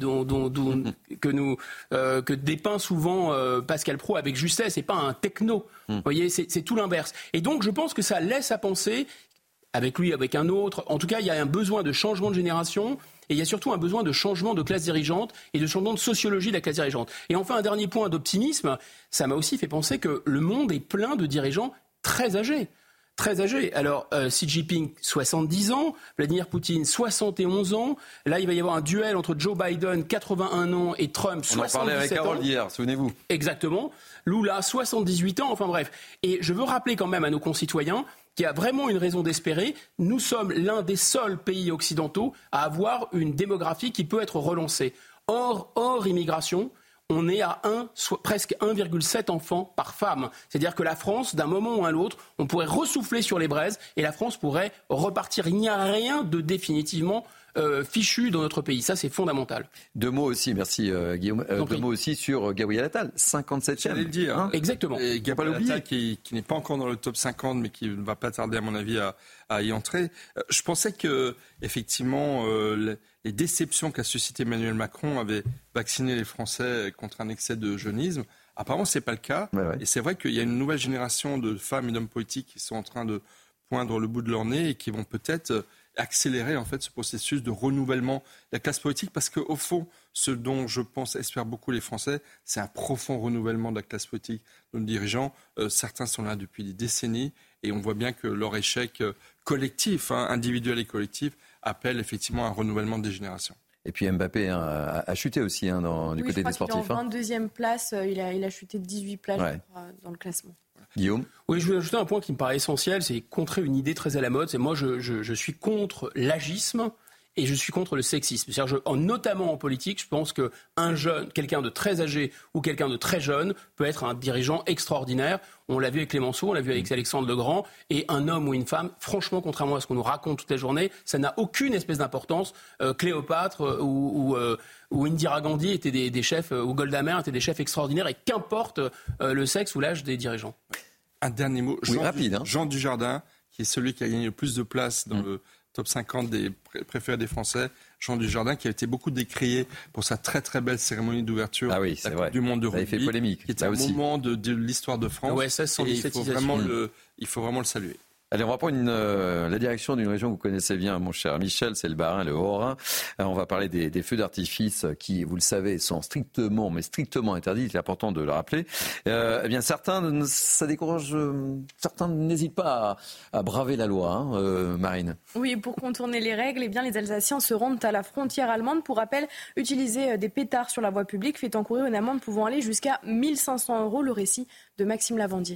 que dépeint souvent Pascal Praud avec justesse. C'est pas un techno. Vous voyez, c'est tout l'inverse. Et donc, je pense que ça laisse à penser, avec lui, avec un autre. En tout cas, il y a un besoin de changement de génération. Et il y a surtout un besoin de changement de classe dirigeante et de changement de sociologie de la classe dirigeante. Et enfin, un dernier point d'optimisme, ça m'a aussi fait penser que le monde est plein de dirigeants très âgés. Très âgés. Alors, Xi Jinping, 70 ans, Vladimir Poutine, 71 ans. Là, il va y avoir un duel entre Joe Biden, 81 ans, et Trump, 77 ans. On en parlait avec Carole hier, souvenez-vous. Exactement. Lula, 78 ans, enfin bref. Et je veux rappeler quand même à nos concitoyens qu'il y a vraiment une raison d'espérer. Nous sommes l'un des seuls pays occidentaux à avoir une démographie qui peut être relancée. Hors immigration, on est à presque 1,7 enfants par femme. C'est-à-dire que la France, d'un moment ou à l'autre, on pourrait ressouffler sur les braises et la France pourrait repartir. Il n'y a rien de définitivement fichu dans notre pays. Ça, c'est fondamental. Deux mots aussi, merci Guillaume. Deux mots aussi sur Gabriel Attal, 57e. J'allais le dire. Hein. Exactement. Et Gabriel Attal qui n'est pas encore dans le top 50, mais qui ne va pas tarder, à mon avis, à y entrer. Je pensais que, effectivement, les déceptions qu'a suscité Emmanuel Macron avaient vacciné les Français contre un excès de jeunisme. Apparemment, ce n'est pas le cas. Ouais. Et c'est vrai qu'il y a une nouvelle génération de femmes et d'hommes politiques qui sont en train de poindre le bout de leur nez et qui vont peut-être accélérer en fait ce processus de renouvellement de la classe politique, parce qu'au fond, ce dont je pense, espèrent beaucoup les Français, c'est un profond renouvellement de la classe politique de nos dirigeants. Certains sont là depuis des décennies et on voit bien que leur échec collectif, individuel et collectif, appelle effectivement un renouvellement des générations. Et puis Mbappé a chuté aussi du côté des sportifs. Il est en 22e place, il a chuté de 18 places dans le classement. Guillaume ? Oui, je voulais ajouter un point qui me paraît essentiel, c'est contrer une idée très à la mode. C'est moi, je suis contre l'agisme et je suis contre le sexisme. C'est-à-dire, notamment en politique, je pense qu'un jeune, quelqu'un de très âgé ou quelqu'un de très jeune peut être un dirigeant extraordinaire. On l'a vu avec Clémenceau, on l'a vu avec Alexandre Legrand. Et un homme ou une femme, franchement, contrairement à ce qu'on nous raconte toute la journée, ça n'a aucune espèce d'importance. Cléopâtre ou Indira Gandhi étaient des chefs, ou Golda Meir étaient des chefs extraordinaires. Et qu'importe le sexe ou l'âge des dirigeants. Un dernier mot. Jean Dujardin, qui est celui qui a gagné le plus de places dans le top 50 des préférés des Français. Jean Dujardin, qui a été beaucoup décrié pour sa très très belle cérémonie d'ouverture du monde de rugby. Ça a fait polémique. Qui est un moment de l'histoire de France. Et il faut vraiment le saluer. Allez, on va prendre la direction d'une région que vous connaissez bien, mon cher Michel, c'est le Bas-Rhin, le Haut-Rhin. On va parler des feux d'artifice qui, vous le savez, sont strictement interdits. Il est important de le rappeler. Eh bien, certains, ça décourage. Certains n'hésitent pas à braver la loi, Marine. Oui, pour contourner les règles, les Alsaciens se rendent à la frontière allemande. Pour rappel, utiliser des pétards sur la voie publique fait encourir une amende pouvant aller jusqu'à 1 500 €. Le récit de Maxime Lavandier.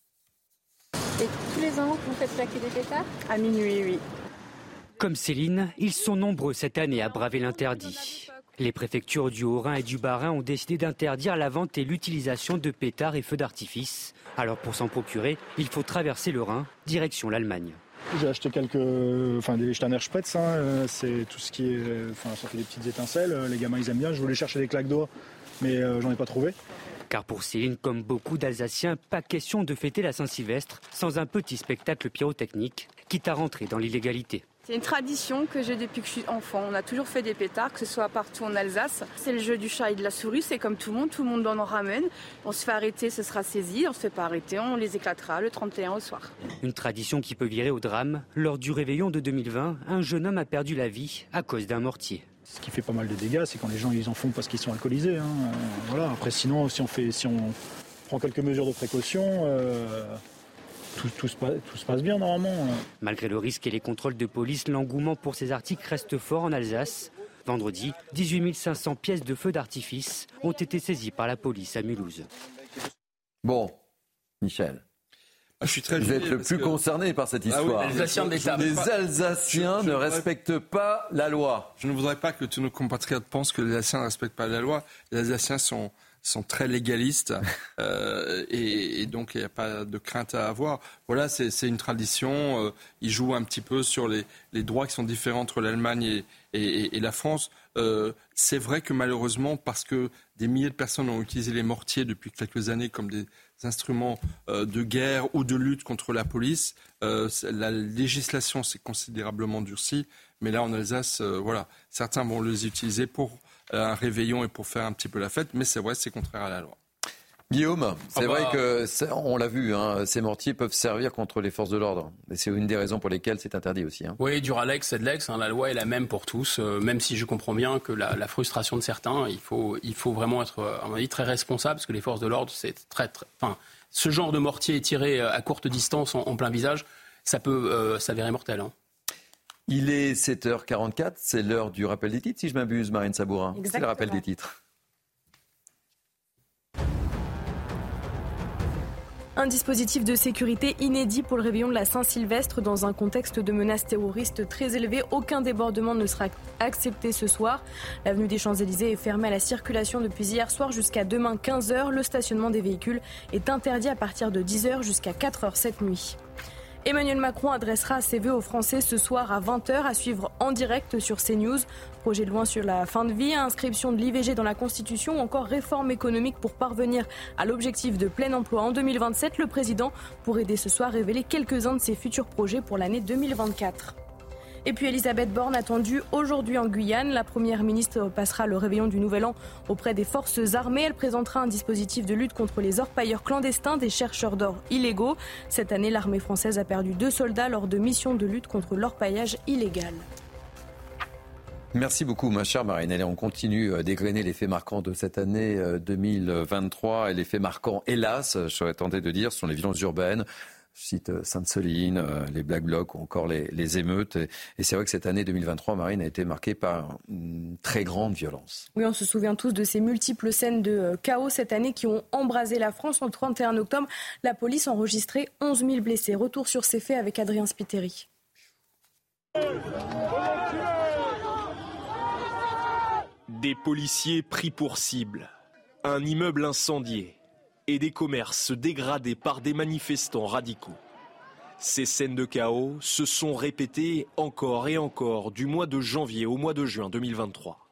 Et tous les ans, vous faites claquer des pétards ? À minuit, oui. Comme Céline, ils sont nombreux cette année à braver l'interdit. Les préfectures du Haut-Rhin et du Bas-Rhin ont décidé d'interdire la vente et l'utilisation de pétards et feux d'artifice. Alors pour s'en procurer, il faut traverser le Rhin, direction l'Allemagne. J'ai acheté des Steiner Spritz, c'est tout ce qui est, ça fait des petites étincelles, les gamins ils aiment bien. Je voulais chercher des claques d'eau, mais j'en ai pas trouvé. Car pour Céline, comme beaucoup d'Alsaciens, pas question de fêter la Saint-Sylvestre sans un petit spectacle pyrotechnique, quitte à rentrer dans l'illégalité. C'est une tradition que j'ai depuis que je suis enfant. On a toujours fait des pétards, que ce soit partout en Alsace. C'est le jeu du chat et de la souris, c'est comme tout le monde en ramène. On se fait arrêter, ce sera saisi. On se fait pas arrêter, on les éclatera le 31 au soir. Une tradition qui peut virer au drame. Lors du réveillon de 2020, un jeune homme a perdu la vie à cause d'un mortier. Ce qui fait pas mal de dégâts, c'est quand les gens ils en font parce qu'ils sont alcoolisés. Voilà. Après, sinon, si on prend quelques mesures de précaution, tout se passe bien normalement. Malgré le risque et les contrôles de police, l'engouement pour ces articles reste fort en Alsace. Vendredi, 18 500 pièces de feux d'artifice ont été saisies par la police à Mulhouse. Bon, Michel. Vous êtes le plus concerné par cette histoire. Les Alsaciens ne respectent pas la loi. Je ne voudrais pas que tous nos compatriotes pensent que les Alsaciens ne respectent pas la loi. Les Alsaciens sont sont très légalistes et donc il n'y a pas de crainte à avoir. Voilà, c'est une tradition. Ils jouent un petit peu sur les droits qui sont différents entre l'Allemagne et la France. C'est vrai que malheureusement, parce que des milliers de personnes ont utilisé les mortiers depuis quelques années comme des instruments de guerre ou de lutte contre la police, la législation s'est considérablement durcie. Mais là, en Alsace, voilà, certains vont les utiliser pour un réveillon et pour faire un petit peu la fête, mais c'est vrai, c'est contraire à la loi. Guillaume, c'est vrai que, on l'a vu, ces mortiers peuvent servir contre les forces de l'ordre. Et c'est une des raisons pour lesquelles c'est interdit aussi. Oui, Duralex, Sedlex, la loi est la même pour tous, même si je comprends bien que la frustration de certains, il faut vraiment être, à mon avis, très responsable, parce que les forces de l'ordre, c'est ce genre de mortier tiré à courte distance en plein visage, ça peut s'avérer mortel. Il est 7h44, c'est l'heure du rappel des titres, si je m'abuse, Marine Sabourin. Exactement. C'est le rappel des titres. Un dispositif de sécurité inédit pour le réveillon de la Saint-Sylvestre dans un contexte de menaces terroristes très élevé. Aucun débordement ne sera accepté ce soir. L'avenue des Champs-Élysées est fermée à la circulation depuis hier soir jusqu'à demain 15h. Le stationnement des véhicules est interdit à partir de 10h jusqu'à 4h cette nuit. Emmanuel Macron adressera ses vœux aux Français ce soir à 20h à suivre en direct sur CNews. Projet de loi sur la fin de vie, inscription de l'IVG dans la Constitution ou encore réforme économique pour parvenir à l'objectif de plein emploi en 2027. Le président pourrait dès ce soir révéler quelques-uns de ses futurs projets pour l'année 2024. Et puis Elisabeth Borne attendue aujourd'hui en Guyane. La première ministre passera le réveillon du Nouvel An auprès des forces armées. Elle présentera un dispositif de lutte contre les orpailleurs clandestins des chercheurs d'or illégaux. Cette année, l'armée française a perdu 2 soldats lors de missions de lutte contre l'orpaillage illégal. Merci beaucoup, ma chère Marine. Allez, on continue d'égrener les faits marquants de cette année 2023. Et les faits marquants, hélas, je serais tenté de dire, ce sont les violences urbaines. Je cite Sainte-Soline, les Black Blocs ou encore les émeutes. Et c'est vrai que cette année 2023, Marine, a été marquée par une très grande violence. Oui, on se souvient tous de ces multiples scènes de chaos cette année qui ont embrasé la France. Le 31 octobre, la police a enregistré 11 000 blessés. Retour sur ces faits avec Adrien Spiteri. Des policiers pris pour cible, un immeuble incendié et des commerces dégradés par des manifestants radicaux. Ces scènes de chaos se sont répétées encore et encore du mois de janvier au mois de juin 2023.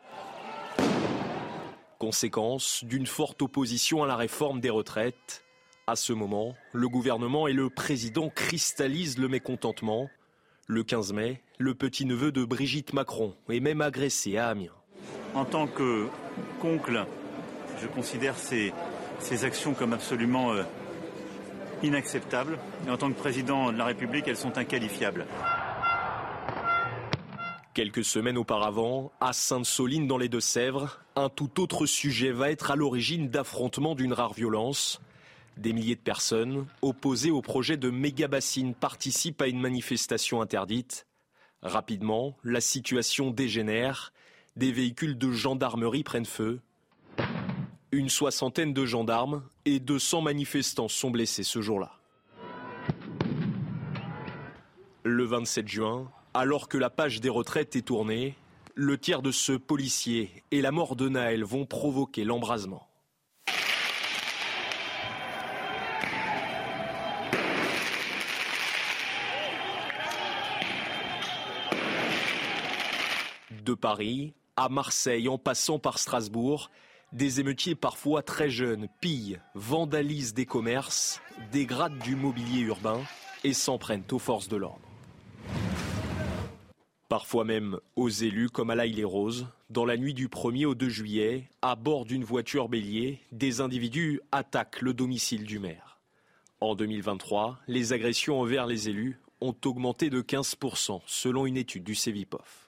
Conséquence d'une forte opposition à la réforme des retraites. À ce moment, le gouvernement et le président cristallisent le mécontentement. Le 15 mai, le petit-neveu de Brigitte Macron est même agressé à Amiens. En tant qu'oncle, je considère ces actions comme absolument inacceptables. Et en tant que président de la République, elles sont inqualifiables. Quelques semaines auparavant, à Sainte-Soline dans les Deux-Sèvres, un tout autre sujet va être à l'origine d'affrontements d'une rare violence. Des milliers de personnes, opposées au projet de méga-bassine, participent à une manifestation interdite. Rapidement, la situation dégénère. Des véhicules de gendarmerie prennent feu. Une soixantaine de gendarmes et 200 manifestants sont blessés ce jour-là. Le 27 juin, alors que la page des retraites est tournée, le tir de ce policier et la mort de Naël vont provoquer l'embrasement. De Paris à Marseille, en passant par Strasbourg, des émeutiers parfois très jeunes pillent, vandalisent des commerces, dégradent du mobilier urbain et s'en prennent aux forces de l'ordre. Parfois même aux élus comme à l'Haye-les-Roses. Dans la nuit du 1er au 2 juillet, à bord d'une voiture bélier, des individus attaquent le domicile du maire. En 2023, les agressions envers les élus ont augmenté de 15% selon une étude du Cevipof.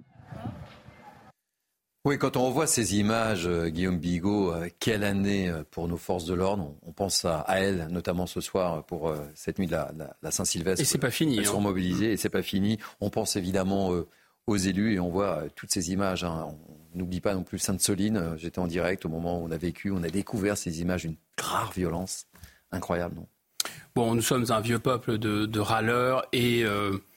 Oui, quand on revoit ces images, Guillaume Bigot, quelle année pour nos forces de l'ordre. On pense à elles, notamment ce soir pour cette nuit de la Saint-Sylvestre. Et c'est pas fini. Elles sont mobilisées et c'est pas fini. On pense évidemment aux élus et on voit toutes ces images. On n'oublie pas non plus Sainte-Soline. J'étais en direct au moment où on a découvert ces images d'une rare violence. Incroyable, non ? Bon, nous sommes un vieux peuple de râleurs et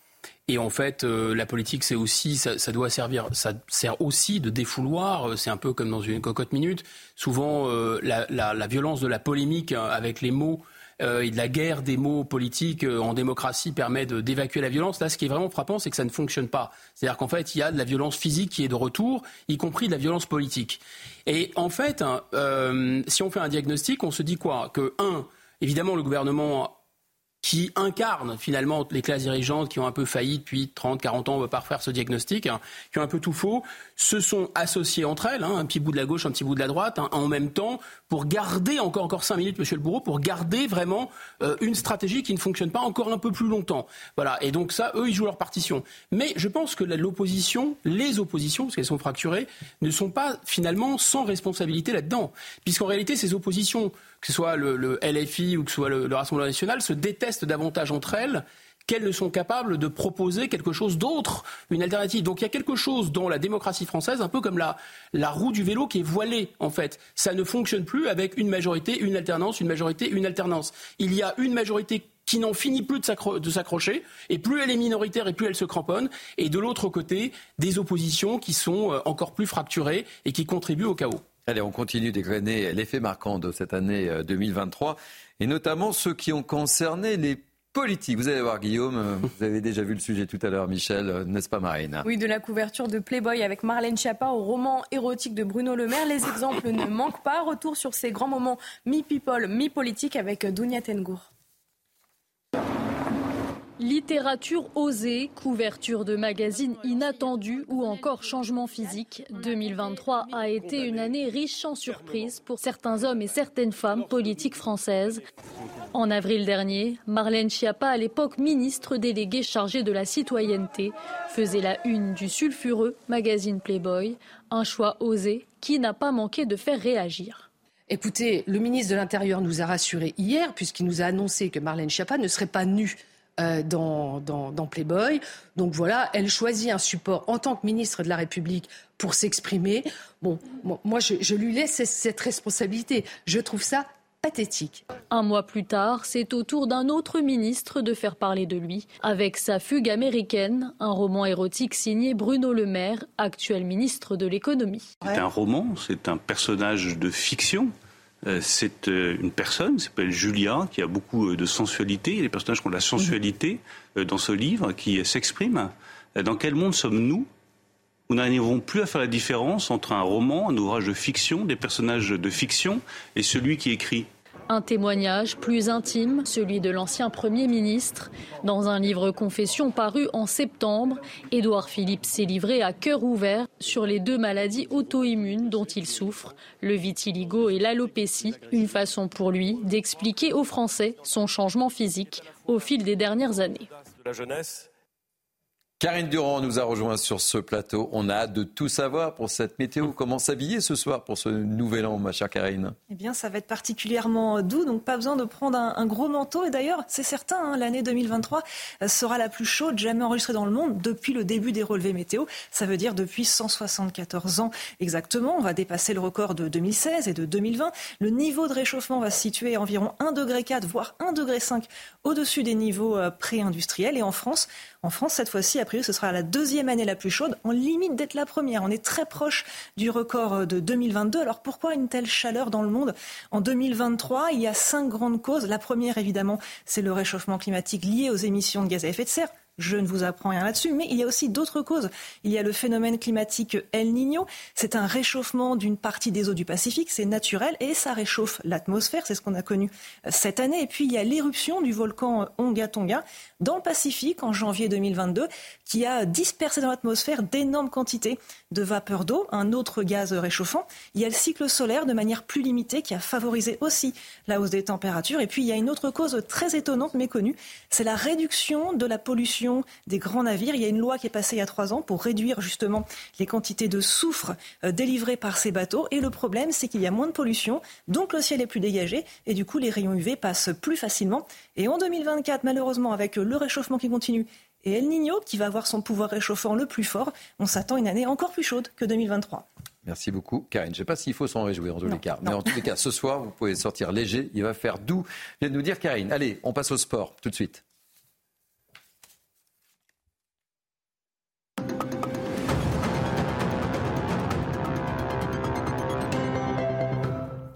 Et en fait, la politique, c'est aussi, ça sert aussi de défouloir. C'est un peu comme dans une cocotte minute. Souvent, la violence de la polémique avec les mots et de la guerre des mots politiques en démocratie permet d'évacuer la violence. Là, ce qui est vraiment frappant, c'est que ça ne fonctionne pas. C'est-à-dire qu'en fait, il y a de la violence physique qui est de retour, y compris de la violence politique. Et en fait, si on fait un diagnostic, on se dit quoi ? Que, évidemment, le gouvernement qui incarne finalement les classes dirigeantes qui ont un peu failli depuis 30, 40 ans, on ne va pas refaire ce diagnostic, qui ont un peu tout faux, se sont associées entre elles, un petit bout de la gauche, un petit bout de la droite, en même temps, pour garder, encore 5 minutes, Monsieur le Bourreau, pour garder vraiment une stratégie qui ne fonctionne pas encore un peu plus longtemps. Voilà. Et donc ça, eux, ils jouent leur partition. Mais je pense que l'opposition, les oppositions, parce qu'elles sont fracturées, ne sont pas finalement sans responsabilité là-dedans. Puisqu'en réalité, ces oppositions, que ce soit le LFI ou que ce soit le Rassemblement national, se détestent davantage entre elles qu'elles ne sont capables de proposer quelque chose d'autre, une alternative. Donc il y a quelque chose dans la démocratie française, un peu comme la roue du vélo qui est voilée, en fait. Ça ne fonctionne plus avec une majorité, une alternance, une majorité, une alternance. Il y a une majorité qui n'en finit plus de s'accrocher, et plus elle est minoritaire et plus elle se cramponne, et de l'autre côté, des oppositions qui sont encore plus fracturées et qui contribuent au chaos. Allez, on continue d'égrener l'effet marquant de cette année 2023, et notamment ceux qui ont concerné les politiques. Vous allez voir, Guillaume, vous avez déjà vu le sujet tout à l'heure, Michel, n'est-ce pas, Marine ? Oui, de la couverture de Playboy avec Marlène Schiappa au roman érotique de Bruno Le Maire, les exemples ne manquent pas. Retour sur ces grands moments mi-people, mi-politique avec Dounia Tengour. Littérature osée, couverture de magazines inattendus ou encore changement physique. 2023 a été une année riche en surprises pour certains hommes et certaines femmes politiques françaises. En avril dernier, Marlène Schiappa, à l'époque ministre déléguée chargée de la citoyenneté, faisait la une du sulfureux magazine Playboy. Un choix osé qui n'a pas manqué de faire réagir. Écoutez, le ministre de l'Intérieur nous a rassurés hier, puisqu'il nous a annoncé que Marlène Schiappa ne serait pas nue dans Playboy. Donc voilà, elle choisit un support en tant que ministre de la République pour s'exprimer. Bon, moi je lui laisse cette responsabilité. Je trouve ça pathétique. Un mois plus tard, c'est au tour d'un autre ministre de faire parler de lui. Avec Sa fugue américaine, un roman érotique signé Bruno Le Maire, actuel ministre de l'économie. C'est un roman, c'est un personnage de fiction. C'est une personne, qui s'appelle Julia, qui a beaucoup de sensualité. Il y a des personnages qui ont de la sensualité dans ce livre, qui s'expriment. Dans quel monde sommes-nous ? Nous n'arriverons plus à faire la différence entre un roman, un ouvrage de fiction, des personnages de fiction, et celui qui écrit. Un témoignage plus intime, celui de l'ancien Premier ministre. Dans un livre confession paru en septembre, Édouard Philippe s'est livré à cœur ouvert sur les 2 maladies auto-immunes dont il souffre, le vitiligo et l'alopécie. Une façon pour lui d'expliquer aux Français son changement physique au fil des dernières années. Karine Durand nous a rejoint sur ce plateau. On a hâte de tout savoir pour cette météo. Comment s'habiller ce soir pour ce nouvel an, ma chère Karine ? Eh bien, ça va être particulièrement doux, donc pas besoin de prendre un gros manteau. Et d'ailleurs, c'est certain, l'année 2023 sera la plus chaude jamais enregistrée dans le monde depuis le début des relevés météo. Ça veut dire depuis 174 ans exactement. On va dépasser le record de 2016 et de 2020. Le niveau de réchauffement va se situer à environ 1,4 degré, voire 1,5 degré au-dessus des niveaux pré-industriels. Et en France, cette fois-ci, a priori, ce sera la 2e année la plus chaude, en limite d'être la première. On est très proche du record de 2022. Alors pourquoi une telle chaleur dans le monde en 2023 ? Il y a 5 grandes causes. La première, évidemment, c'est le réchauffement climatique lié aux émissions de gaz à effet de serre. Je ne vous apprends rien là-dessus, mais il y a aussi d'autres causes. Il y a le phénomène climatique El Niño. C'est un réchauffement d'une partie des eaux du Pacifique, c'est naturel et ça réchauffe l'atmosphère, c'est ce qu'on a connu cette année. Et puis il y a l'éruption du volcan Onga Tonga dans le Pacifique en janvier 2022 qui a dispersé dans l'atmosphère d'énormes quantités de vapeur d'eau, un autre gaz réchauffant. Il y a le cycle solaire de manière plus limitée qui a favorisé aussi la hausse des températures. Et puis il y a une autre cause très étonnante méconnue, c'est la réduction de la pollution des grands navires. Il y a une loi qui est passée il y a 3 ans pour réduire justement les quantités de soufre délivrées par ces bateaux. Et le problème, c'est qu'il y a moins de pollution, donc le ciel est plus dégagé et du coup les rayons UV passent plus facilement. Et en 2024, malheureusement, avec le réchauffement qui continue et El Niño qui va avoir son pouvoir réchauffant le plus fort, on s'attend à une année encore plus chaude que 2023. Merci beaucoup, Karine. Je ne sais pas s'il faut s'en réjouir en tous les cas. Mais en tous les cas, ce soir, vous pouvez sortir léger. Il va faire doux. Vient de nous dire Karine. Allez, on passe au sport tout de suite.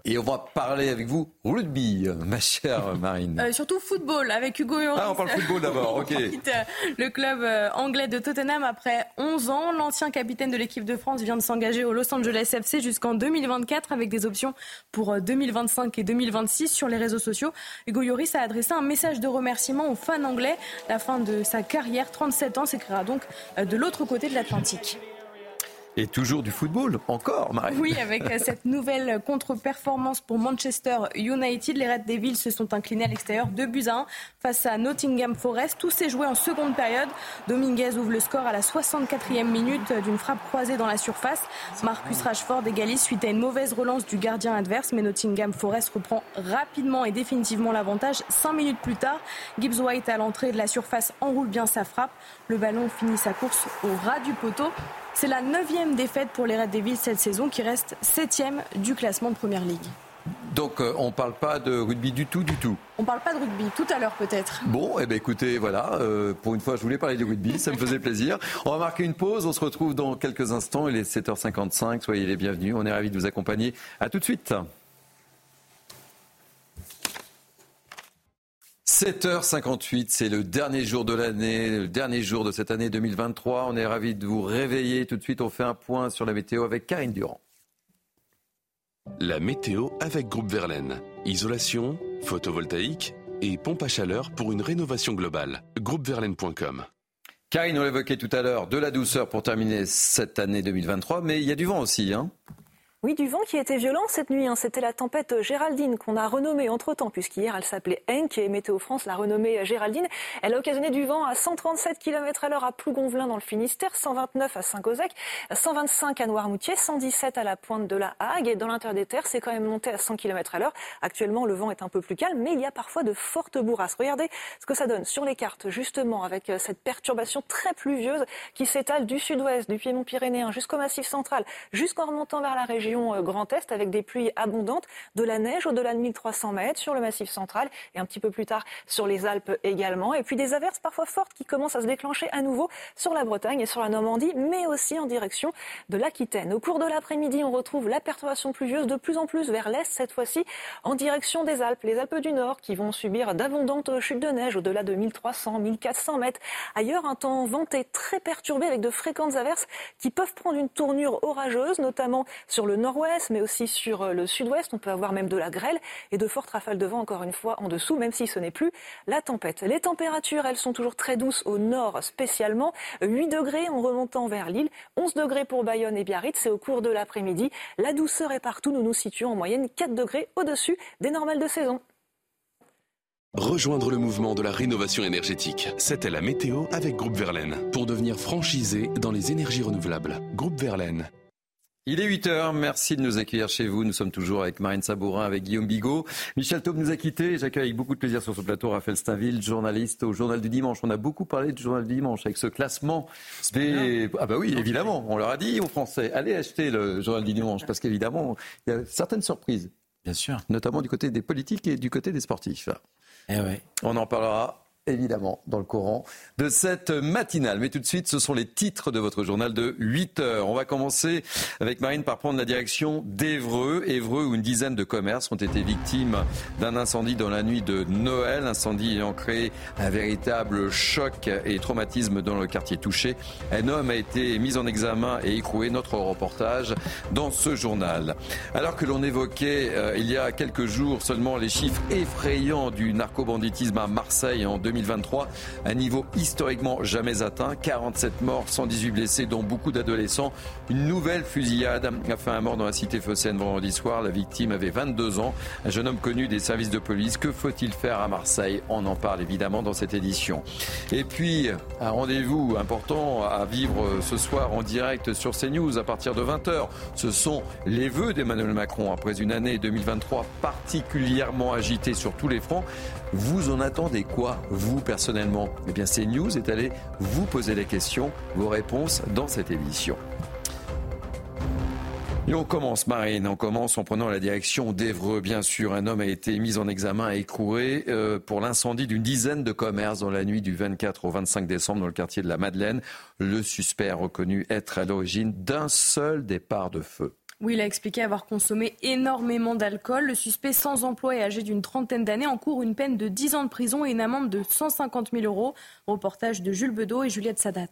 Et on va parler avec vous rugby, ma chère Marine. Surtout football, avec Hugo Lloris. Ah, on parle football d'abord, ok. Le club anglais de Tottenham, après 11 ans, l'ancien capitaine de l'équipe de France vient de s'engager au Los Angeles FC jusqu'en 2024 avec des options pour 2025 et 2026 sur les réseaux sociaux. Hugo Lloris a adressé un message de remerciement aux fans anglais. La fin de sa carrière, 37 ans, s'écrira donc de l'autre côté de l'Atlantique. Et toujours du football, encore, Marie. Oui, avec cette nouvelle contre-performance pour Manchester United, les Red Devils se sont inclinés à l'extérieur 2-1 face à Nottingham Forest. Tout s'est joué en seconde période. Dominguez ouvre le score à la 64e minute d'une frappe croisée dans la surface. Marcus Rashford égalise suite à une mauvaise relance du gardien adverse, mais Nottingham Forest reprend rapidement et définitivement l'avantage. 5 minutes plus tard, Gibbs White à l'entrée de la surface enroule bien sa frappe. Le ballon finit sa course au ras du poteau. C'est la 9e défaite pour les Red Devils cette saison qui reste 7e du classement de Première Ligue. Donc on ne parle pas de rugby du tout. On ne parle pas de rugby, tout à l'heure peut-être. Bon, eh bien écoutez, voilà, pour une fois je voulais parler de rugby, ça me faisait plaisir. On va marquer une pause, on se retrouve dans quelques instants, il est 7h55, soyez les bienvenus, on est ravis de vous accompagner. À tout de suite. 7h58, c'est le dernier jour de l'année, le dernier jour de cette année 2023. On est ravis de vous réveiller. Tout de suite, on fait un point sur la météo avec Karine Durand. La météo avec Groupe Verlaine. Isolation, photovoltaïque et pompe à chaleur pour une rénovation globale. Groupeverlaine.com. Karine, on l'évoquait tout à l'heure, de la douceur pour terminer cette année 2023, mais il y a du vent aussi, hein ? Oui, du vent qui était violent cette nuit. C'était la tempête Géraldine qu'on a renommée entre-temps, puisqu'hier elle s'appelait Henk et Météo France l'a renommée Géraldine. Elle a occasionné du vent à 137 km/h à Plougonvelin dans le Finistère, 129 à Saint-Cosec, 125 à Noirmoutier, 117 à la pointe de la Hague. Et dans l'intérieur des terres, c'est quand même monté à 100 km/h. Actuellement, le vent est un peu plus calme, mais il y a parfois de fortes bourrasques. Regardez ce que ça donne sur les cartes, justement, avec cette perturbation très pluvieuse qui s'étale du sud-ouest, du Piémont pyrénéen jusqu'au Massif central, jusqu'en remontant vers la région Grand Est avec des pluies abondantes, de la neige au-delà de 1300 mètres sur le Massif central et un petit peu plus tard sur les Alpes également. Et puis des averses parfois fortes qui commencent à se déclencher à nouveau sur la Bretagne et sur la Normandie, mais aussi en direction de l'Aquitaine. Au cours de l'après-midi, on retrouve la perturbation pluvieuse de plus en plus vers l'est, cette fois-ci en direction des Alpes, les Alpes du Nord qui vont subir d'abondantes chutes de neige au-delà de 1300, 1400 mètres. Ailleurs, un temps venté très perturbé avec de fréquentes averses qui peuvent prendre une tournure orageuse, notamment sur le nord-ouest, mais aussi sur le sud-ouest. On peut avoir même de la grêle et de fortes rafales de vent, encore une fois, en dessous, même si ce n'est plus la tempête. Les températures, elles sont toujours très douces au nord spécialement. 8 degrés en remontant vers Lille, 11 degrés pour Bayonne et Biarritz. C'est au cours de l'après-midi. La douceur est partout. Nous nous situons en moyenne 4 degrés au-dessus des normales de saison. Rejoindre le mouvement de la rénovation énergétique. C'était la météo avec Groupe Verlaine. Pour devenir franchisé dans les énergies renouvelables. Groupe Verlaine. Il est 8h, merci de nous accueillir chez vous. Nous sommes toujours avec Marine Sabourin, avec Guillaume Bigot. Michel Taube nous a quittés. J'accueille avec beaucoup de plaisir sur ce plateau Raphaël Steinville, journaliste au Journal du Dimanche. On a beaucoup parlé du Journal du Dimanche avec ce classement des... Ah bah oui, évidemment, on leur a dit aux Français, allez acheter le Journal du Dimanche, parce qu'évidemment, il y a certaines surprises. Bien sûr. Notamment du côté des politiques et du côté des sportifs. Eh ouais. On en parlera évidemment dans le courant de cette matinale. Mais tout de suite, ce sont les titres de votre journal de 8h. On va commencer avec Marine par prendre la direction d'Évreux. Évreux, où une dizaine de commerces ont été victimes d'un incendie dans la nuit de Noël. Incendie ayant créé un véritable choc et traumatisme dans le quartier touché. Un homme a été mis en examen et écroué. Notre reportage dans ce journal. Alors que l'on évoquait il y a quelques jours seulement les chiffres effrayants du narcobanditisme à Marseille en 2023, un niveau historiquement jamais atteint, 47 morts, 118 blessés, dont beaucoup d'adolescents. Une nouvelle fusillade a fait un mort dans la cité phocéenne vendredi soir. La victime avait 22 ans, un jeune homme connu des services de police. Que faut-il faire à Marseille ? On en parle évidemment dans cette édition. Et puis, un rendez-vous important à vivre ce soir en direct sur CNews à partir de 20h. Ce sont les vœux d'Emmanuel Macron après une année 2023 particulièrement agitée sur tous les fronts. Vous en attendez quoi, vous, personnellement ? Eh bien, CNews est allé vous poser les questions, vos réponses dans cette émission. Et on commence, Marine, en prenant la direction d'Évreux. Bien sûr, un homme a été mis en examen et écroué pour l'incendie d'une dizaine de commerces dans la nuit du 24 au 25 décembre dans le quartier de la Madeleine. Le suspect a reconnu être à l'origine d'un seul départ de feu. Oui, il a expliqué avoir consommé énormément d'alcool. Le suspect sans emploi et âgé d'une trentaine d'années encourt une peine de 10 ans de prison et une amende de 150 000 €. Reportage de Jules Bedeau et Juliette Sadat.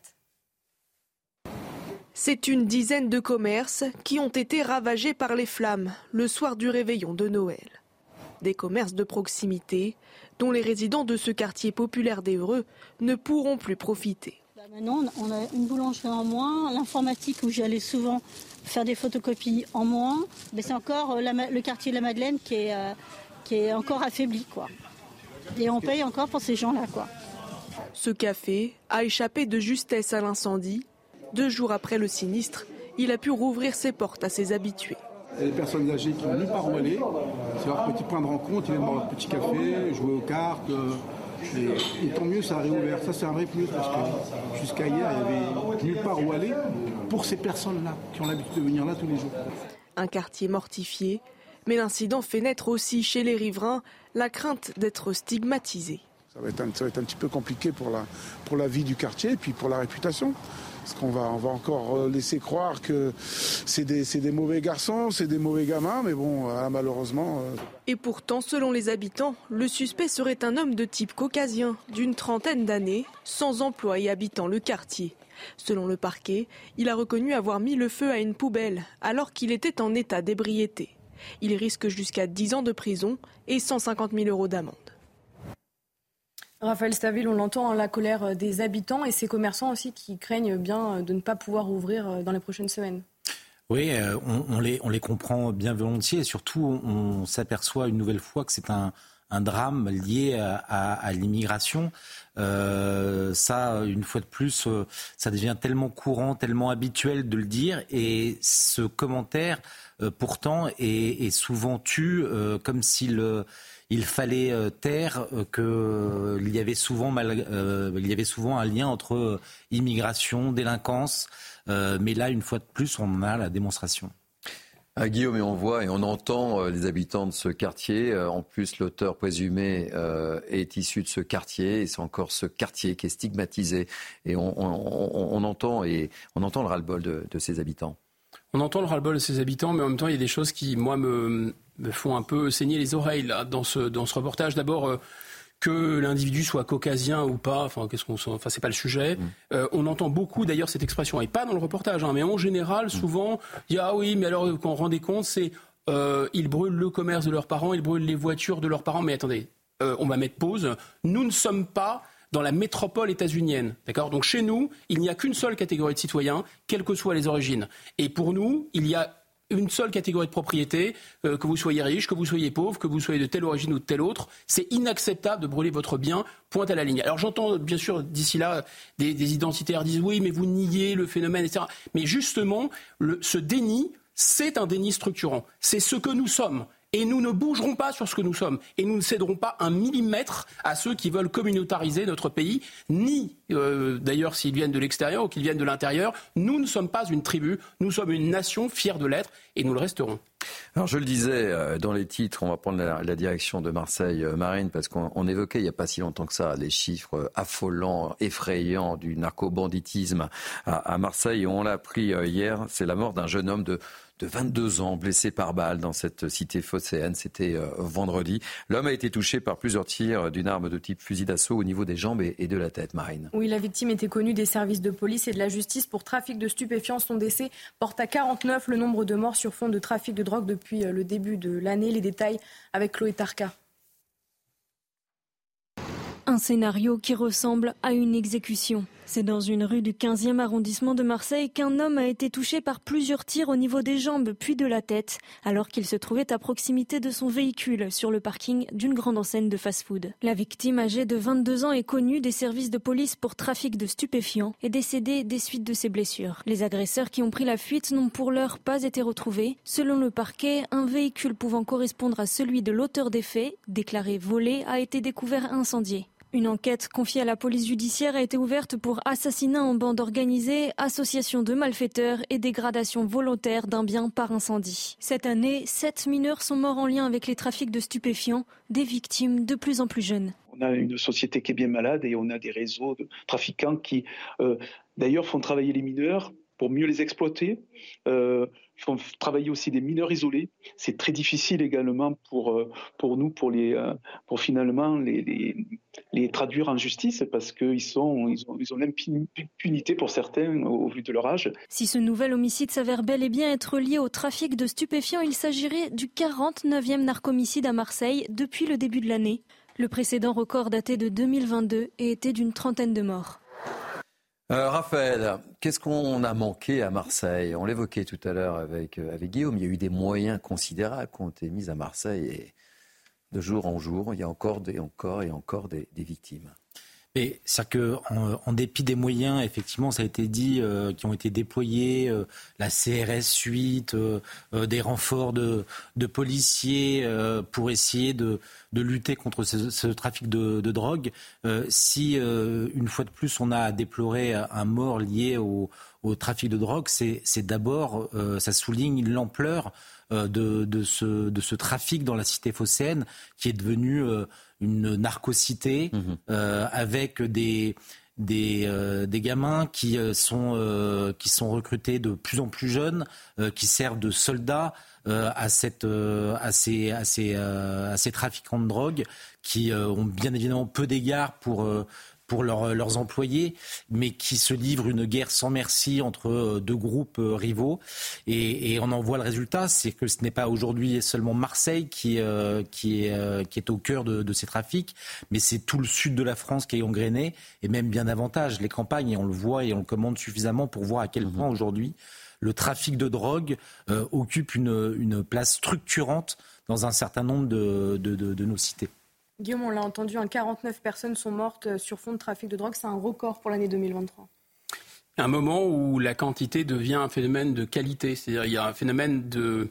C'est une dizaine de commerces qui ont été ravagés par les flammes le soir du réveillon de Noël. Des commerces de proximité dont les résidents de ce quartier populaire d'Évreux ne pourront plus profiter. Maintenant, on a une boulangerie en moins, l'informatique où j'allais souvent faire des photocopies en moins. Mais c'est encore le quartier de la Madeleine qui est encore affaibli, quoi. Et on paye encore pour ces gens-là, quoi. Ce café a échappé de justesse à l'incendie. 2 jours après le sinistre, il a pu rouvrir ses portes à ses habitués. Les personnes âgées qui n'ont nulle part où aller, c'est leur petit point de rencontre, ils viennent boire leur petit café, jouer aux cartes. Et tant mieux, ça a réouvert. Ça, c'est un vrai plus parce que jusqu'à hier, il n'y avait nulle part où aller pour ces personnes-là qui ont l'habitude de venir là tous les jours. Un quartier mortifié, mais l'incident fait naître aussi chez les riverains la crainte d'être stigmatisés. Ça va être un petit peu compliqué pour la vie du quartier et puis pour la réputation. Parce qu'on va encore laisser croire que c'est des mauvais garçons, c'est des mauvais gamins, mais bon, malheureusement... Et pourtant, selon les habitants, le suspect serait un homme de type caucasien, d'une trentaine d'années, sans emploi et habitant le quartier. Selon le parquet, il a reconnu avoir mis le feu à une poubelle alors qu'il était en état d'ébriété. Il risque jusqu'à 10 ans de prison et 150 000 € d'amende. Raphaël Staville, on l'entend, la colère des habitants et ces commerçants aussi qui craignent bien de ne pas pouvoir ouvrir dans les prochaines semaines. Oui, on les comprend bien volontiers et surtout on s'aperçoit une nouvelle fois que c'est un drame lié à l'immigration. Ça, une fois de plus, ça devient tellement courant, tellement habituel de le dire et ce commentaire, pourtant, est souvent tu, comme s'il... Il fallait taire qu'il y avait souvent un lien entre immigration, délinquance, mais là, une fois de plus, on en a la démonstration. Guillaume, et on voit et on entend les habitants de ce quartier. En plus, l'auteur présumé est issu de ce quartier et c'est encore ce quartier qui est stigmatisé. Et on entend le ras-le-bol de ces habitants. On entend le ras-le-bol de ces habitants, mais en même temps, il y a des choses qui, moi, me font un peu saigner les oreilles là, dans ce reportage. D'abord, que l'individu soit caucasien ou pas, enfin, c'est pas le sujet. On entend beaucoup, d'ailleurs, cette expression, et pas dans le reportage, mais en général, souvent, il y a oui, mais alors, quand on rendait compte, c'est ils brûlent le commerce de leurs parents, ils brûlent les voitures de leurs parents. Mais attendez, on va mettre pause. Nous ne sommes pas dans la métropole états-unienne, d'accord ? Donc chez nous, il n'y a qu'une seule catégorie de citoyens, quelles que soient les origines. Et pour nous, il y a une seule catégorie de propriété, que vous soyez riche, que vous soyez pauvre, que vous soyez de telle origine ou de telle autre. C'est inacceptable de brûler votre bien, point à la ligne. Alors j'entends bien sûr d'ici là des identitaires disent oui, mais vous niez le phénomène, etc. Mais justement, ce déni, c'est un déni structurant. C'est ce que nous sommes. Et nous ne bougerons pas sur ce que nous sommes. Et nous ne céderons pas un millimètre à ceux qui veulent communautariser notre pays, ni d'ailleurs s'ils viennent de l'extérieur ou qu'ils viennent de l'intérieur. Nous ne sommes pas une tribu, nous sommes une nation fière de l'être et nous le resterons. Alors je le disais dans les titres, on va prendre la direction de Marseille Marine parce qu'on évoquait il n'y a pas si longtemps que ça les chiffres affolants, effrayants du narco-banditisme à Marseille. Et on l'a appris hier, c'est la mort d'un jeune homme de 22 ans, blessé par balle dans cette cité phocéenne. C'était vendredi. L'homme a été touché par plusieurs tirs d'une arme de type fusil d'assaut au niveau des jambes et de la tête, Marine. Oui, la victime était connue des services de police et de la justice pour trafic de stupéfiants. Son décès porte à 49 le nombre de morts sur fond de trafic de drogue depuis le début de l'année. Les détails avec Chloé Tarka. Un scénario qui ressemble à une exécution. C'est dans une rue du 15e arrondissement de Marseille qu'un homme a été touché par plusieurs tirs au niveau des jambes puis de la tête, alors qu'il se trouvait à proximité de son véhicule sur le parking d'une grande enseigne de fast-food. La victime, âgée de 22 ans, est connue des services de police pour trafic de stupéfiants et décédée des suites de ses blessures. Les agresseurs qui ont pris la fuite n'ont pour l'heure pas été retrouvés. Selon le parquet, un véhicule pouvant correspondre à celui de l'auteur des faits, déclaré volé, a été découvert incendié. Une enquête confiée à la police judiciaire a été ouverte pour assassinat en bande organisée, association de malfaiteurs et dégradation volontaire d'un bien par incendie. Cette année, 7 mineurs sont morts en lien avec les trafics de stupéfiants, des victimes de plus en plus jeunes. On a une société qui est bien malade et on a des réseaux de trafiquants qui, d'ailleurs, font travailler les mineurs pour mieux les exploiter, font travailler aussi des mineurs isolés. C'est très difficile également pour nous, pour finalement les traduire en justice parce qu'ils ont l'impunité pour certains au vu de leur âge. Si ce nouvel homicide s'avère bel et bien être lié au trafic de stupéfiants, il s'agirait du 49e narcomicide à Marseille depuis le début de l'année. Le précédent record datait de 2022 et était d'une 30aine de morts. Raphaël, qu'est-ce qu'on a manqué à Marseille ? On l'évoquait tout à l'heure avec Guillaume. Il y a eu des moyens considérables qui ont été mis à Marseille et de jour en jour, il y a encore des victimes. Et c'est-à-dire qu'en dépit des moyens, effectivement, ça a été dit, qui ont été déployés, la CRS 8, des renforts de policiers pour essayer de lutter contre ce trafic de drogue. Si, une fois de plus, on a à déplorer un mort lié au trafic de drogue, c'est d'abord, ça souligne l'ampleur de ce trafic dans la cité phocéenne qui est devenu une narcocité avec des gamins qui sont recrutés de plus en plus jeunes, qui servent de soldats à ces trafiquants de drogue qui ont bien évidemment peu d'égard pour leurs employés, mais qui se livrent une guerre sans merci entre deux groupes rivaux. Et on en voit le résultat, c'est que ce n'est pas aujourd'hui seulement Marseille qui est au cœur de ces trafics, mais c'est tout le sud de la France qui est gangréné, et même bien davantage les campagnes, et on le voit et on le commande suffisamment pour voir à quel point aujourd'hui le trafic de drogue occupe une place structurante dans un certain nombre de nos cités. Guillaume, on l'a entendu, 49 personnes sont mortes sur fond de trafic de drogue. C'est un record pour l'année 2023. Un moment où la quantité devient un phénomène de qualité. C'est-à-dire il y a un phénomène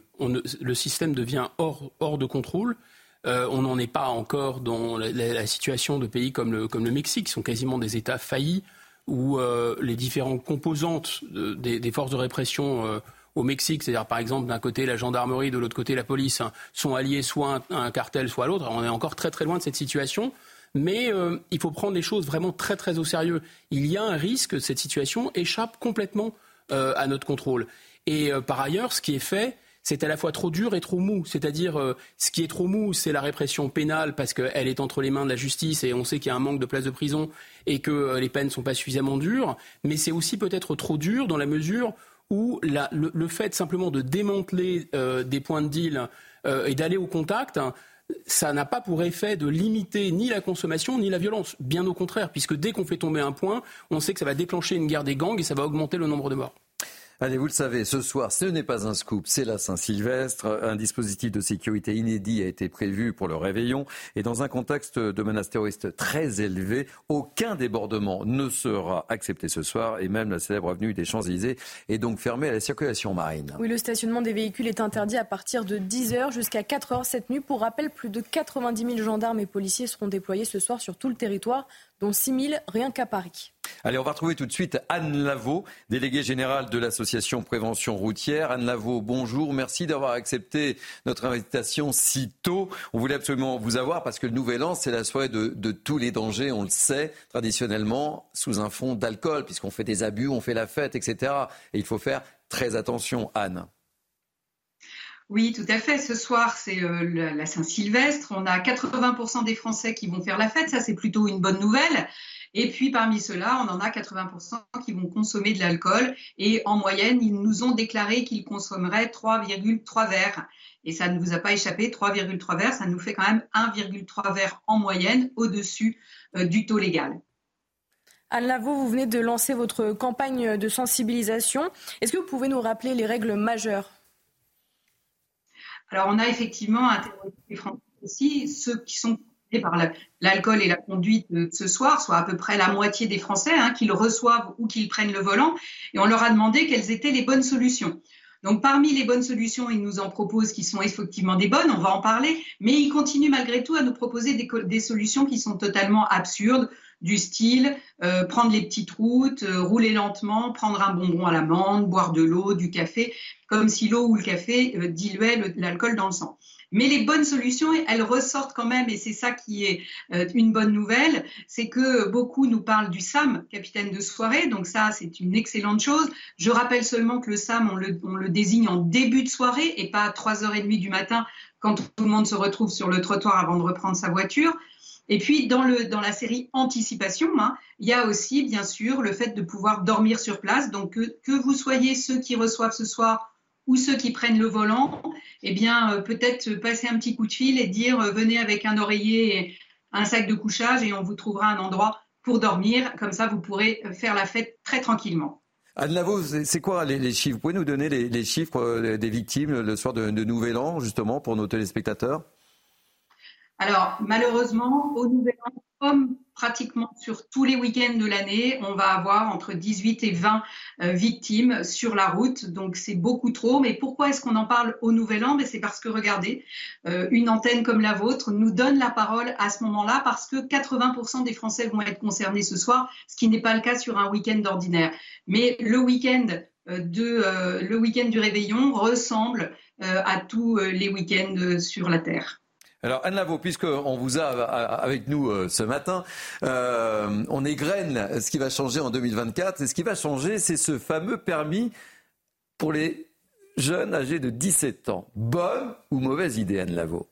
le système devient hors de contrôle. On n'en est pas encore dans la situation de pays comme le Mexique, qui sont quasiment des États faillis, où les différentes composantes des forces de répression au Mexique, c'est-à-dire par exemple d'un côté la gendarmerie, de l'autre côté la police, sont alliés soit à un cartel, soit à l'autre. Alors, on est encore très très loin de cette situation, mais il faut prendre les choses vraiment très très au sérieux. Il y a un risque que cette situation échappe complètement à notre contrôle. Et par ailleurs, ce qui est fait, c'est à la fois trop dur et trop mou. C'est-à-dire, ce qui est trop mou, c'est la répression pénale parce qu'elle est entre les mains de la justice et on sait qu'il y a un manque de places de prison et que les peines ne sont pas suffisamment dures. Mais c'est aussi peut-être trop dur dans la mesure où le fait simplement de démanteler des points de deal et d'aller au contact, ça n'a pas pour effet de limiter ni la consommation ni la violence. Bien au contraire, puisque dès qu'on fait tomber un point, on sait que ça va déclencher une guerre des gangs et ça va augmenter le nombre de morts. Allez, vous le savez, ce soir, ce n'est pas un scoop, c'est la Saint-Sylvestre. Un dispositif de sécurité inédit a été prévu pour le réveillon. Et dans un contexte de menace terroriste très élevé, aucun débordement ne sera accepté ce soir. Et même la célèbre avenue des Champs-Élysées est donc fermée à la circulation marine. Oui, le stationnement des véhicules est interdit à partir de 10h jusqu'à 4h cette nuit. Pour rappel, plus de 90 000 gendarmes et policiers seront déployés ce soir sur tout le territoire, dont 6 000 rien qu'à Paris. Allez, on va retrouver tout de suite Anne Lavaux, déléguée générale de l'association Prévention Routière. Anne Lavaux, bonjour. Merci d'avoir accepté notre invitation si tôt. On voulait absolument vous avoir parce que le Nouvel An, c'est la soirée de tous les dangers, on le sait, traditionnellement, sous un fond d'alcool, puisqu'on fait des abus, on fait la fête, etc. Et il faut faire très attention, Anne. Oui, tout à fait. Ce soir, c'est la Saint-Sylvestre. On a 80% des Français qui vont faire la fête. Ça, c'est plutôt une bonne nouvelle. Et puis, parmi ceux-là, on en a 80% qui vont consommer de l'alcool. Et en moyenne, ils nous ont déclaré qu'ils consommeraient 3,3 verres. Et ça ne vous a pas échappé, 3,3 verres, ça nous fait quand même 1,3 verre en moyenne au-dessus du taux légal. Anne Lavaux, vous venez de lancer votre campagne de sensibilisation. Est-ce que vous pouvez nous rappeler les règles majeures ? Alors, on a effectivement interrogé les Français aussi, ceux qui sont par l'alcool et la conduite de ce soir, soit à peu près la moitié des Français, qu'ils reçoivent ou qu'ils prennent le volant, et on leur a demandé quelles étaient les bonnes solutions. Donc parmi les bonnes solutions, ils nous en proposent qui sont effectivement des bonnes, on va en parler, mais ils continuent malgré tout à nous proposer des solutions qui sont totalement absurdes, du style prendre les petites routes, rouler lentement, prendre un bonbon à l'amande, boire de l'eau, du café, comme si l'eau ou le café diluait l'alcool dans le sang. Mais les bonnes solutions, elles ressortent quand même, et c'est ça qui est une bonne nouvelle, c'est que beaucoup nous parlent du SAM, capitaine de soirée, donc ça c'est une excellente chose. Je rappelle seulement que le SAM, on le désigne en début de soirée et pas à 3h30 du matin quand tout le monde se retrouve sur le trottoir avant de reprendre sa voiture. Et puis dans la série Anticipation, il y a aussi bien sûr le fait de pouvoir dormir sur place, donc que vous soyez ceux qui reçoivent ce soir ou ceux qui prennent le volant, eh bien, peut-être passer un petit coup de fil et dire venez avec un oreiller et un sac de couchage et on vous trouvera un endroit pour dormir. Comme ça, vous pourrez faire la fête très tranquillement. Anne Lavaux, c'est quoi les chiffres? Vous pouvez nous donner les chiffres des victimes le soir de Nouvel An, justement, pour nos téléspectateurs? Alors, malheureusement, au Nouvel An, comme pratiquement sur tous les week-ends de l'année, on va avoir entre 18 et 20 victimes sur la route. Donc, c'est beaucoup trop. Mais pourquoi est-ce qu'on en parle au Nouvel An? C'est parce que, regardez, une antenne comme la vôtre nous donne la parole à ce moment-là parce que 80% des Français vont être concernés ce soir, ce qui n'est pas le cas sur un week-end ordinaire. Mais le week-end du Réveillon ressemble à tous les week-ends sur la Terre. Alors Anne Lavaux, puisqu'on vous a avec nous ce matin, on égrène ce qui va changer en 2024. Et ce qui va changer, c'est ce fameux permis pour les jeunes âgés de 17 ans. Bonne ou mauvaise idée, Anne Lavaux?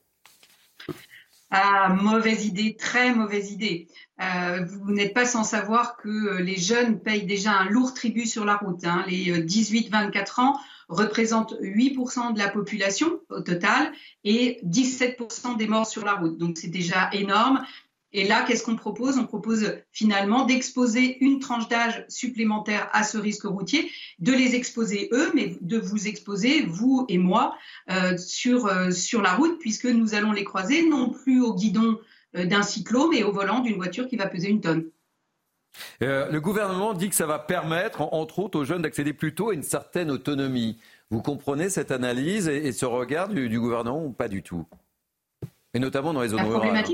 Ah, mauvaise idée, très mauvaise idée. Vous n'êtes pas sans savoir que les jeunes payent déjà un lourd tribut sur la route. Les 18-24 ans représentent 8% de la population au total et 17% des morts sur la route. Donc c'est déjà énorme. Et là, qu'est-ce qu'on propose? On propose finalement d'exposer une tranche d'âge supplémentaire à ce risque routier, de les exposer eux, mais de vous exposer, vous et moi, sur la route, puisque nous allons les croiser non plus au guidon d'un cyclo, mais au volant d'une voiture qui va peser 1 tonne. Le gouvernement dit que ça va permettre, entre autres, aux jeunes d'accéder plus tôt à une certaine autonomie. Vous comprenez cette analyse et ce regard du gouvernement ou pas du tout? Et notamment dans les zones rurales.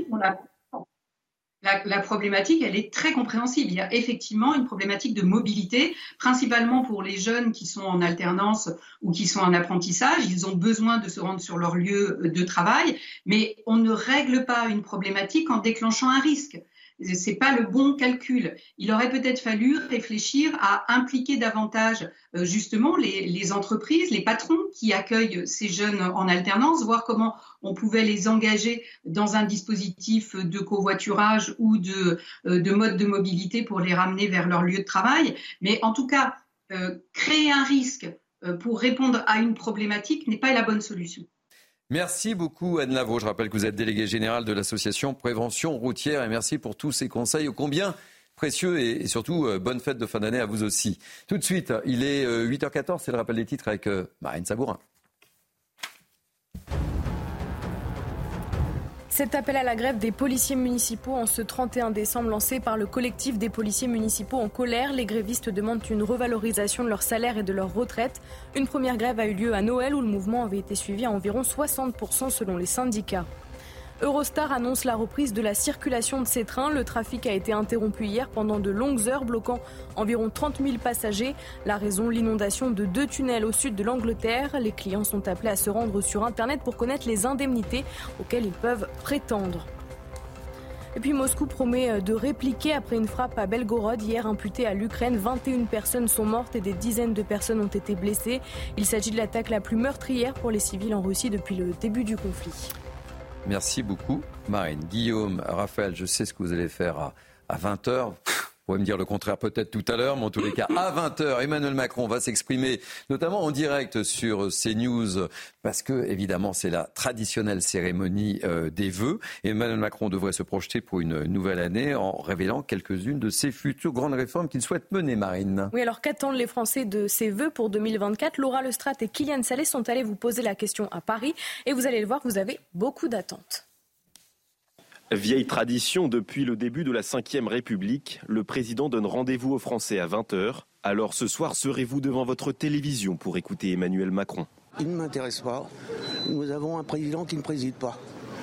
La problématique, elle est très compréhensible. Il y a effectivement une problématique de mobilité, principalement pour les jeunes qui sont en alternance ou qui sont en apprentissage. Ils ont besoin de se rendre sur leur lieu de travail, mais on ne règle pas une problématique en déclenchant un risque. C'est pas le bon calcul. Il aurait peut-être fallu réfléchir à impliquer davantage justement les entreprises, les patrons qui accueillent ces jeunes en alternance, voir comment on pouvait les engager dans un dispositif de covoiturage ou de mode de mobilité pour les ramener vers leur lieu de travail. Mais en tout cas, créer un risque pour répondre à une problématique n'est pas la bonne solution. Merci beaucoup Anne Lavaux. Je rappelle que vous êtes déléguée générale de l'association Prévention Routière et merci pour tous ces conseils ô combien précieux et surtout bonne fête de fin d'année à vous aussi. Tout de suite, il est 8h14, c'est le rappel des titres avec Marine Sabourin. Cet appel à la grève des policiers municipaux en ce 31 décembre lancé par le collectif des policiers municipaux en colère. Les grévistes demandent une revalorisation de leur salaire et de leur retraite. Une première grève a eu lieu à Noël où le mouvement avait été suivi à environ 60% selon les syndicats. Eurostar annonce la reprise de la circulation de ses trains. Le trafic a été interrompu hier pendant de longues heures, bloquant environ 30 000 passagers. La raison, l'inondation de 2 tunnels au sud de l'Angleterre. Les clients sont appelés à se rendre sur Internet pour connaître les indemnités auxquelles ils peuvent prétendre. Et puis Moscou promet de répliquer après une frappe à Belgorod hier imputée à l'Ukraine. 21 personnes sont mortes et des dizaines de personnes ont été blessées. Il s'agit de l'attaque la plus meurtrière pour les civils en Russie depuis le début du conflit. Merci beaucoup, Marine. Guillaume, Raphaël, je sais ce que vous allez faire à 20h. Vous pouvez me dire le contraire peut-être tout à l'heure, mais en tous les cas, à 20h, Emmanuel Macron va s'exprimer, notamment en direct sur CNews, parce que, évidemment, c'est la traditionnelle cérémonie des vœux. Et Emmanuel Macron devrait se projeter pour une nouvelle année en révélant quelques-unes de ses futures grandes réformes qu'il souhaite mener, Marine. Oui, alors qu'attendent les Français de ces vœux pour 2024 ? Laura Lestrade et Kylian Salé sont allés vous poser la question à Paris. Et vous allez le voir, vous avez beaucoup d'attentes. Vieille tradition depuis le début de la Ve République, le président donne rendez-vous aux Français à 20h. Alors ce soir, serez-vous devant votre télévision pour écouter Emmanuel Macron ? Il ne m'intéresse pas. Nous avons un président qui ne préside pas.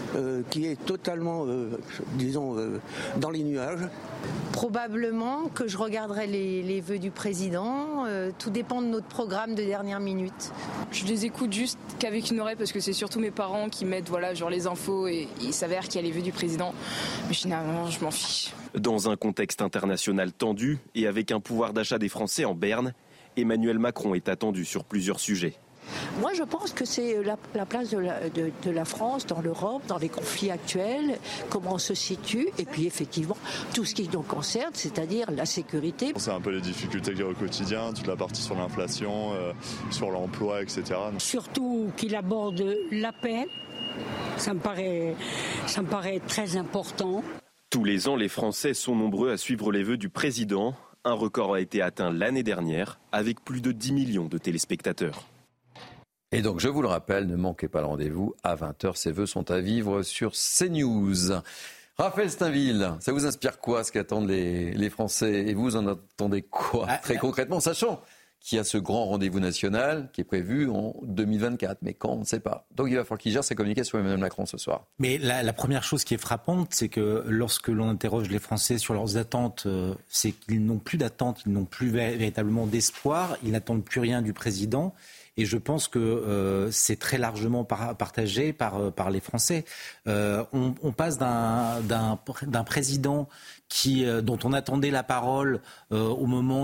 qui est totalement, dans les nuages. Probablement que je regarderai les vœux du président. Tout dépend de notre programme de dernière minute. Je les écoute juste qu'avec une oreille parce que c'est surtout mes parents qui mettent genre les infos et il s'avère qu'il y a les vœux du président. Mais finalement, je m'en fiche. Dans un contexte international tendu et avec un pouvoir d'achat des Français en berne, Emmanuel Macron est attendu sur plusieurs sujets. Moi, je pense que c'est la place de la France dans l'Europe, dans les conflits actuels, comment on se situe, et puis effectivement, tout ce qui nous concerne, c'est-à-dire la sécurité. C'est un peu les difficultés qu'il y a au quotidien, toute la partie sur l'inflation, sur l'emploi, etc. Surtout qu'il aborde la paix, ça me paraît très important. Tous les ans, les Français sont nombreux à suivre les vœux du président. Un record a été atteint l'année dernière, avec plus de 10 millions de téléspectateurs. Et donc, je vous le rappelle, ne manquez pas le rendez-vous à 20h. Ces vœux sont à vivre sur CNews. Raphaël Steinville, ça vous inspire quoi ce qu'attendent les Français? Et vous en attendez quoi très concrètement, sachant qu'il y a ce grand rendez-vous national qui est prévu en 2024. Mais quand, on ne sait pas. Donc il va falloir qu'il gère ses communications avec Emmanuel Macron ce soir. Mais la première chose qui est frappante, c'est que lorsque l'on interroge les Français sur leurs attentes, c'est qu'ils n'ont plus d'attentes, ils n'ont plus véritablement d'espoir, ils n'attendent plus rien du président. Et je pense que c'est très largement partagé par les Français. On passe d'un président dont on attendait la parole au moment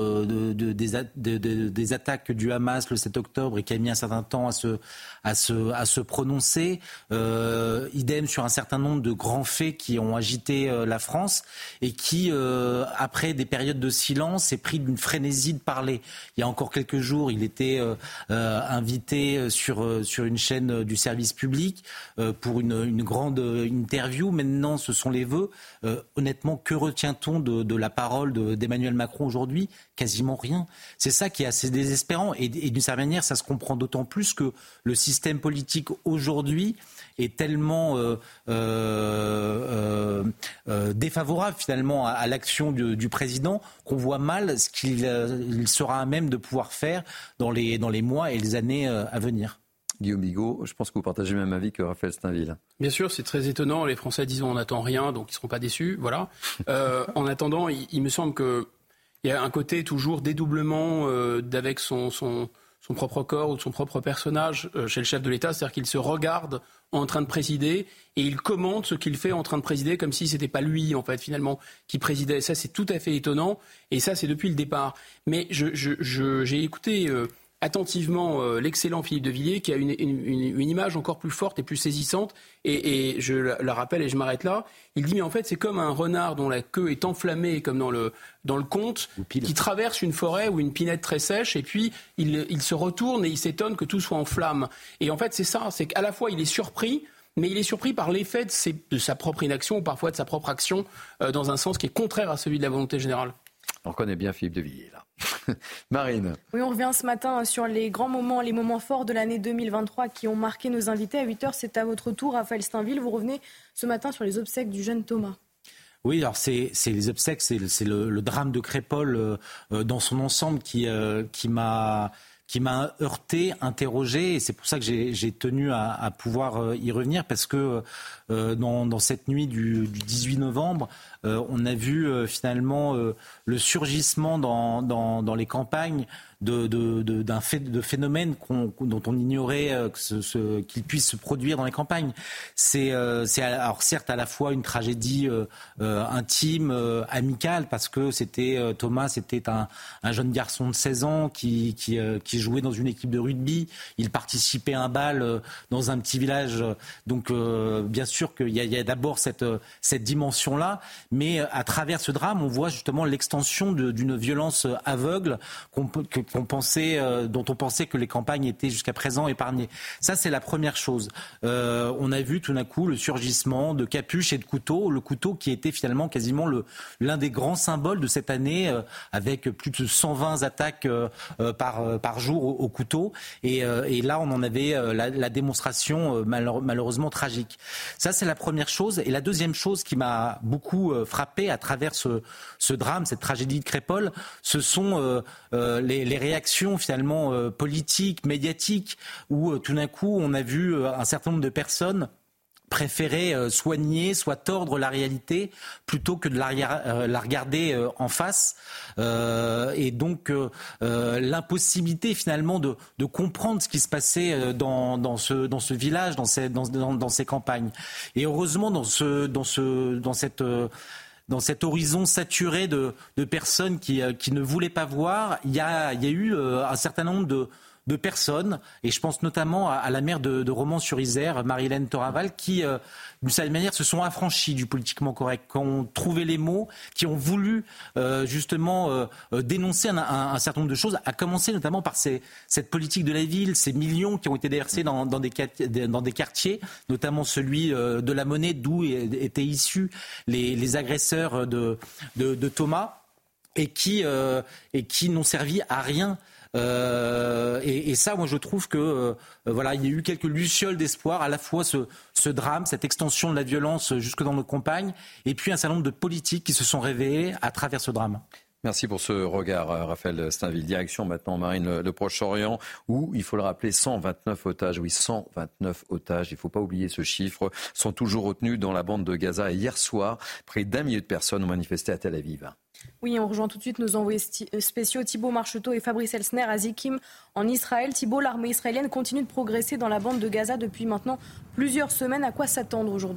des attaques du Hamas le 7 octobre et qui a mis un certain temps à se prononcer. Idem sur un certain nombre de grands faits qui ont agité la France et qui, après des périodes de silence, est pris d'une frénésie de parler. Il y a encore quelques jours, il était invité sur une chaîne du service public pour une grande interview. Maintenant, ce sont les vœux. Honnêtement, que retient-on de la parole d'Emmanuel Macron aujourd'hui? Quasiment rien. C'est ça qui est assez désespérant. Et d'une certaine manière, ça se comprend d'autant plus que le système politique aujourd'hui est tellement défavorable finalement à l'action du président qu'on voit mal ce qu'il sera à même de pouvoir faire dans les mois et les années à venir. Guillaume Bigot, je pense que vous partagez le même avis que Raphaël Steinville. Bien sûr, c'est très étonnant. Les Français disent on n'attend rien, donc ils ne seront pas déçus. Voilà. En attendant, il me semble qu'il y a un côté toujours dédoublement d'avec son propre corps ou de son propre personnage chez le chef de l'État. C'est-à-dire qu'il se regarde en train de présider et il commente ce qu'il fait en train de présider comme si ce n'était pas lui, en fait, finalement, qui présidait. Ça, c'est tout à fait étonnant. Et ça, c'est depuis le départ. Mais j'ai écouté attentivement l'excellent Philippe de Villiers qui a une image encore plus forte et plus saisissante et je la rappelle et je m'arrête là. Il dit mais en fait c'est comme un renard dont la queue est enflammée comme dans le conte qui traverse une forêt ou une pinède très sèche et puis il se retourne et il s'étonne que tout soit en flammes. Et en fait c'est ça, c'est qu'à la fois il est surpris mais il est surpris par l'effet de sa propre inaction ou parfois de sa propre action dans un sens qui est contraire à celui de la volonté générale. On connaît bien Philippe de Villiers là. Marine. Oui, on revient ce matin sur les grands moments, les moments forts de l'année 2023 qui ont marqué nos invités. À 8h, c'est à votre tour, Raphaël Steinville. Vous revenez ce matin sur les obsèques du jeune Thomas. Oui, alors c'est les obsèques, c'est le drame de Crépol dans son ensemble qui m'a heurté, interrogé, et c'est pour ça que j'ai tenu à pouvoir y revenir, parce que dans cette nuit du 18 novembre, on a vu finalement le surgissement dans les campagnes de phénomènes dont on ignorait qu'ils puissent se produire dans les campagnes. C'est alors certes à la fois une tragédie intime, amicale, parce que Thomas, c'était un jeune garçon de 16 ans qui jouait dans une équipe de rugby. Il participait à un bal dans un petit village. Donc bien sûr qu'il y a d'abord cette dimension-là, mais à travers ce drame, on voit justement l'extension d'une violence aveugle dont on pensait que les campagnes étaient jusqu'à présent épargnées. Ça, c'est la première chose. On a vu tout d'un coup le surgissement de capuches et de couteaux. Le couteau qui était finalement quasiment l'un des grands symboles de cette année, avec plus de 120 attaques par jour au couteau. Et là, on en avait la démonstration malheureusement tragique. Ça, c'est la première chose. Et la deuxième chose qui m'a beaucoup frappé à travers ce drame, cette tragédie de Crépol, ce sont les réactions finalement politiques, médiatiques, où tout d'un coup, on a vu un certain nombre de personnes préférer soigner, soit tordre la réalité plutôt que de la regarder en face. Et donc l'impossibilité finalement de comprendre ce qui se passait dans ce village, dans ces campagnes. Et heureusement dans cet horizon saturé de personnes qui ne voulaient pas voir, il y a eu un certain nombre de personnes, et je pense notamment à la maire de Romans-sur-Isère, Marie-Hélène Toraval, qui, d'une certaine manière, se sont affranchis du politiquement correct, qui ont trouvé les mots, qui ont voulu justement dénoncer un certain nombre de choses, à commencer notamment par cette politique de la ville, ces millions qui ont été déversés dans des quartiers, notamment celui de la Monnaie, d'où étaient issus les agresseurs de Thomas, et qui n'ont servi à rien. Et ça, moi, je trouve que il y a eu quelques lucioles d'espoir, à la fois ce drame, cette extension de la violence jusque dans nos campagnes, et puis un certain nombre de politiques qui se sont réveillées à travers ce drame. Merci pour ce regard, Raphaël Steinville. Direction maintenant, Marine, le Proche-Orient, où, il faut le rappeler, 129 otages. Oui, 129 otages, il ne faut pas oublier ce chiffre, sont toujours retenus dans la bande de Gaza. Et hier soir, près d'1 million de personnes ont manifesté à Tel Aviv. Oui, on rejoint tout de suite nos envoyés spéciaux Thibault Marcheteau et Fabrice Elsner à Zikim en Israël. Thibault, l'armée israélienne continue de progresser dans la bande de Gaza depuis maintenant plusieurs semaines. À quoi s'attendre aujourd'hui ?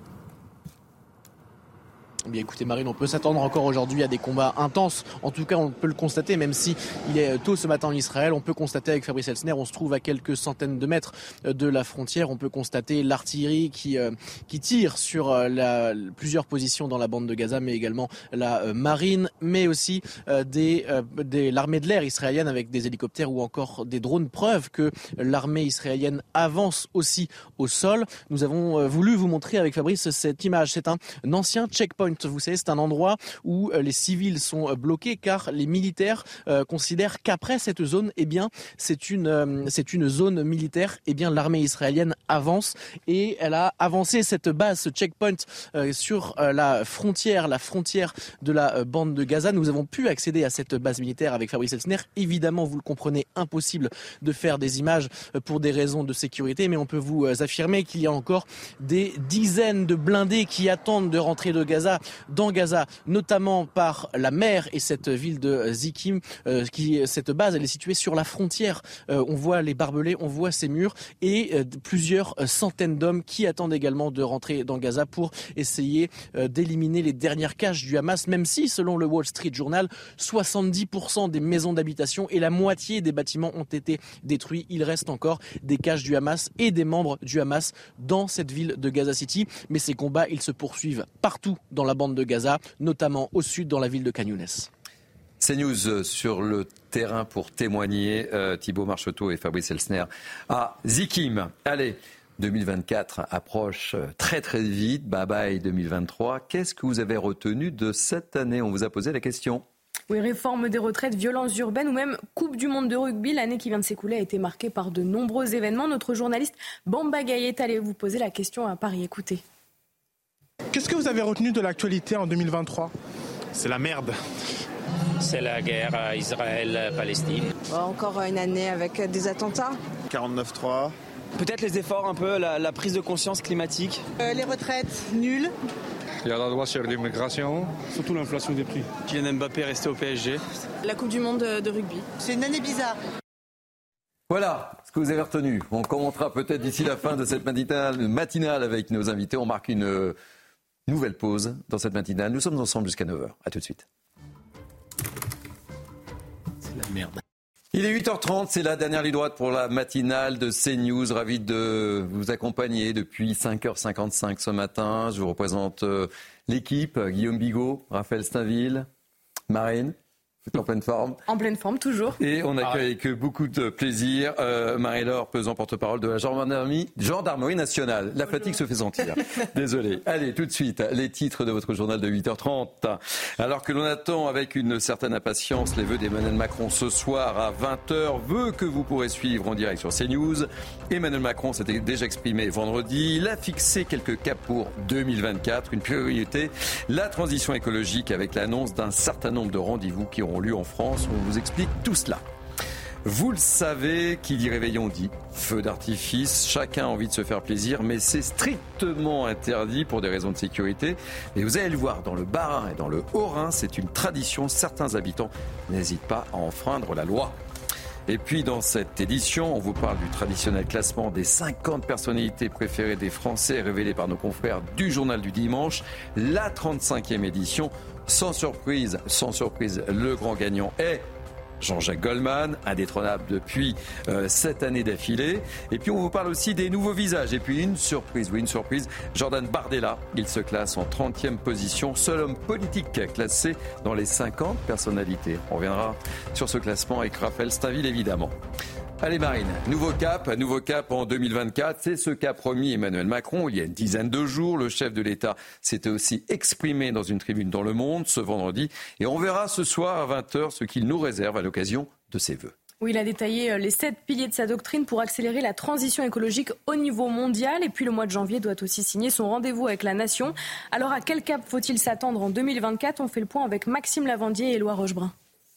Bien écoutez Marine, on peut s'attendre encore aujourd'hui à des combats intenses. En tout cas, on peut le constater, même si il est tôt ce matin en Israël. On peut constater avec Fabrice Elsner, on se trouve à quelques centaines de mètres de la frontière. On peut constater l'artillerie qui tire sur plusieurs positions dans la bande de Gaza, mais également la marine, mais aussi l'armée de l'air israélienne avec des hélicoptères ou encore des drones. Preuve que l'armée israélienne avance aussi au sol. Nous avons voulu vous montrer avec Fabrice cette image. C'est un ancien checkpoint. Vous savez, c'est un endroit où les civils sont bloqués car les militaires considèrent qu'après cette zone, eh bien, c'est une zone militaire. Eh bien, l'armée israélienne avance et elle a avancé cette base, ce checkpoint sur la frontière de la bande de Gaza. Nous avons pu accéder à cette base militaire avec Fabrice Elsner. Évidemment, vous le comprenez, impossible de faire des images pour des raisons de sécurité, mais on peut vous affirmer qu'il y a encore des dizaines de blindés qui attendent de rentrer dans Gaza, notamment par la mer et cette ville de Zikim. Cette base, elle est située sur la frontière. On voit les barbelés, on voit ces murs et plusieurs centaines d'hommes qui attendent également de rentrer dans Gaza pour essayer d'éliminer les dernières caches du Hamas, même si, selon le Wall Street Journal, 70% des maisons d'habitation et la moitié des bâtiments ont été détruits. Il reste encore des caches du Hamas et des membres du Hamas dans cette ville de Gaza City. Mais ces combats, ils se poursuivent partout dans la bande de Gaza, notamment au sud dans la ville de Khan Younes. CNews sur le terrain pour témoigner, Thibault Marcheteau et Fabrice Elsner à Zikim. Allez, 2024 approche très très vite, bye bye 2023. Qu'est-ce que vous avez retenu de cette année ? On vous a posé la question. Oui, réforme des retraites, violences urbaines ou même Coupe du monde de rugby. L'année qui vient de s'écouler a été marquée par de nombreux événements. Notre journaliste Bamba Gaye est allé vous poser la question à Paris. Écoutez. Qu'est-ce que vous avez retenu de l'actualité en 2023 ? C'est la merde. C'est la guerre Israël-Palestine. Encore une année avec des attentats. 49-3. Peut-être les efforts un peu, la prise de conscience climatique. Les retraites, nulles. Il y a la loi sur l'immigration. Surtout l'inflation des prix. Kylian Mbappé est resté au PSG. La Coupe du monde de rugby. C'est une année bizarre. Voilà ce que vous avez retenu. On commentera peut-être d'ici la fin de cette matinale avec nos invités. On marque une nouvelle pause dans cette matinale. Nous sommes ensemble jusqu'à 9h. A tout de suite. C'est la merde. Il est 8h30, c'est la dernière ligne droite pour la matinale de CNews. Ravi de vous accompagner depuis 5h55 ce matin. Je vous représente l'équipe, Guillaume Bigot, Raphaël Steinville, Marine. Vous êtes en pleine forme. En pleine forme, toujours. Et on accueille avec beaucoup de plaisir Marie-Laure Pesan, porte-parole de la Gendarmerie nationale. La fatigue se fait sentir. Désolé. Allez, tout de suite, les titres de votre journal de 8h30. Alors que l'on attend avec une certaine impatience les vœux d'Emmanuel Macron ce soir à 20h, vœux que vous pourrez suivre en direct sur CNews. Emmanuel Macron s'était déjà exprimé vendredi. Il a fixé quelques caps pour 2024. Une priorité, la transition écologique avec l'annonce d'un certain nombre de rendez-vous qui auront lieu en France. On vous explique tout cela. Vous le savez, qui dit réveillon dit feu d'artifice. Chacun a envie de se faire plaisir, mais c'est strictement interdit pour des raisons de sécurité. Et vous allez le voir, dans le Bas-Rhin et dans le Haut-Rhin, c'est une tradition. Certains habitants n'hésitent pas à enfreindre la loi. Et puis dans cette édition, on vous parle du traditionnel classement des 50 personnalités préférées des Français révélé par nos confrères du Journal du Dimanche. La 35e édition, sans surprise, le grand gagnant est Jean-Jacques Goldman, indétrônable depuis 7 années d'affilée. Et puis on vous parle aussi des nouveaux visages. Et puis une surprise, Jordan Bardella, il se classe en 30e position, seul homme politique classé dans les 50 personnalités. On reviendra sur ce classement avec Raphaël Stainville évidemment. Allez Marine, nouveau cap en 2024. C'est ce qu'a promis Emmanuel Macron il y a une dizaine de jours. Le chef de l'État s'était aussi exprimé dans une tribune dans Le Monde ce vendredi. Et on verra ce soir à 20h ce qu'il nous réserve à l'occasion de ses vœux. Oui, il a détaillé les 7 piliers de sa doctrine pour accélérer la transition écologique au niveau mondial. Et puis le mois de janvier doit aussi signer son rendez-vous avec la nation. Alors à quel cap faut-il s'attendre en 2024 ? On fait le point avec Maxime Lavandier et Éloi Rochebrun.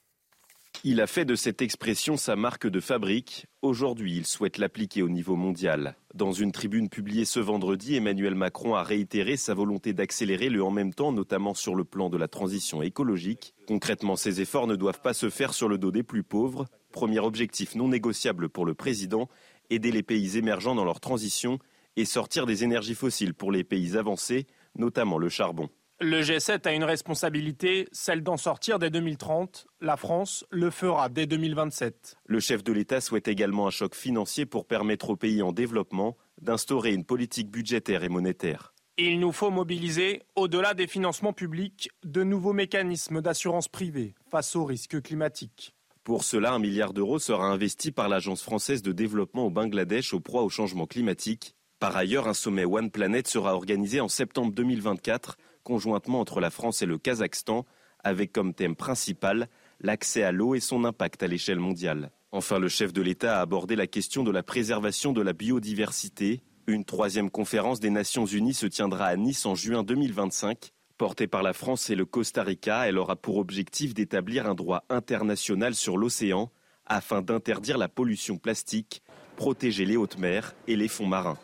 Il a fait de cette expression sa marque de fabrique. Aujourd'hui, il souhaite l'appliquer au niveau mondial. Dans une tribune publiée ce vendredi, Emmanuel Macron a réitéré sa volonté d'accélérer le en même temps, notamment sur le plan de la transition écologique. Concrètement, ces efforts ne doivent pas se faire sur le dos des plus pauvres. Premier objectif non négociable pour le président, aider les pays émergents dans leur transition et sortir des énergies fossiles pour les pays avancés, notamment le charbon. Le G7 a une responsabilité, celle d'en sortir dès 2030. La France le fera dès 2027. Le chef de l'État souhaite également un choc financier pour permettre aux pays en développement d'instaurer une politique budgétaire et monétaire. Il nous faut mobiliser, au-delà des financements publics, de nouveaux mécanismes d'assurance privée face aux risques climatiques. Pour cela, 1 milliard d'euros sera investi par l'Agence française de développement au Bangladesh aux proies au changement climatique. Par ailleurs, un sommet One Planet sera organisé en septembre 2024, conjointement entre la France et le Kazakhstan, avec comme thème principal l'accès à l'eau et son impact à l'échelle mondiale. Enfin, le chef de l'État a abordé la question de la préservation de la biodiversité. Une 3e conférence des Nations Unies se tiendra à Nice en juin 2025. Portée par la France et le Costa Rica, elle aura pour objectif d'établir un droit international sur l'océan afin d'interdire la pollution plastique, protéger les hautes mers et les fonds marins.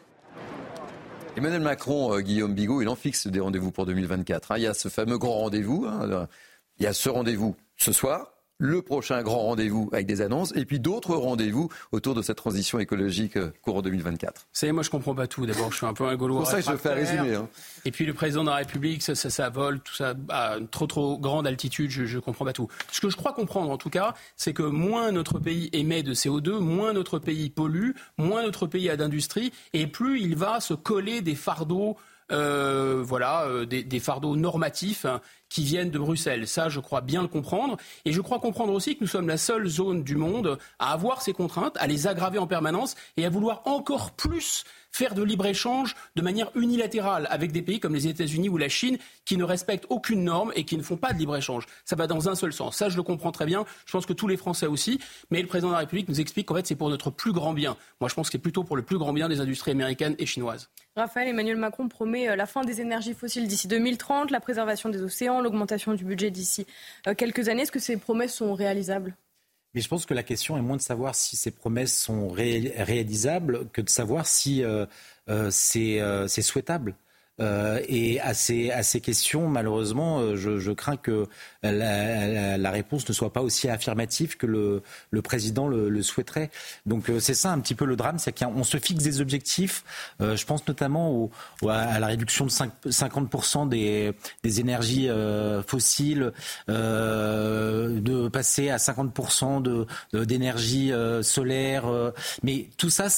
Emmanuel Macron, Guillaume Bigot, il en fixe des rendez-vous pour 2024. Il y a ce fameux grand rendez-vous. Il y a ce rendez-vous ce soir, le prochain grand rendez-vous avec des annonces, et puis d'autres rendez-vous autour de cette transition écologique courant 2024. Vous savez, moi je comprends pas tout. D'abord, je suis un peu un Gaulois. C'est pour ça que je fais un résumé. Et puis le président de la République, ça vole, tout ça à une trop grande altitude, je comprends pas tout. Ce que je crois comprendre en tout cas, c'est que moins notre pays émet de CO2, moins notre pays pollue, moins notre pays a d'industrie, et plus il va se coller des fardeaux, des fardeaux normatifs qui viennent de Bruxelles. Ça, je crois bien le comprendre. Et je crois comprendre aussi que nous sommes la seule zone du monde à avoir ces contraintes, à les aggraver en permanence et à vouloir encore plus faire de libre-échange de manière unilatérale avec des pays comme les États-Unis ou la Chine qui ne respectent aucune norme et qui ne font pas de libre-échange. Ça va dans un seul sens. Ça, je le comprends très bien. Je pense que tous les Français aussi. Mais le président de la République nous explique qu'en fait, c'est pour notre plus grand bien. Moi, je pense que c'est plutôt pour le plus grand bien des industries américaines et chinoises. Raphaël, Emmanuel Macron promet la fin des énergies fossiles d'ici 2030, la préservation des océans, l'augmentation du budget d'ici quelques années. Est-ce que ces promesses sont réalisables ? Mais je pense que la question est moins de savoir si ces promesses sont réalisables que de savoir si c'est souhaitable. Et à ces questions, malheureusement, je crains que la réponse ne soit pas aussi affirmative que le président le souhaiterait. Donc c'est ça un petit peu le drame, c'est qu'on se fixe des objectifs. Je pense notamment à la réduction de 50% des énergies fossiles, de passer à 50% d'énergie solaire. Mais tout ça,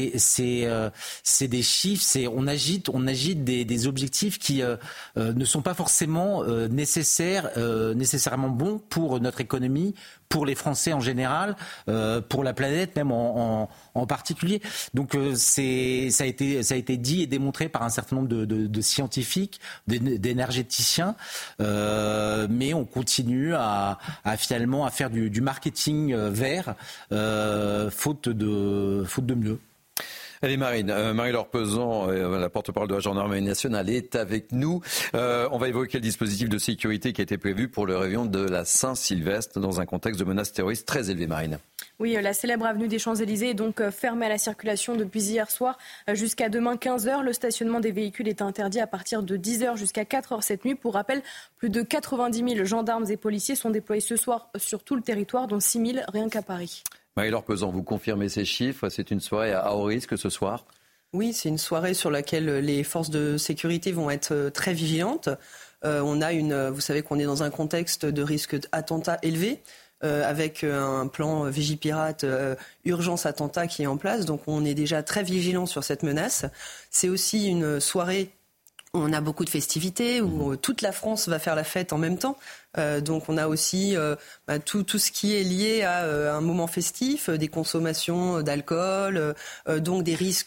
c'est des chiffres. On agite des objectifs qui ne sont pas forcément nécessairement bons pour notre économie, pour les Français en général, pour la planète même en particulier. Donc ça a été dit et démontré par un certain nombre de scientifiques, d'énergéticiens, mais on continue à finalement à faire du marketing vert, faute de mieux. Allez Marie-Laure Pesan, la porte-parole de la gendarmerie nationale, est avec nous. On va évoquer le dispositif de sécurité qui a été prévu pour le réveillon de la Saint-Sylvestre dans un contexte de menace terroriste très élevé, Marine. Oui, la célèbre avenue des Champs-Élysées est donc fermée à la circulation depuis hier soir jusqu'à demain 15h. Le stationnement des véhicules est interdit à partir de 10h jusqu'à 4h cette nuit. Pour rappel, plus de 90 000 gendarmes et policiers sont déployés ce soir sur tout le territoire, dont 6 000 rien qu'à Paris. Marie-Laure Pesan, vous confirmez ces chiffres. C'est une soirée à haut risque ce soir ? Oui, c'est une soirée sur laquelle les forces de sécurité vont être très vigilantes. Vous savez qu'on est dans un contexte de risque d'attentat élevé. Avec un plan Vigipirate urgence attentat qui est en place. Donc on est déjà très vigilant sur cette menace. C'est aussi une soirée où on a beaucoup de festivités, où toute la France va faire la fête en même temps. Donc on a aussi tout ce qui est lié à un moment festif, des consommations d'alcool, donc des risques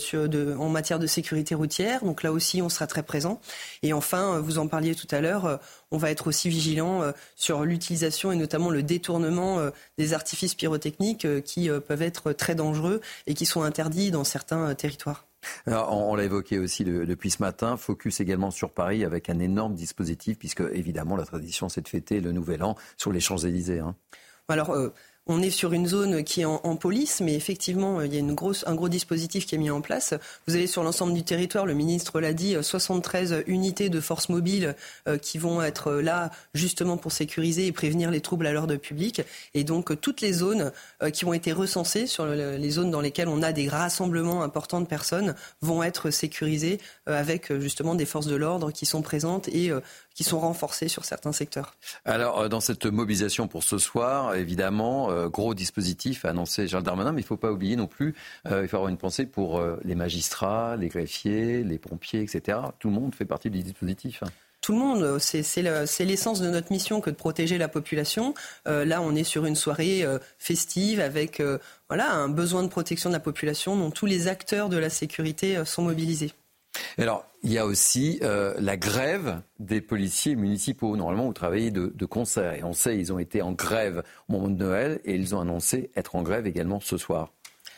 en matière de sécurité routière. Donc là aussi on sera très présent. Et enfin, vous en parliez tout à l'heure, on va être aussi vigilant sur l'utilisation et notamment le détournement des artifices pyrotechniques qui peuvent être très dangereux et qui sont interdits dans certains territoires. Alors, on l'a évoqué aussi depuis ce matin, focus également sur Paris avec un énorme dispositif puisque évidemment la tradition c'est de fêter le Nouvel An sur les Champs-Élysées. Alors on est sur une zone qui est en police, mais effectivement, il y a un gros dispositif qui est mis en place. Vous avez sur l'ensemble du territoire, le ministre l'a dit, 73 unités de forces mobiles qui vont être là justement pour sécuriser et prévenir les troubles à l'ordre public. Et donc, toutes les zones qui ont été recensées, sur les zones dans lesquelles on a des rassemblements importants de personnes, vont être sécurisées avec justement des forces de l'ordre qui sont présentes et qui sont renforcées sur certains secteurs. Alors, dans cette mobilisation pour ce soir, évidemment, gros dispositif a annoncé Gérald Darmanin, mais il ne faut pas oublier non plus, il faut avoir une pensée pour les magistrats, les greffiers, les pompiers, etc. Tout le monde fait partie du dispositif. Tout le monde, c'est l'essence de notre mission que de protéger la population. Là, on est sur une soirée festive avec un besoin de protection de la population dont tous les acteurs de la sécurité sont mobilisés. Alors, il y a aussi la grève des policiers municipaux. Normalement, vous travaillez de concert. Et on sait, ils ont été en grève au moment de Noël et ils ont annoncé être en grève également ce soir.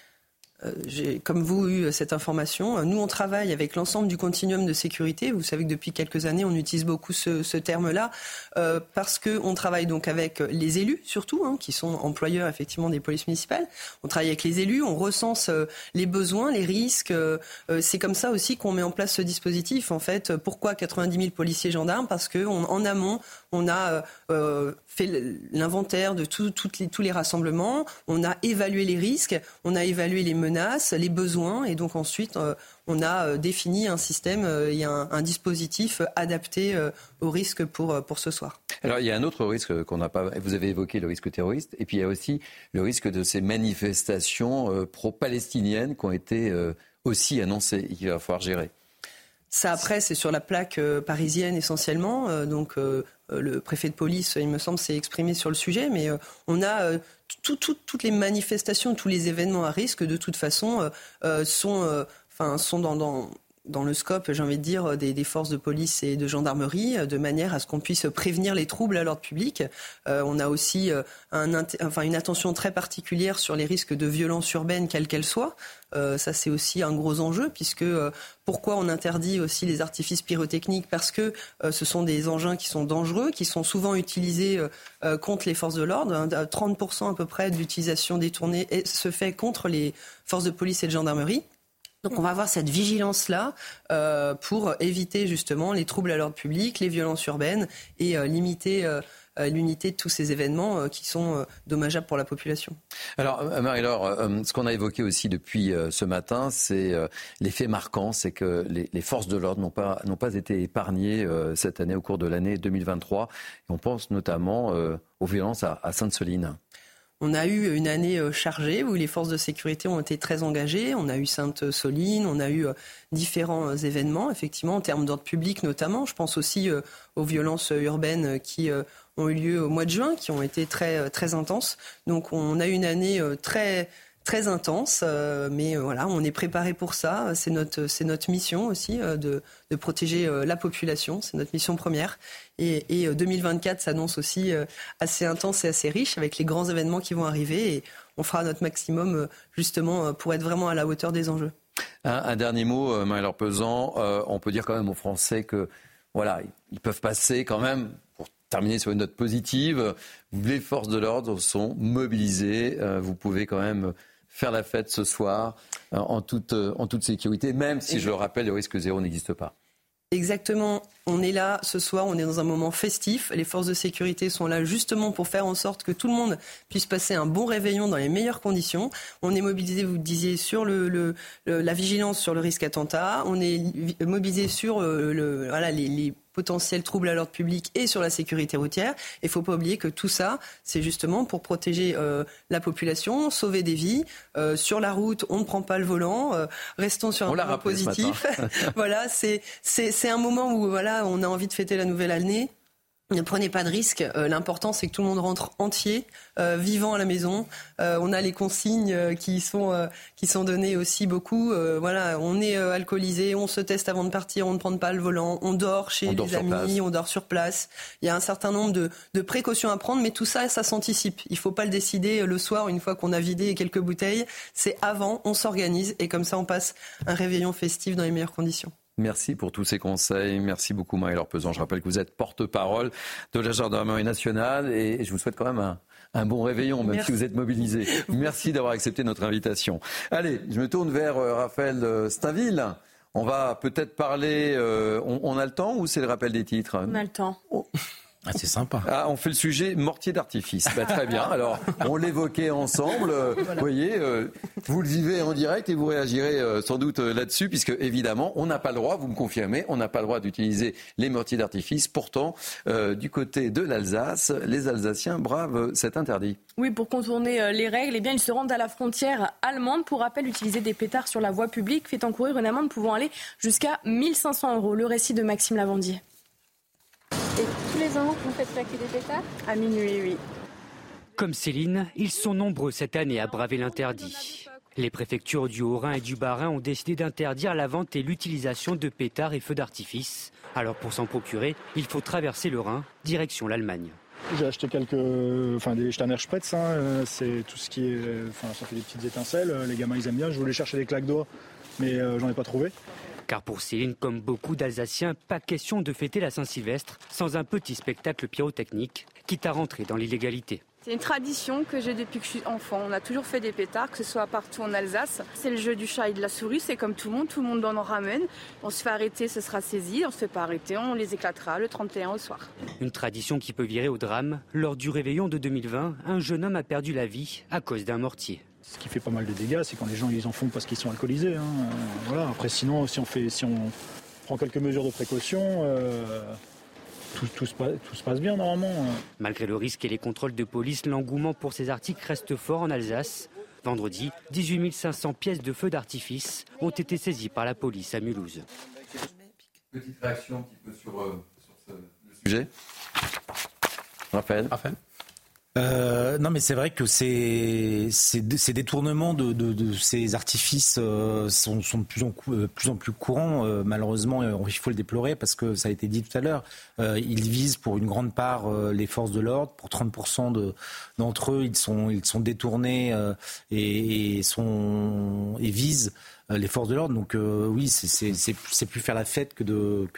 J'ai, comme vous, eu cette information. Nous, on travaille avec l'ensemble du continuum de sécurité. Vous savez que depuis quelques années, on utilise beaucoup ce terme-là parce qu'on travaille donc avec les élus, surtout, qui sont employeurs, effectivement, des polices municipales. On travaille avec les élus, on recense les besoins, les risques. C'est comme ça aussi qu'on met en place ce dispositif. En fait, pourquoi 90 000 policiers gendarmes ? Parce qu'en amont, on a fait l'inventaire de tous les rassemblements, on a évalué les risques, on a évalué les menaces, les besoins, et donc ensuite on a défini un système et un dispositif adapté aux risques pour ce soir. Alors il y a un autre risque qu'on n'a pas. Vous avez évoqué le risque terroriste, et puis il y a aussi le risque de ces manifestations pro-palestiniennes qui ont été aussi annoncées et qu'il va falloir gérer. Ça, après, c'est sur la plaque parisienne essentiellement. Donc, le préfet de police, il me semble, s'est exprimé sur le sujet. Mais on a toutes les manifestations, tous les événements à risque, de toute façon, sont dans le scope, j'ai envie de dire, des forces de police et de gendarmerie, de manière à ce qu'on puisse prévenir les troubles à l'ordre public. On a aussi une attention très particulière sur les risques de violence urbaine, quelle qu'elle soit. Ça, c'est aussi un gros enjeu, puisque pourquoi on interdit aussi les artifices pyrotechniques ? Parce que ce sont des engins qui sont dangereux, qui sont souvent utilisés contre les forces de l'ordre. 30% à peu près d'utilisation détournée se fait contre les forces de police et de gendarmerie. Donc on va avoir cette vigilance-là pour éviter justement les troubles à l'ordre public, les violences urbaines et limiter l'unité de tous ces événements qui sont dommageables pour la population. Alors Marie-Laure, ce qu'on a évoqué aussi depuis ce matin, c'est l'effet marquant, c'est que les forces de l'ordre n'ont pas été épargnées cette année au cours de l'année 2023. Et on pense notamment aux violences à Sainte-Soline. On a eu une année chargée où les forces de sécurité ont été très engagées. On a eu Sainte-Soline, on a eu différents événements, effectivement, en termes d'ordre public notamment. Je pense aussi aux violences urbaines qui ont eu lieu au mois de juin, qui ont été très, très intenses. Donc on a eu une année très très intense, mais voilà, on est préparé pour ça. C'est notre mission aussi de protéger la population. C'est notre mission première. Et 2024 s'annonce aussi assez intense et assez riche avec les grands événements qui vont arriver. Et on fera notre maximum justement pour être vraiment à la hauteur des enjeux. Un dernier mot, Marie-Laure Pesant. On peut dire quand même aux Français que voilà, ils peuvent passer quand même, pour terminer sur une note positive, les forces de l'ordre sont mobilisées. Vous pouvez quand même faire la fête ce soir en toute sécurité, même si, je le rappelle, le risque zéro n'existe pas. Exactement. On est là ce soir, on est dans un moment festif. Les forces de sécurité sont là justement pour faire en sorte que tout le monde puisse passer un bon réveillon dans les meilleures conditions. On est mobilisé, vous le disiez, sur la vigilance sur le risque attentat. On est mobilisé sur les potentiels troubles à l'ordre public et sur la sécurité routière. Il ne faut pas oublier que tout ça, c'est justement pour protéger la population, sauver des vies. Sur la route, on ne prend pas le volant. Restons sur un moment positif. Voilà, c'est un moment où on a envie de fêter la nouvelle année. Ne prenez pas de risques. L'important, c'est que tout le monde rentre entier, vivant à la maison. On a les consignes qui sont données aussi beaucoup. On est alcoolisé, on se teste avant de partir, on ne prend pas le volant, on dort chez les amis, on dort sur place. Il y a un certain nombre de précautions à prendre, mais tout ça, ça s'anticipe. Il ne faut pas le décider le soir, une fois qu'on a vidé quelques bouteilles. C'est avant, on s'organise et comme ça, on passe un réveillon festif dans les meilleures conditions. Merci pour tous ces conseils. Merci beaucoup Marie-Laure Pesant. Je rappelle que vous êtes porte-parole de la Gendarmerie nationale et je vous souhaite quand même un bon réveillon, même si vous êtes mobilisés. Merci d'avoir accepté notre invitation. Allez, je me tourne vers Raphaël Stainville. On va peut-être parler... on a le temps ou c'est le rappel des titres ? On a le temps. Ah, c'est sympa. Ah, on fait le sujet mortier d'artifice. Très bien. Alors, on l'évoquait ensemble. Vous voyez, vous le vivez en direct et vous réagirez sans doute là-dessus, puisque évidemment, on n'a pas le droit, vous me confirmez, on n'a pas le droit d'utiliser les mortiers d'artifice. Pourtant, du côté de l'Alsace, les Alsaciens bravent cet interdit. Oui, pour contourner les règles, ils se rendent à la frontière allemande. Pour rappel, utiliser des pétards sur la voie publique fait encourir une amende pouvant aller jusqu'à 1 500 €. Le récit de Maxime Lavandier. Et tous les ans, vous faites claquer des pétards ? À minuit, oui. Comme Céline, ils sont nombreux cette année à braver l'interdit. Les préfectures du Haut-Rhin et du Bas-Rhin ont décidé d'interdire la vente et l'utilisation de pétards et feux d'artifice. Alors pour s'en procurer, il faut traverser le Rhin, direction l'Allemagne. J'ai acheté des Steiner-Spritz, c'est tout ce qui est, ça fait des petites étincelles, les gamins ils aiment bien. Je voulais chercher des claques d'eau, mais j'en ai pas trouvé. Car pour Céline, comme beaucoup d'Alsaciens, pas question de fêter la Saint-Sylvestre sans un petit spectacle pyrotechnique, quitte à rentrer dans l'illégalité. C'est une tradition que j'ai depuis que je suis enfant. On a toujours fait des pétards, que ce soit partout en Alsace. C'est le jeu du chat et de la souris, c'est comme tout le monde en ramène. On se fait arrêter, ce sera saisi. On ne se fait pas arrêter, on les éclatera le 31 au soir. Une tradition qui peut virer au drame. Lors du réveillon de 2020, un jeune homme a perdu la vie à cause d'un mortier. Ce qui fait pas mal de dégâts, c'est quand les gens ils en font parce qu'ils sont alcoolisés. Voilà. Après, sinon, si on prend quelques mesures de précaution, tout se passe bien normalement. Malgré le risque et les contrôles de police, l'engouement pour ces articles reste fort en Alsace. Vendredi, 18 500 pièces de feux d'artifice ont été saisies par la police à Mulhouse. Petite réaction un petit peu sur le sujet. Raphaël. Non, mais c'est vrai que ces détournements de ces artifices sont de plus en plus courants. Malheureusement, il faut le déplorer parce que ça a été dit tout à l'heure. Ils visent pour une grande part les forces de l'ordre. Pour 30% d'entre eux, ils sont détournés et visent les forces de l'ordre. Donc oui, c'est plus faire la fête que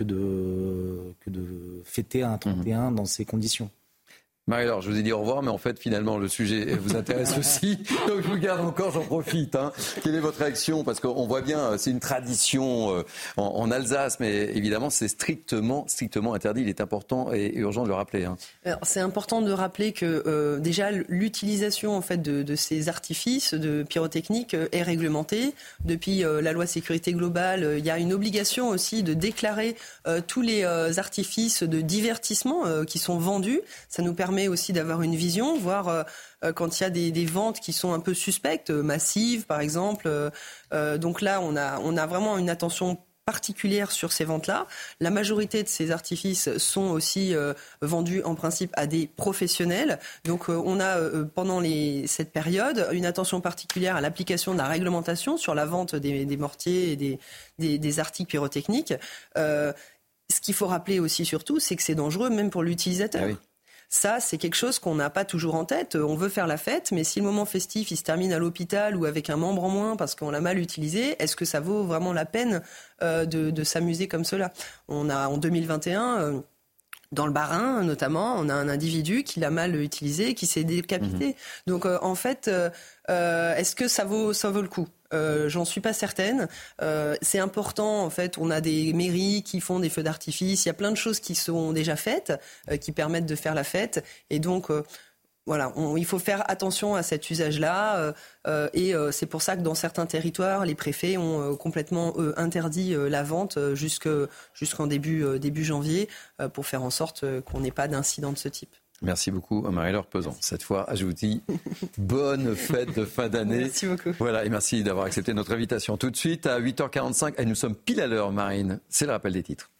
de fêter un 31 dans ces conditions. Marie-Laure, je vous ai dit au revoir, mais en fait, finalement, le sujet vous intéresse aussi. Donc, je vous garde encore, j'en profite. Quelle est votre réaction ? Parce qu'on voit bien, c'est une tradition en Alsace, mais évidemment, c'est strictement interdit. Il est important et urgent de le rappeler. Alors, c'est important de rappeler que déjà, l'utilisation en fait de ces artifices de pyrotechnique est réglementée. Depuis la loi sécurité globale, il y a une obligation aussi de déclarer tous les artifices de divertissement qui sont vendus. Ça nous permet aussi d'avoir une vision, voir quand il y a des ventes qui sont un peu suspectes, massives par exemple. Donc là, on a vraiment une attention particulière sur ces ventes-là. La majorité de ces artifices sont aussi vendus en principe à des professionnels. Donc on a pendant cette période une attention particulière à l'application de la réglementation sur la vente des mortiers et des articles pyrotechniques. Ce qu'il faut rappeler aussi surtout, c'est que c'est dangereux même pour l'utilisateur. Ah oui. Ça, c'est quelque chose qu'on n'a pas toujours en tête. On veut faire la fête, mais si le moment festif, il se termine à l'hôpital ou avec un membre en moins parce qu'on l'a mal utilisé, est-ce que ça vaut vraiment la peine de s'amuser comme cela ? On a en 2021... Dans le Bas-Rhin, notamment, on a un individu qui l'a mal utilisé, qui s'est décapité. Donc, en fait, est-ce que ça vaut le coup ? J'en suis pas certaine. C'est important, en fait. On a des mairies qui font des feux d'artifice. Il y a plein de choses qui sont déjà faites, qui permettent de faire la fête. Et donc, voilà, il faut faire attention à cet usage-là. Et c'est pour ça que dans certains territoires, les préfets ont complètement interdit la vente jusqu'en début janvier pour faire en sorte qu'on n'ait pas d'incident de ce type. Merci beaucoup, Marie-Laure Pesan. Cette fois, je vous dis bonne fête de fin d'année. Merci beaucoup. Voilà, et merci d'avoir accepté notre invitation. Tout de suite, à 8h45, et nous sommes pile à l'heure, Marine. C'est le rappel des titres.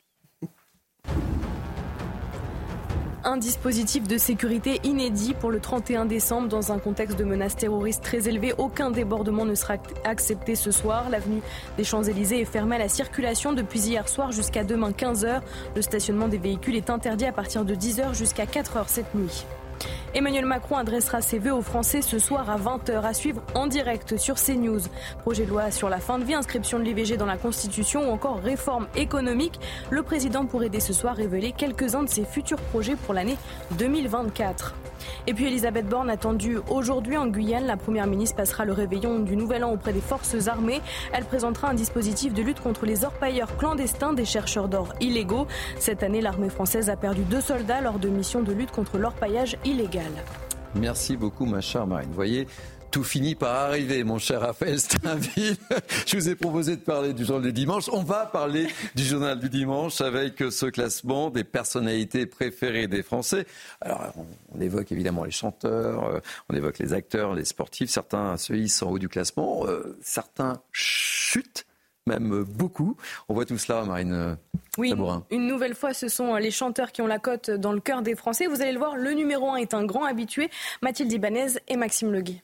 Un dispositif de sécurité inédit pour le 31 décembre dans un contexte de menace terroriste très élevé. Aucun débordement ne sera accepté ce soir. L'avenue des Champs-Élysées est fermée à la circulation depuis hier soir jusqu'à demain 15h. Le stationnement des véhicules est interdit à partir de 10h jusqu'à 4h cette nuit. Emmanuel Macron adressera ses vœux aux Français ce soir à 20h, à suivre en direct sur CNews. Projet de loi sur la fin de vie, inscription de l'IVG dans la Constitution ou encore réforme économique. Le président pourrait dès ce soir révéler quelques-uns de ses futurs projets pour l'année 2024. Et puis Elisabeth Borne attendue aujourd'hui en Guyane. La première ministre passera le réveillon du Nouvel An auprès des forces armées. Elle présentera un dispositif de lutte contre les orpailleurs clandestins des chercheurs d'or illégaux. Cette année, l'armée française a perdu 2 soldats lors de missions de lutte contre l'orpaillage illégal. Merci beaucoup, ma chère Marine. Vous voyez, tout finit par arriver, mon cher Raphaël Steinville. Je vous ai proposé de parler du journal du dimanche. On va parler du journal du dimanche avec ce classement des personnalités préférées des Français. Alors, on évoque évidemment les chanteurs, on évoque les acteurs, les sportifs. Certains se hissent en haut du classement, certains chutent. Même beaucoup. On voit tout cela, Marine Sabourin. Une nouvelle fois, ce sont les chanteurs qui ont la cote dans le cœur des Français. Vous allez le voir, le numéro 1 est un grand habitué, Mathilde Ibanez et Maxime Leguet.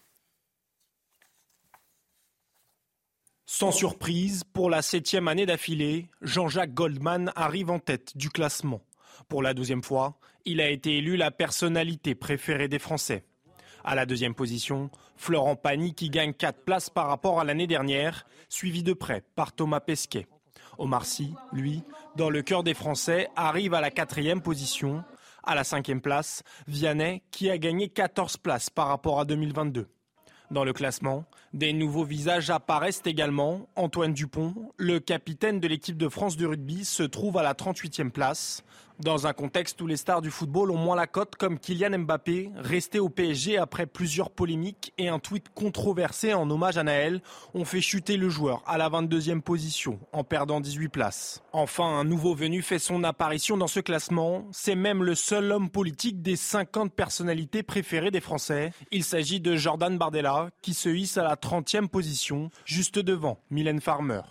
Sans surprise, pour la 7e année d'affilée, Jean-Jacques Goldman arrive en tête du classement. Pour la 12e fois, il a été élu la personnalité préférée des Français. À la 2e position, Florent Pagny qui gagne 4 places par rapport à l'année dernière, suivi de près par Thomas Pesquet. Omar Sy, lui, dans le cœur des Français, arrive à la 4e position. À la 5e place, Vianney qui a gagné 14 places par rapport à 2022. Dans le classement, des nouveaux visages apparaissent également. Antoine Dupont, le capitaine de l'équipe de France de rugby, se trouve à la 38e place. Dans un contexte où les stars du football ont moins la cote, comme Kylian Mbappé, resté au PSG après plusieurs polémiques et un tweet controversé en hommage à Naël, ont fait chuter le joueur à la 22e position, en perdant 18 places. Enfin, un nouveau venu fait son apparition dans ce classement. C'est même le seul homme politique des 50 personnalités préférées des Français. Il s'agit de Jordan Bardella, qui se hisse à la 30e position, juste devant Mylène Farmer.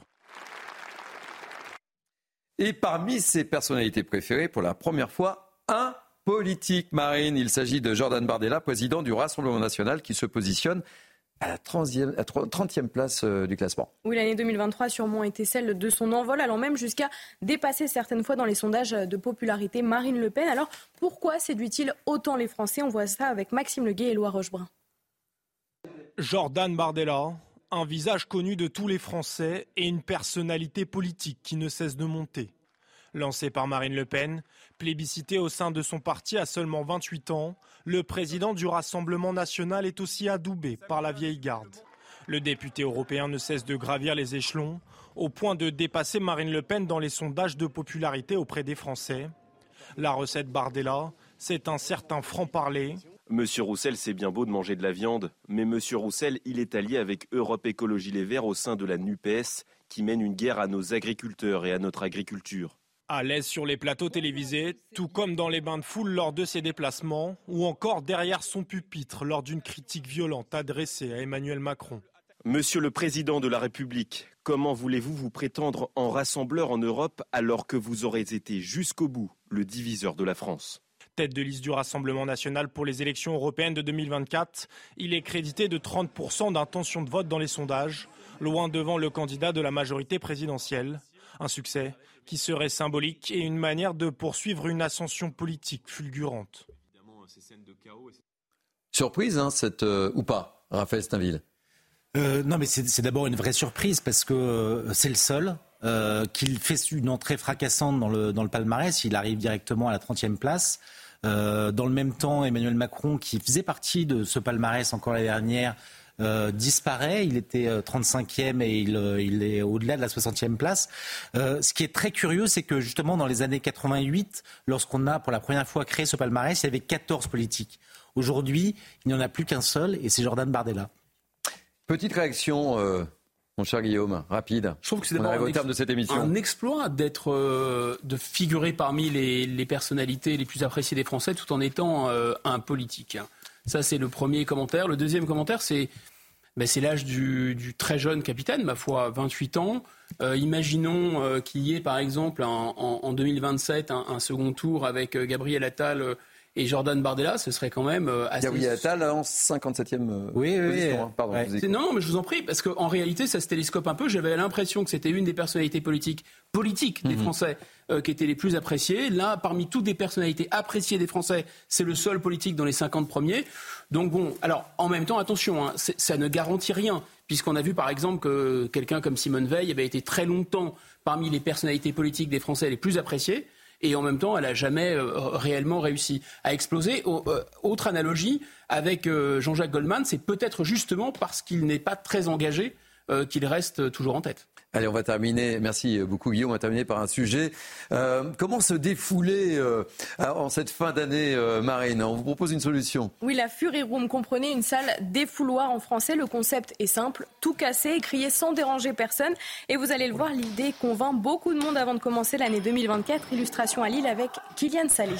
Et parmi ses personnalités préférées, pour la première fois, un politique, Marine. Il s'agit de Jordan Bardella, président du Rassemblement national, qui se positionne à la 30e place du classement. Oui, l'année 2023 a sûrement été celle de son envol, allant même jusqu'à dépasser certaines fois dans les sondages de popularité Marine Le Pen. Alors, pourquoi séduit-il autant les Français ? On voit ça avec Maxime Leguet et Éloi Rochebrun. Jordan Bardella, un visage connu de tous les Français et une personnalité politique qui ne cesse de monter. Lancé par Marine Le Pen, plébiscité au sein de son parti à seulement 28 ans, le président du Rassemblement national est aussi adoubé par la vieille garde. Le député européen ne cesse de gravir les échelons, au point de dépasser Marine Le Pen dans les sondages de popularité auprès des Français. La recette Bardella, c'est un certain franc-parler. Monsieur Roussel, c'est bien beau de manger de la viande, mais Monsieur Roussel, il est allié avec Europe Écologie Les Verts au sein de la NUPES, qui mène une guerre à nos agriculteurs et à notre agriculture. À l'aise sur les plateaux télévisés, tout comme dans les bains de foule lors de ses déplacements, ou encore derrière son pupitre lors d'une critique violente adressée à Emmanuel Macron. Monsieur le Président de la République, Comment voulez-vous vous prétendre en rassembleur en Europe alors que vous aurez été jusqu'au bout le diviseur de la France ? Tête de liste du Rassemblement national pour les élections européennes de 2024, il est crédité de 30% d'intention de vote dans les sondages, loin devant le candidat de la majorité présidentielle. Un succès qui serait symbolique et une manière de poursuivre une ascension politique fulgurante. Surprise, ou pas, Raphaël Steinville? Non, mais c'est d'abord une vraie surprise parce que c'est le seul qu'il fait une entrée fracassante dans le palmarès. Il arrive directement à la 30e place. Dans le même temps, Emmanuel Macron, qui faisait partie de ce palmarès encore l'année dernière, disparaît. Il était 35e et il est au-delà de la 60e place. Ce qui est très curieux, c'est que justement dans les années 88, lorsqu'on a pour la première fois créé ce palmarès, il y avait 14 politiques. Aujourd'hui, il n'y en a plus qu'un seul et c'est Jordan Bardella. Petite réaction, mon cher Guillaume, rapide. Je trouve que c'est on arrive au terme de cette émission. Un exploit de figurer parmi les personnalités les plus appréciées des Français tout en étant un politique. Ça, c'est le premier commentaire. Le deuxième commentaire, c'est l'âge du très jeune capitaine, ma foi, 28 ans. Imaginons qu'il y ait, par exemple, en 2027, un second tour avec Gabriel Attal et Jordan Bardella, ce serait quand même assez... Gabriel Attal en 57e position. Pardon, ouais. Non, mais je vous en prie, parce qu'en réalité, ça se télescope un peu. J'avais l'impression que c'était une des personnalités politiques des Français qui étaient les plus appréciées. Là, parmi toutes les personnalités appréciées des Français, c'est le seul politique dans les 50 premiers. Donc bon, alors en même temps, attention, ça ne garantit rien, puisqu'on a vu par exemple que quelqu'un comme Simone Veil avait été très longtemps parmi les personnalités politiques des Français les plus appréciées. Et en même temps, elle n'a jamais réellement réussi à exploser. Autre analogie, avec Jean-Jacques Goldman, c'est peut-être justement parce qu'il n'est pas très engagé qu'il reste toujours en tête. Allez, on va terminer, merci beaucoup Guillaume, on va terminer par un sujet. Comment se défouler en cette fin d'année, Marine? On vous propose une solution. Oui, la Fury Room, comprenez une salle défouloir en français. Le concept est simple, tout casser et crier sans déranger personne. Et vous allez le voir, l'idée convainc beaucoup de monde avant de commencer l'année 2024. Illustration à Lille avec Kylian Salé.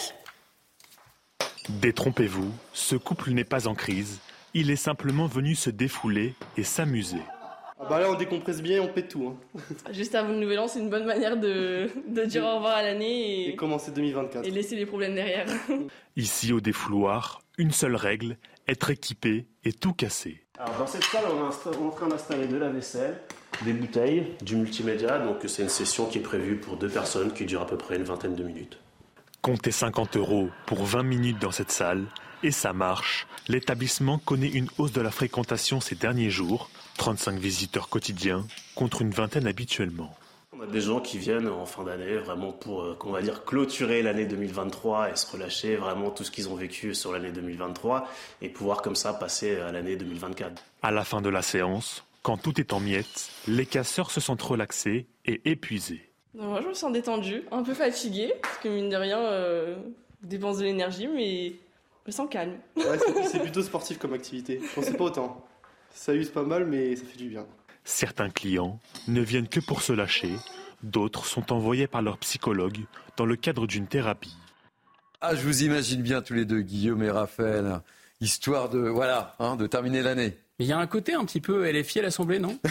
Détrompez-vous, ce couple n'est pas en crise. Il est simplement venu se défouler et s'amuser. Là, on décompresse bien et on pète tout. Juste avant le nouvel an, c'est une bonne manière de dire au revoir à l'année et commencer 2024. Et laisser les problèmes derrière. Ici, au défouloir, une seule règle, être équipé et tout casser. Alors, dans cette salle, on est en train d'installer de la vaisselle, des bouteilles, du multimédia. Donc, c'est une session qui est prévue pour 2 personnes qui dure à peu près une vingtaine de minutes. Comptez 50 € pour 20 minutes dans cette salle. Et ça marche. L'établissement connaît une hausse de la fréquentation ces derniers jours. 35 visiteurs quotidiens contre une vingtaine habituellement. On a des gens qui viennent en fin d'année vraiment pour, clôturer l'année 2023 et se relâcher vraiment tout ce qu'ils ont vécu sur l'année 2023 et pouvoir comme ça passer à l'année 2024. À la fin de la séance, quand tout est en miettes, les casseurs se sentent relaxés et épuisés. Moi, je me sens détendue, un peu fatiguée, parce que mine de rien, je dépense de l'énergie, mais je me sens calme. Ouais, c'est plutôt sportif comme activité. Je pensais pas autant. Ça use pas mal, mais ça fait du bien. Certains clients ne viennent que pour se lâcher. D'autres sont envoyés par leur psychologue dans le cadre d'une thérapie. Ah, je vous imagine bien tous les deux, Guillaume et Raphaël, histoire de terminer l'année. Il y a un côté un petit peu LFI à l'Assemblée, non?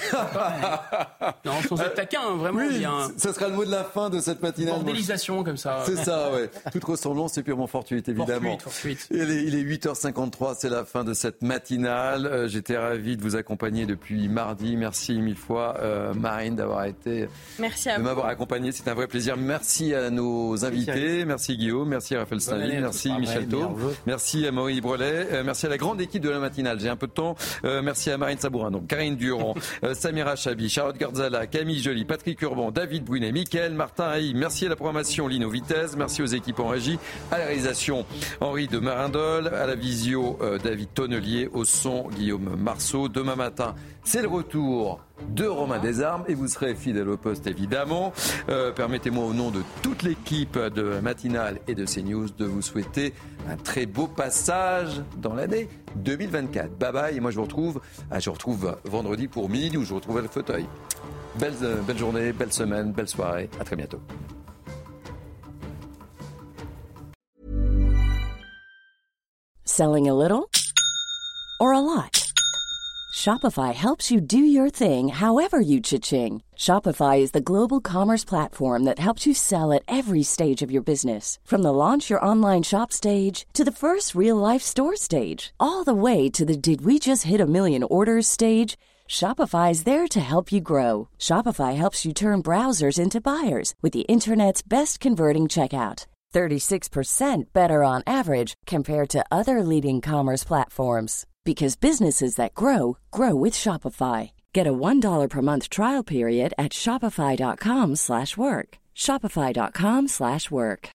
Non, sans être taquin, vraiment. Oui, ça sera le mot de la fin de cette matinale. Bordélisation, comme ça. C'est ça, ouais. Toute ressemblance, c'est purement fortuite, évidemment. Fortuite. Il est 8h53, c'est la fin de cette matinale. J'étais ravi de vous accompagner depuis mardi. Merci 1000 fois, Marine, d'avoir été... Merci à de vous. m'avoir accompagné. C'est un vrai plaisir. Merci à nos invités. Merci Guillaume, merci Raphaël Steinville, merci Michel Thau, merci à Maurice Brelet, merci à la grande équipe de la matinale. J'ai un peu de temps. Merci à Marine Sabourin, donc Karine Durand, Samira Chabi, Charlotte Gardala, Camille Joly, Patrick Urban, David Brunet, Mickaël Martin Haï. Merci à la programmation Lino Vitesse. Merci aux équipes en régie, à la réalisation Henri de Marindol, à la visio David Tonnelier, au son Guillaume Marceau. Demain matin, c'est le retour de Romain Desarmes et vous serez fidèle au poste évidemment. Permettez-moi au nom de toute l'équipe de la matinale et de CNews de vous souhaiter un très beau passage dans l'année 2024. Bye bye et moi je vous retrouve vendredi pour Midi où je vous retrouve à le fauteuil. Belle journée, belle semaine, belle soirée. À très bientôt. Selling a little or a lot? Shopify helps you do your thing however you cha-ching. Shopify is the global commerce platform that helps you sell at every stage of your business. From the launch your online shop stage to the first real-life store stage, all the way to the did we just hit a million orders stage. Shopify is there to help you grow. Shopify helps you turn browsers into buyers with the internet's best converting checkout. 36% better on average compared to other leading commerce platforms. Because businesses that grow, grow with Shopify. Get a $1 per month trial period at shopify.com/work. Shopify.com/work.